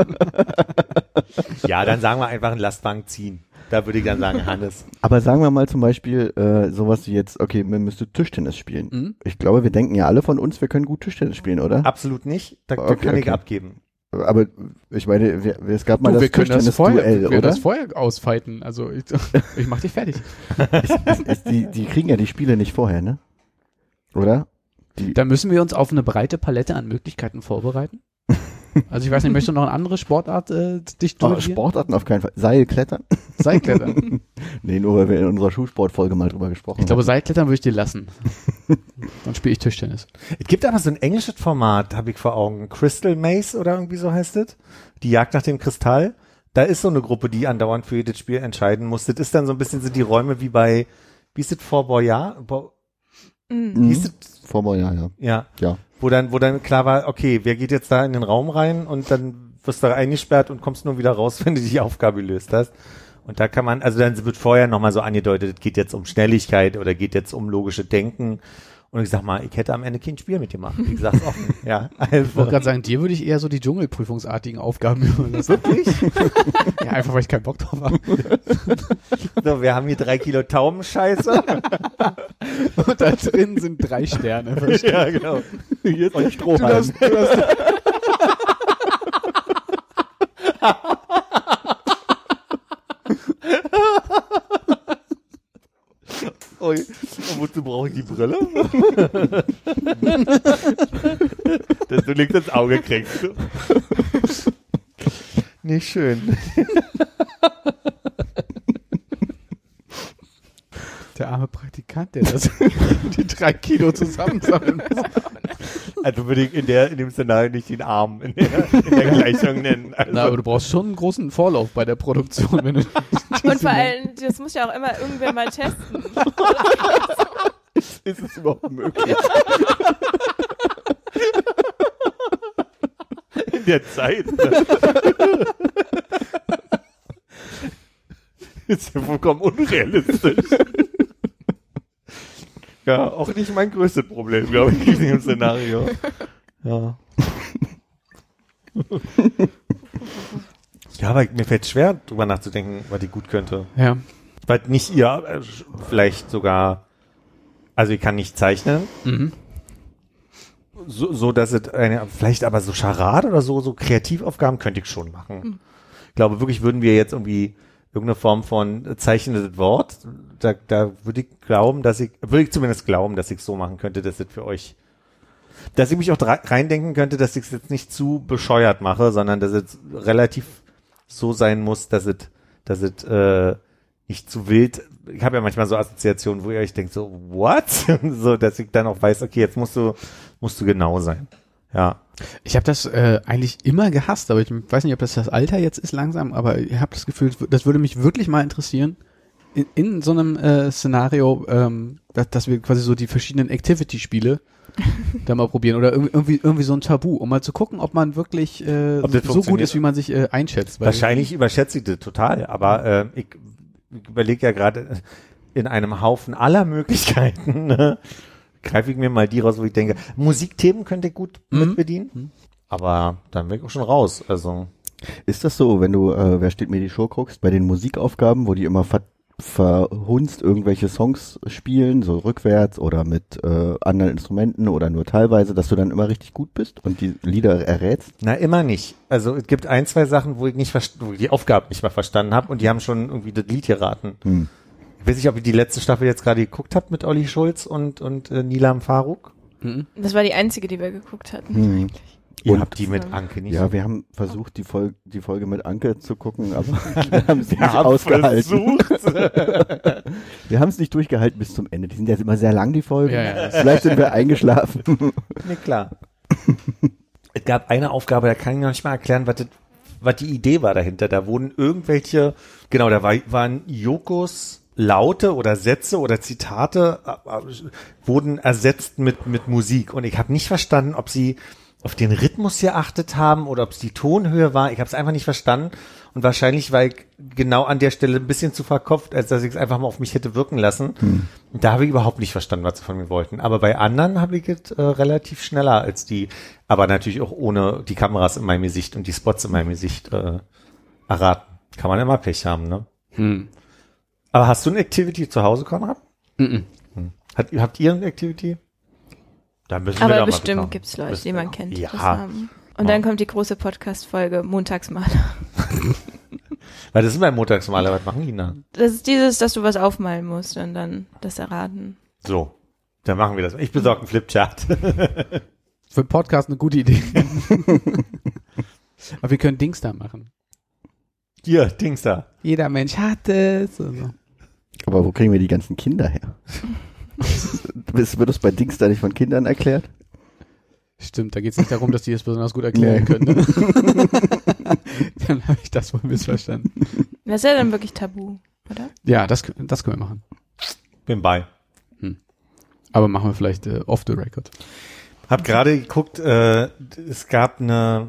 Ja, dann sagen wir einfach einen Lastwagen ziehen. Da würde ich dann sagen, Hannes. Aber sagen wir mal zum Beispiel sowas wie jetzt, okay, man müsste Tischtennis spielen. Mhm. Ich glaube, wir denken ja alle von uns, wir können gut Tischtennis spielen, oder? Absolut nicht. Da kann ich abgeben. Aber ich meine, es gab mal das Tischtennis-Duell, oder? Wir können das vorher ausfighten. Also ich mach dich fertig. Die kriegen ja die Spiele nicht vorher, ne? Oder? Da müssen wir uns auf eine breite Palette an Möglichkeiten vorbereiten. Also ich weiß nicht, möchtest du noch eine andere Sportart dich durchgehen? Sportarten auf keinen Fall. Seilklettern? Seilklettern? Nee, nur weil wir in unserer Schulsportfolge mal drüber gesprochen haben. Ich glaube, Seilklettern würde ich dir lassen. Dann spiele ich Tischtennis. Es gibt aber so ein englisches Format, habe ich vor Augen. Crystal Maze oder irgendwie so heißt es. Die Jagd nach dem Kristall. Da ist so eine Gruppe, die andauernd für jedes Spiel entscheiden muss. Das ist dann so ein bisschen so die Räume wie bei, wie ist das, Fort Boyard? Wie ist das? Fort Boyard, ja. Ja. Wo dann klar war, okay, wer geht jetzt da in den Raum rein und dann wirst du da eingesperrt und kommst nur wieder raus, wenn du die Aufgabe gelöst hast. Und da kann man, also dann wird vorher nochmal so angedeutet, es geht jetzt um Schnelligkeit oder geht jetzt um logische Denken. Und ich sag mal, ich hätte am Ende kein Spiel mit gemacht. Ich sag's offen. Ja, Ich wollte gerade sagen, dir würde ich eher so die Dschungelprüfungsartigen Aufgaben überlassen. Wirklich? Ja, einfach weil ich keinen Bock drauf habe. So, wir haben hier 3 Kilo Taubenscheiße. Und da drin sind 3 Sterne. Verstehst? Ja, genau. Jetzt ein Strohhalm. Und wozu brauche ich die Brille? Dass du nichts ins Auge kriegst. Nicht schön. Der arme Praktikant, der das die 3 Kilo zusammensammeln muss. Also würde ich in dem Szenario nicht den Arm in der Gleichung nennen. Also, Na, aber du brauchst schon einen großen Vorlauf bei der Produktion, wenn du Und vor allem, das muss ja auch immer irgendwer mal testen. Ist es überhaupt möglich? in der Zeit. Ist ja vollkommen unrealistisch. Ja, auch nicht mein größtes Problem, glaube ich, in dem Szenario. Ja. Ja, aber mir fällt schwer, drüber nachzudenken, was ich gut könnte. Ja. Weil nicht ihr, vielleicht sogar, also ich kann nicht zeichnen, Mhm. so dass es vielleicht aber so Charade oder so Kreativaufgaben könnte ich schon machen. Ich glaube wirklich, würden wir jetzt irgendwie irgendeine Form von zeichnendes Wort, da würde ich zumindest glauben, dass ich es so machen könnte, dass es für euch, dass ich mich auch reindenken könnte, dass ich es jetzt nicht zu bescheuert mache, sondern dass es relativ so sein muss, dass es nicht zu wild. Ich habe ja manchmal so Assoziationen, wo ihr euch denkt so, what? So, dass ich dann auch weiß, okay, jetzt musst du genau sein. Ja. Ich habe das eigentlich immer gehasst, aber ich weiß nicht, ob das Alter jetzt ist langsam, aber ich habe das Gefühl, das würde mich wirklich mal interessieren, in so einem Szenario, dass wir quasi so die verschiedenen Activity-Spiele da mal probieren oder irgendwie so ein Tabu, um mal zu gucken, ob man wirklich so gut ist, wie man sich einschätzt. Wahrscheinlich überschätze ich das total, aber ich überlege ja gerade in einem Haufen aller Möglichkeiten, ne, greife ich mir mal die raus, wo ich denke, Musikthemen könnte ich gut mit bedienen, aber dann bin ich auch schon raus. Also Ist das so, wenn du Wer steht mir die Show guckst, bei den Musikaufgaben, wo die immer verhunzt irgendwelche Songs spielen, so rückwärts oder mit anderen Instrumenten oder nur teilweise, dass du dann immer richtig gut bist und die Lieder errätst? Na, immer nicht. Also es gibt 1, 2 Sachen, wo ich die Aufgabe nicht mal verstanden habe und die haben schon irgendwie das Lied geraten. Ich weiß nicht, ob ihr die letzte Staffel jetzt gerade geguckt habt mit Olli Schulz und Nilam Faruk. Das war die einzige, die wir geguckt hatten. Ihr habt die mit Anke nicht. Ja, wir haben versucht, die Folge mit Anke zu gucken, aber wir haben es nicht ausgehalten. Wir haben es nicht durchgehalten bis zum Ende. Die sind ja immer sehr lang, die Folgen. Ja. Vielleicht sind wir eingeschlafen. Nee, klar. Es gab eine Aufgabe, da kann ich noch nicht mal erklären, was die Idee war dahinter. Da wurden irgendwelche, genau, da waren Jokos Laute oder Sätze oder Zitate wurden ersetzt mit Musik. Und ich habe nicht verstanden, ob sie auf den Rhythmus geachtet haben oder ob es die Tonhöhe war. Ich habe es einfach nicht verstanden. Und wahrscheinlich war ich genau an der Stelle ein bisschen zu verkopft, als dass ich es einfach mal auf mich hätte wirken lassen. Und da habe ich überhaupt nicht verstanden, was sie von mir wollten. Aber bei anderen habe ich es relativ schneller als die, aber natürlich auch ohne die Kameras in meinem Gesicht und die Spots in meinem Gesicht erraten. Kann man immer Pech haben, ne? Aber hast du eine Activity zu Hause, Konrad? Habt ihr eine Activity? Da müssen wir Aber doch bestimmt mal gibt's Leute, die man kennt. Ja. Das haben. Und dann kommt die große Podcast-Folge Montagsmaler. Weil das ist mein Montagsmaler, was machen die da? Das ist dieses, dass du was aufmalen musst und dann das erraten. So, dann machen wir das. Ich besorge einen Flipchart. Für einen Podcast eine gute Idee. Aber wir können Dings da machen. Hier, Dings da. Jeder Mensch hat es. So. Aber wo kriegen wir die ganzen Kinder her? Wird das bei Dings da nicht von Kindern erklärt? Stimmt, da geht es nicht darum, dass die es besonders gut erklären können. Ne? Dann habe ich das wohl missverstanden. Das ist ja dann wirklich tabu, oder? Ja, das können wir machen. Bin bei. Aber machen wir vielleicht off the record. Hab gerade geguckt, es gab eine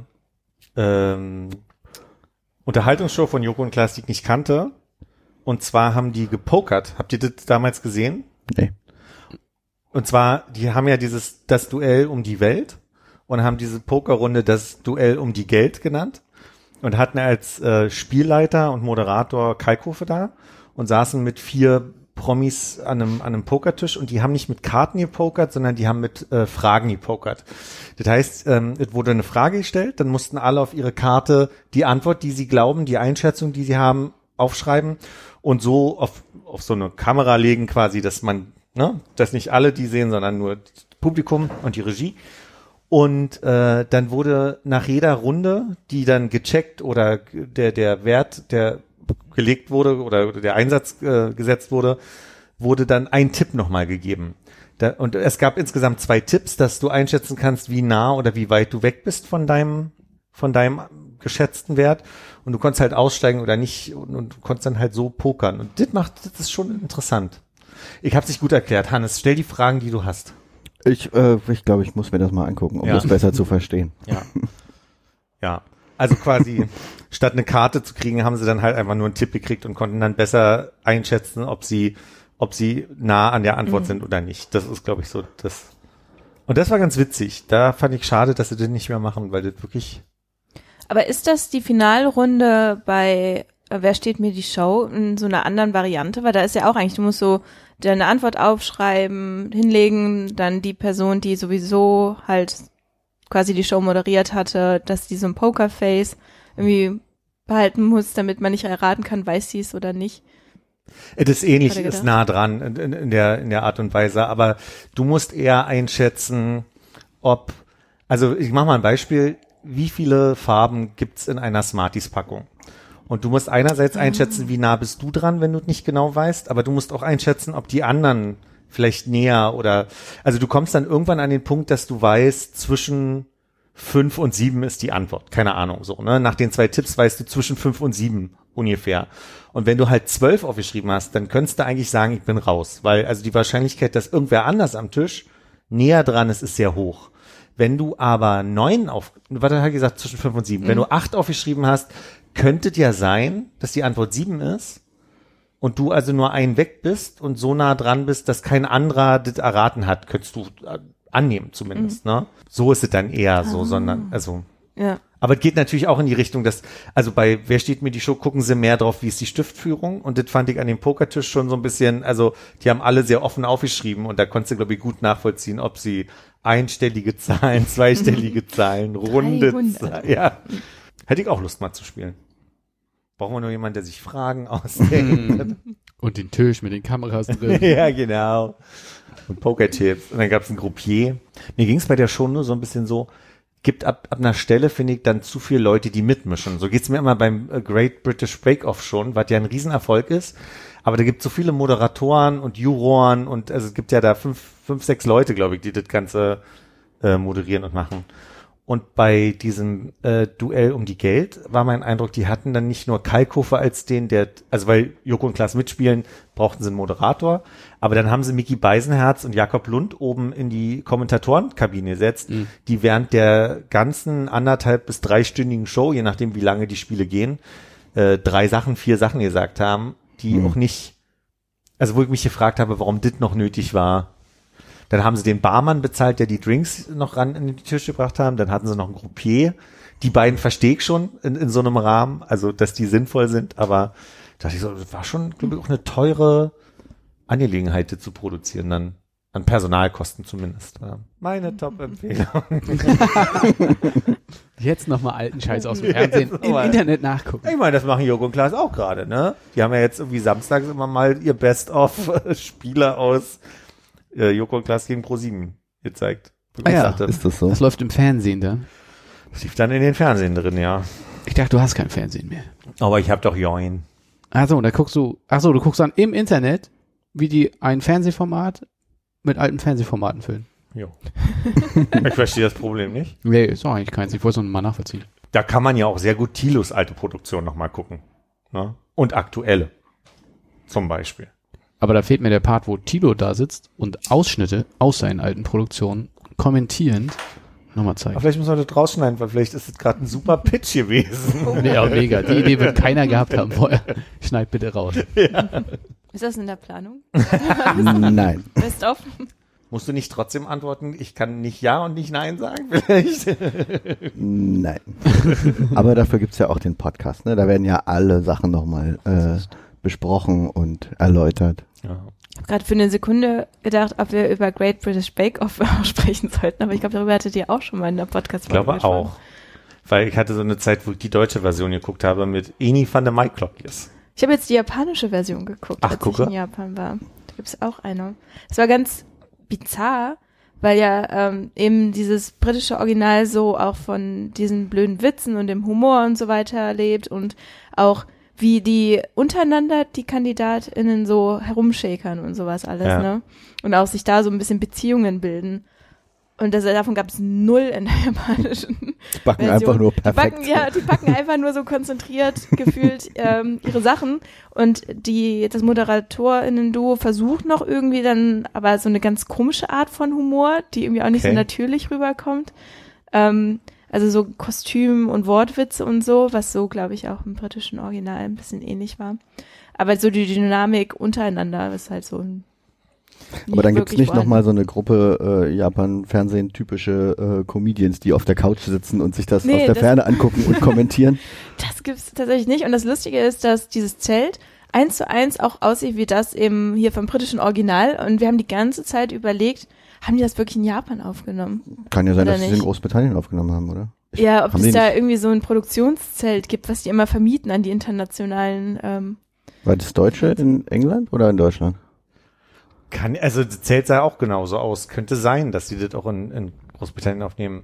Unterhaltungsshow von Joko und Klaas, die ich nicht kannte. Und zwar haben die gepokert. Habt ihr das damals gesehen? Nee. Und zwar, die haben ja das Duell um die Welt und haben diese Pokerrunde das Duell um die Geld genannt und hatten als Spielleiter und Moderator Kalkofe da und saßen mit 4 Promis an einem Pokertisch und die haben nicht mit Karten gepokert, sondern die haben mit Fragen gepokert. Das heißt, es wurde eine Frage gestellt, dann mussten alle auf ihre Karte die Antwort, die sie glauben, die Einschätzung, die sie haben, aufschreiben und so auf so eine Kamera legen quasi, dass man, ne, dass nicht alle die sehen, sondern nur das Publikum und die Regie. Und dann wurde nach jeder Runde, die dann gecheckt oder der Wert, der gelegt wurde oder der Einsatz gesetzt wurde, wurde dann ein Tipp nochmal gegeben. Und es gab insgesamt 2 Tipps, dass du einschätzen kannst, wie nah oder wie weit du weg bist von deinem geschätzten Wert. Und du konntest halt aussteigen oder nicht und du konntest dann halt so pokern. Und das ist schon interessant. Ich hab's nicht gut erklärt. Hannes, stell die Fragen, die du hast. Ich glaube, ich muss mir das mal angucken, um das besser zu verstehen. Ja. Ja. Also quasi, statt eine Karte zu kriegen, haben sie dann halt einfach nur einen Tipp gekriegt und konnten dann besser einschätzen, ob sie nah an der Antwort sind oder nicht. Das ist, glaube ich, so das. Und das war ganz witzig. Da fand ich schade, dass sie das nicht mehr machen, weil das wirklich. Aber ist das die Finalrunde bei Wer steht mir die Show in so einer anderen Variante? Weil da ist ja auch eigentlich, du musst so deine Antwort aufschreiben, hinlegen, dann die Person, die sowieso halt quasi die Show moderiert hatte, dass die so ein Pokerface irgendwie behalten muss, damit man nicht erraten kann, weiß sie es oder nicht. Das ist ähnlich, ist nah dran in der Art und Weise, aber du musst eher einschätzen, also ich mache mal ein Beispiel, wie viele Farben gibt's in einer Smarties-Packung? Und du musst einerseits einschätzen, wie nah bist du dran, wenn du nicht genau weißt, aber du musst auch einschätzen, ob die anderen vielleicht näher also du kommst dann irgendwann an den Punkt, dass du weißt, zwischen 5 und 7 ist die Antwort. Keine Ahnung, so, ne? Nach den 2 Tipps weißt du zwischen 5 und 7 ungefähr. Und wenn du halt 12 aufgeschrieben hast, dann könntest du eigentlich sagen, ich bin raus. Weil also die Wahrscheinlichkeit, dass irgendwer anders am Tisch näher dran ist sehr hoch. Wenn du aber 9 was hat er gesagt, zwischen 5 und 7. Wenn du 8 aufgeschrieben hast, könnte es ja sein, dass die Antwort 7 ist. Und du also nur einen weg bist und so nah dran bist, dass kein anderer das erraten hat, könntest du annehmen zumindest, ne? So ist es dann eher so, sondern, also. Ja. Aber es geht natürlich auch in die Richtung, dass, also bei Wer steht mir die Show, gucken sie mehr drauf, wie ist die Stiftführung und das fand ich an dem Pokertisch schon so ein bisschen, also die haben alle sehr offen aufgeschrieben und da konntest du, glaube ich, gut nachvollziehen, ob sie einstellige Zahlen, zweistellige Zahlen, runde Zahlen, ja. Hätte ich auch Lust mal zu spielen. Brauchen wir nur jemanden, der sich Fragen ausdenkt. Und den Tisch mit den Kameras drin. Ja, genau. Und Poker-Tipps. Und dann gab es ein Groupier. Mir ging es bei der Show nur so ein bisschen so, gibt ab einer Stelle, finde ich, dann zu viele Leute, die mitmischen. So geht's mir immer beim Great British Bake Off schon, was ja ein Riesenerfolg ist. Aber da gibt es so viele Moderatoren und Juroren und also es gibt ja da 5, 6 Leute, glaube ich, die das Ganze moderieren und machen. Und bei diesem Duell um die Geld war mein Eindruck, die hatten dann nicht nur Kalkofe als also weil Joko und Klaas mitspielen, brauchten sie einen Moderator, aber dann haben sie Micky Beisenherz und Jakob Lund oben in die Kommentatorenkabine gesetzt, die während der ganzen 1,5- bis 3-stündigen Show, je nachdem wie lange die Spiele gehen, 4 Sachen gesagt haben, die auch nicht, also wo ich mich gefragt habe, warum das noch nötig war. Dann haben sie den Barmann bezahlt, der die Drinks noch ran in den Tisch gebracht haben. Dann hatten sie noch einen Groupier. Die beiden verstehe ich schon in so einem Rahmen, also dass die sinnvoll sind. Aber dachte ich so, das war schon, glaube ich, auch eine teure Angelegenheit, das zu produzieren dann. An Personalkosten zumindest. Meine Top-Empfehlung. Jetzt nochmal alten Scheiß aus dem Fernsehen im Internet nachgucken. Ich meine, das machen Joko und Klaas auch gerade, ne? Die haben ja jetzt irgendwie samstags immer mal ihr Best-of-Spieler aus Joko und Klaas gegen Pro7 gezeigt. Ist das so? Das läuft im Fernsehen dann. Das lief dann in den Fernsehen drin, ja. Ich dachte, du hast kein Fernsehen mehr. Aber ich habe doch Join. Also, da guckst du dann im Internet, wie die ein Fernsehformat mit alten Fernsehformaten füllen. Jo. Ich verstehe das Problem nicht. Nee, ist doch eigentlich keins. Ich wollte es noch mal nachvollziehen. Da kann man ja auch sehr gut Thilos alte Produktion nochmal gucken. Ne? Und aktuelle. Zum Beispiel. Aber da fehlt mir der Part, wo Thilo da sitzt und Ausschnitte aus seinen alten Produktionen kommentierend nochmal zeigt. Aber vielleicht muss man das rausschneiden, weil vielleicht ist das gerade ein super Pitch gewesen. Nee, aber mega. Die Idee wird keiner gehabt haben vorher. Schneid bitte raus. Ja. Ist das in der Planung? Nein. Best of? Musst du nicht trotzdem antworten, ich kann nicht Ja und nicht Nein sagen vielleicht? Nein. Aber dafür gibt's ja auch den Podcast, ne? Da werden ja alle Sachen nochmal besprochen und erläutert. Ja. Ich habe gerade für eine Sekunde gedacht, ob wir über Great British Bake Off sprechen sollten, aber ich glaube, darüber hattet ihr auch schon mal in der Podcast-Folge Ich glaube auch. Weil ich hatte so eine Zeit, wo ich die deutsche Version geguckt habe mit Eni van der Maiklokjes. Ich habe jetzt die japanische Version geguckt, als ich in Japan war. Da gibt's auch eine. Es war ganz bizarr, weil ja eben dieses britische Original so auch von diesen blöden Witzen und dem Humor und so weiter lebt und auch wie die untereinander die KandidatInnen so herumschäkern und sowas alles, ne? Und auch sich da so ein bisschen Beziehungen bilden. Und davon gab es null in der japanischen Die backen Version. einfach nur perfekt. Die backen einfach nur so konzentriert gefühlt ihre Sachen. Und das ModeratorInnen-Duo versucht noch irgendwie dann aber so eine ganz komische Art von Humor, die irgendwie auch nicht so natürlich rüberkommt. Also so Kostüm- und Wortwitze und so, was so, glaube ich, auch im britischen Original ein bisschen ähnlich war. Aber so die Dynamik untereinander ist halt so ein Aber dann gibt's nicht nochmal so eine Gruppe Japan-Fernsehen typische Comedians, die auf der Couch sitzen und sich das aus der Ferne angucken und kommentieren? Das gibt's tatsächlich nicht. Und das Lustige ist, dass dieses Zelt 1:1 auch aussieht wie das eben hier vom britischen Original. Und wir haben die ganze Zeit überlegt, haben die das wirklich in Japan aufgenommen? Kann ja sein, dass sie es in Großbritannien aufgenommen haben, oder? Ja, ob es da irgendwie so ein Produktionszelt gibt, was die immer vermieten an die internationalen. War das Deutsche in England oder in Deutschland? Also das Zelt sah auch genauso aus. Könnte sein, dass die das auch in Großbritannien aufnehmen.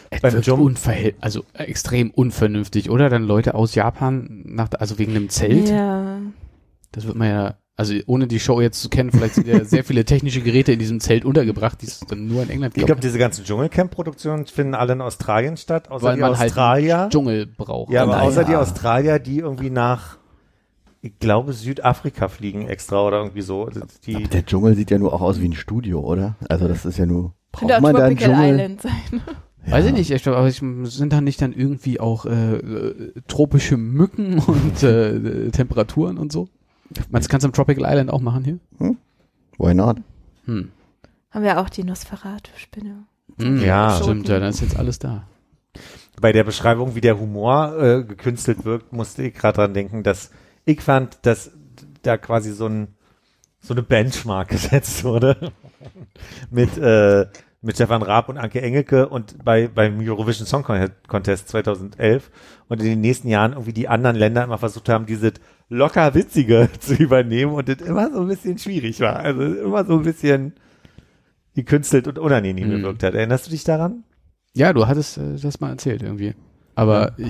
Also extrem unvernünftig, oder? Dann Leute aus Japan also wegen einem Zelt. Ja. Das wird man ja, also ohne die Show jetzt zu kennen, vielleicht sind ja sehr viele technische Geräte in diesem Zelt untergebracht, die es dann nur in England gibt. Ich glaube, diese ganzen Dschungelcamp-Produktionen finden alle in Australien statt, außer weil die man Australier. Halt Dschungel braucht. Ja, aber außer die Australier, die irgendwie nach, ich glaube, Südafrika fliegen extra oder irgendwie so. Aber der Dschungel sieht ja nur auch aus wie ein Studio, oder? Also das ist ja nur, braucht man da einen Dschungel? Island sein. Ja. Weiß ich nicht, ich glaube, sind da nicht dann irgendwie auch tropische Mücken und Temperaturen und so? Meinst du, kannst du am Tropical Island auch machen hier? Why not? Haben wir auch die Nosferatu-Spinne. Ja, stimmt, ja, dann ist jetzt alles da. Bei der Beschreibung, wie der Humor gekünstelt wirkt, musste ich gerade dran denken, dass ich fand, dass da quasi so eine Benchmark gesetzt wurde mit Stefan Raab und Anke Engelke und beim Eurovision Song Contest 2011 und in den nächsten Jahren irgendwie die anderen Länder immer versucht haben, dieses locker Witzige zu übernehmen und das immer so ein bisschen schwierig war. Also immer so ein bisschen gekünstelt und unangenehm gewirkt hat. Erinnerst du dich daran? Ja, du hattest das mal erzählt irgendwie. Aber ja.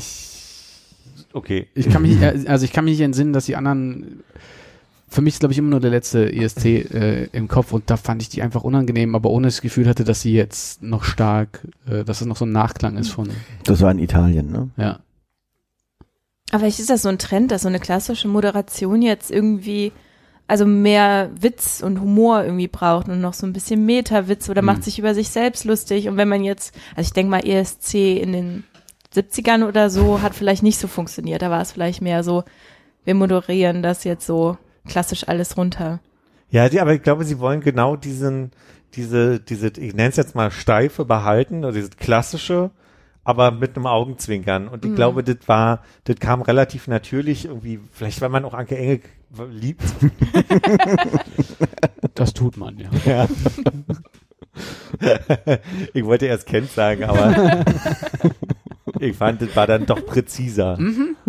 Ich kann mich nicht entsinnen, dass die anderen, für mich ist glaube ich immer nur der letzte ESC im Kopf und da fand ich die einfach unangenehm, aber ohne das Gefühl hatte, dass sie jetzt noch stark, dass es noch so ein Nachklang ist von. Das war in Italien, ne? Ja. Aber vielleicht ist das so ein Trend, dass so eine klassische Moderation jetzt irgendwie also mehr Witz und Humor irgendwie braucht und noch so ein bisschen Meta-Witz oder macht sich über sich selbst lustig. Und wenn man jetzt, also ich denke mal ESC in den 70ern oder so hat vielleicht nicht so funktioniert. Da war es vielleicht mehr so, wir moderieren das jetzt so klassisch alles runter. Ja, aber ich glaube, sie wollen genau diese, ich nenne es jetzt mal Steife behalten, oder dieses klassische, aber mit einem Augenzwinkern. Und ich glaube, das kam relativ natürlich irgendwie, vielleicht weil man auch Anke Engelke liebt. Das tut man, ja. Ja. Ich wollte erst Kent sagen, aber ich fand, das war dann doch präziser.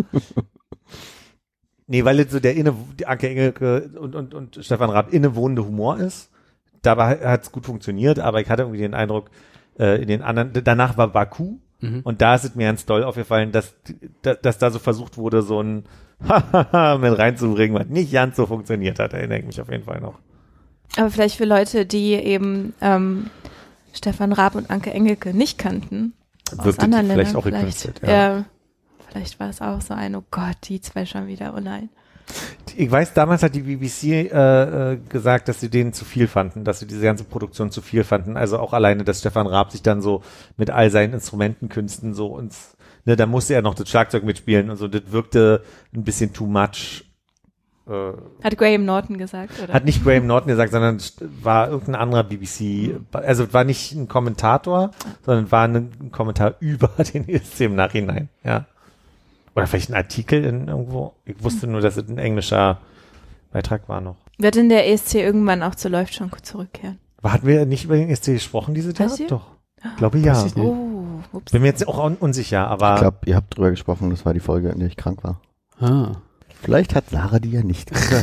Nee, weil es so die Anke Engelke und Stefan Raab innewohnende Humor ist. Dabei hat es gut funktioniert, aber ich hatte irgendwie den Eindruck, in den anderen, danach war Baku und da ist es mir ganz doll aufgefallen, dass da so versucht wurde, so ein mit reinzubringen, was nicht ganz so funktioniert hat. Erinnere ich mich auf jeden Fall noch. Aber vielleicht für Leute, die eben Stefan Raab und Anke Engelke nicht kannten, aus anderen Ländern vielleicht auch gekünstelt. Ja, vielleicht war es auch so ein, oh Gott, die zwei schon wieder, oh nein. Ich weiß, damals hat die BBC gesagt, dass sie denen zu viel fanden, dass sie diese ganze Produktion zu viel fanden. Also auch alleine, dass Stefan Raab sich dann so mit all seinen Instrumentenkünsten so da musste er noch das Schlagzeug mitspielen und so, das wirkte ein bisschen too much. Hat Graham Norton gesagt, oder? Hat nicht Graham Norton gesagt, sondern war irgendein anderer BBC, also war nicht ein Kommentator, sondern war ein Kommentar über den ESC im Nachhinein, ja. Oder vielleicht ein Artikel in irgendwo. Ich wusste nur, dass es ein englischer Beitrag war noch. Wird denn der ESC irgendwann auch zu Läuft schon zurückkehren? Hatten wir nicht über den ESC gesprochen diese Tage? Doch. Ich glaube ja. Ups. Bin mir jetzt auch unsicher, aber. Ich glaube, ihr habt drüber gesprochen, das war die Folge, in der ich krank war. Vielleicht hat Sarah die ja nicht gehört.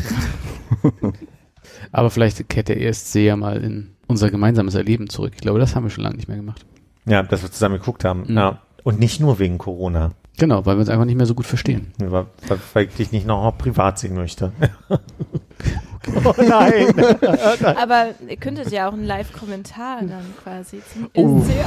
Aber vielleicht kehrt der ESC ja mal in unser gemeinsames Erleben zurück. Ich glaube, das haben wir schon lange nicht mehr gemacht. Ja, dass wir zusammen geguckt haben. Ja. Und nicht nur wegen Corona. Genau, weil wir uns einfach nicht mehr so gut verstehen. Weil ich dich nicht noch privat sehen möchte. Oh nein! Aber ihr könntet ja auch einen Live-Kommentar dann quasi zum ESC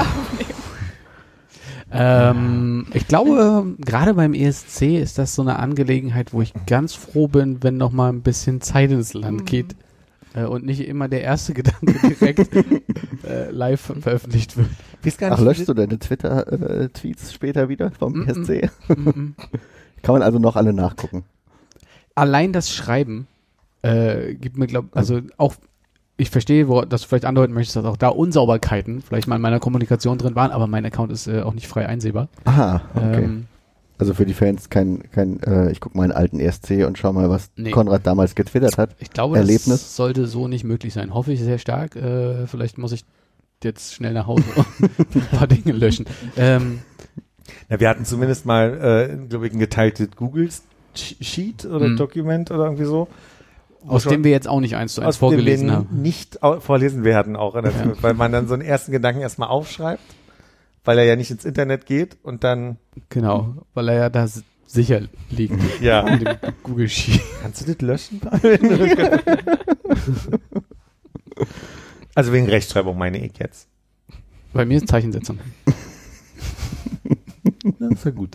aufnehmen. Ich glaube, gerade beim ESC ist das so eine Angelegenheit, wo ich ganz froh bin, wenn noch mal ein bisschen Zeit ins Land geht und nicht immer der erste Gedanke direkt live veröffentlicht wird. Ach, löschst du deine Twitter-Tweets später wieder vom ESC? Kann man also noch alle nachgucken? Allein das Schreiben gibt mir, also auch, ich verstehe, dass du vielleicht andeuten möchtest, dass auch da Unsauberkeiten vielleicht mal in meiner Kommunikation drin waren, aber mein Account ist auch nicht frei einsehbar. Aha, okay. Also für die Fans kein ich gucke mal einen alten ESC und schau mal, was Konrad damals getwittert hat. Ich glaube, das sollte so nicht möglich sein. Hoffe ich sehr stark. Vielleicht muss ich jetzt schnell nach Hause und ein paar Dinge löschen. Na, wir hatten zumindest mal, glaube ich, ein geteiltes Google-Sheet oder Dokument oder irgendwie so. Aus dem wir jetzt auch nicht 1:1 vorgelesen haben. Nicht vorlesen werden auch, weil man dann so einen ersten Gedanken erstmal aufschreibt, weil er ja nicht ins Internet geht und dann... Genau, weil er ja da sicher liegt. Ja. In dem Google Sheet. Kannst du das löschen? Also wegen Rechtschreibung meine ich jetzt. Bei mir ist Zeichensetzung. Das ist ja gut.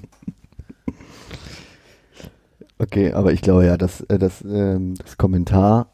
Okay, aber ich glaube ja, das Kommentar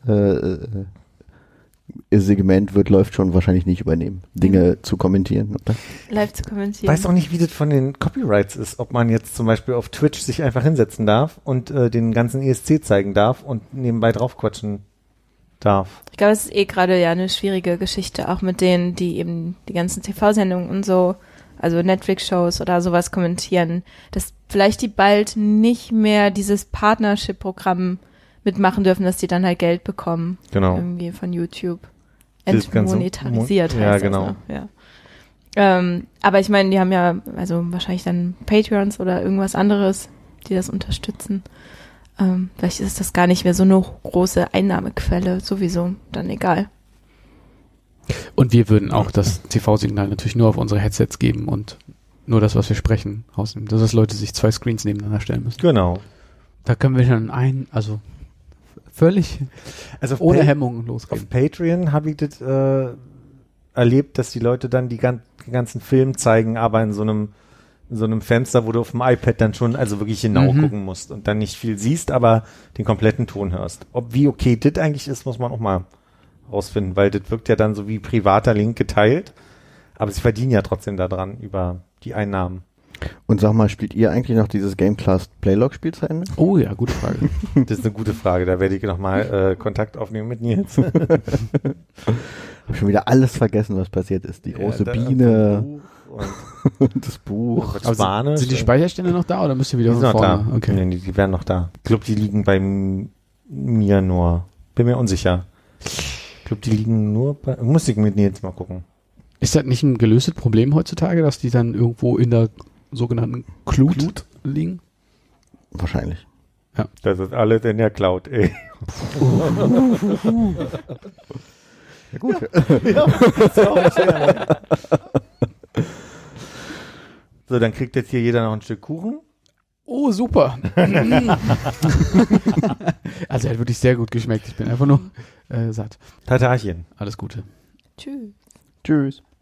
Segment läuft schon wahrscheinlich nicht übernehmen, Dinge zu kommentieren, oder? Live zu kommentieren. Weiß auch nicht, wie das von den Copyrights ist, ob man jetzt zum Beispiel auf Twitch sich einfach hinsetzen darf und den ganzen ESC zeigen darf und nebenbei draufquatschen darf. Ich glaube, es ist gerade ja eine schwierige Geschichte, auch mit denen, die eben die ganzen TV-Sendungen und so, also Netflix-Shows oder sowas kommentieren, dass vielleicht die bald nicht mehr dieses Partnership-Programm mitmachen dürfen, dass die dann halt Geld bekommen. Genau. Irgendwie von YouTube. Entmonetarisiert heißt ja, genau. das. Ne? Ja. Aber ich meine, die haben ja also wahrscheinlich dann Patreons oder irgendwas anderes, die das unterstützen. Vielleicht ist das gar nicht mehr so eine große Einnahmequelle, sowieso, dann egal. Und wir würden auch das TV-Signal natürlich nur auf unsere Headsets geben und nur das, was wir sprechen, rausnehmen. Dass Leute sich 2 Screens nebeneinander stellen müssen. Genau. Da können wir dann völlig ohne Hemmungen losgehen. Auf Patreon habe ich das erlebt, dass die Leute dann die ganzen Film zeigen, aber in so einem Fenster, wo du auf dem iPad dann schon also wirklich genau gucken musst und dann nicht viel siehst, aber den kompletten Ton hörst. Wie okay das eigentlich ist, muss man auch mal rausfinden, weil das wirkt ja dann so wie privater Link geteilt, aber sie verdienen ja trotzdem daran über die Einnahmen. Und sag mal, spielt ihr eigentlich noch dieses Gamecast Playlog-Spiel zu Ende? Oh ja, gute Frage. Das ist eine gute Frage, da werde ich nochmal Kontakt aufnehmen mit Nils. Hab schon wieder alles vergessen, was passiert ist. Die große Biene und das Buch. Aber sind die Speicherstände noch da oder müsst ihr wieder von vorne? Da. Okay. Nee, die wären noch da. Ich glaube, die liegen bei mir nur. Bin mir unsicher. Ich glaube, die liegen nur bei... Muss ich mit Nils mal gucken. Ist das nicht ein gelöstes Problem heutzutage, dass die dann irgendwo in der sogenannten Cloud liegen? Wahrscheinlich. Ja. Das ist alles in der Cloud, ey. Ja, gut. Ja, das ist auch schön. So, dann kriegt jetzt hier jeder noch ein Stück Kuchen. Oh, super. Also, er hat wirklich sehr gut geschmeckt. Ich bin einfach nur satt. Tatarchen. Alles Gute. Tschüss. Tschüss.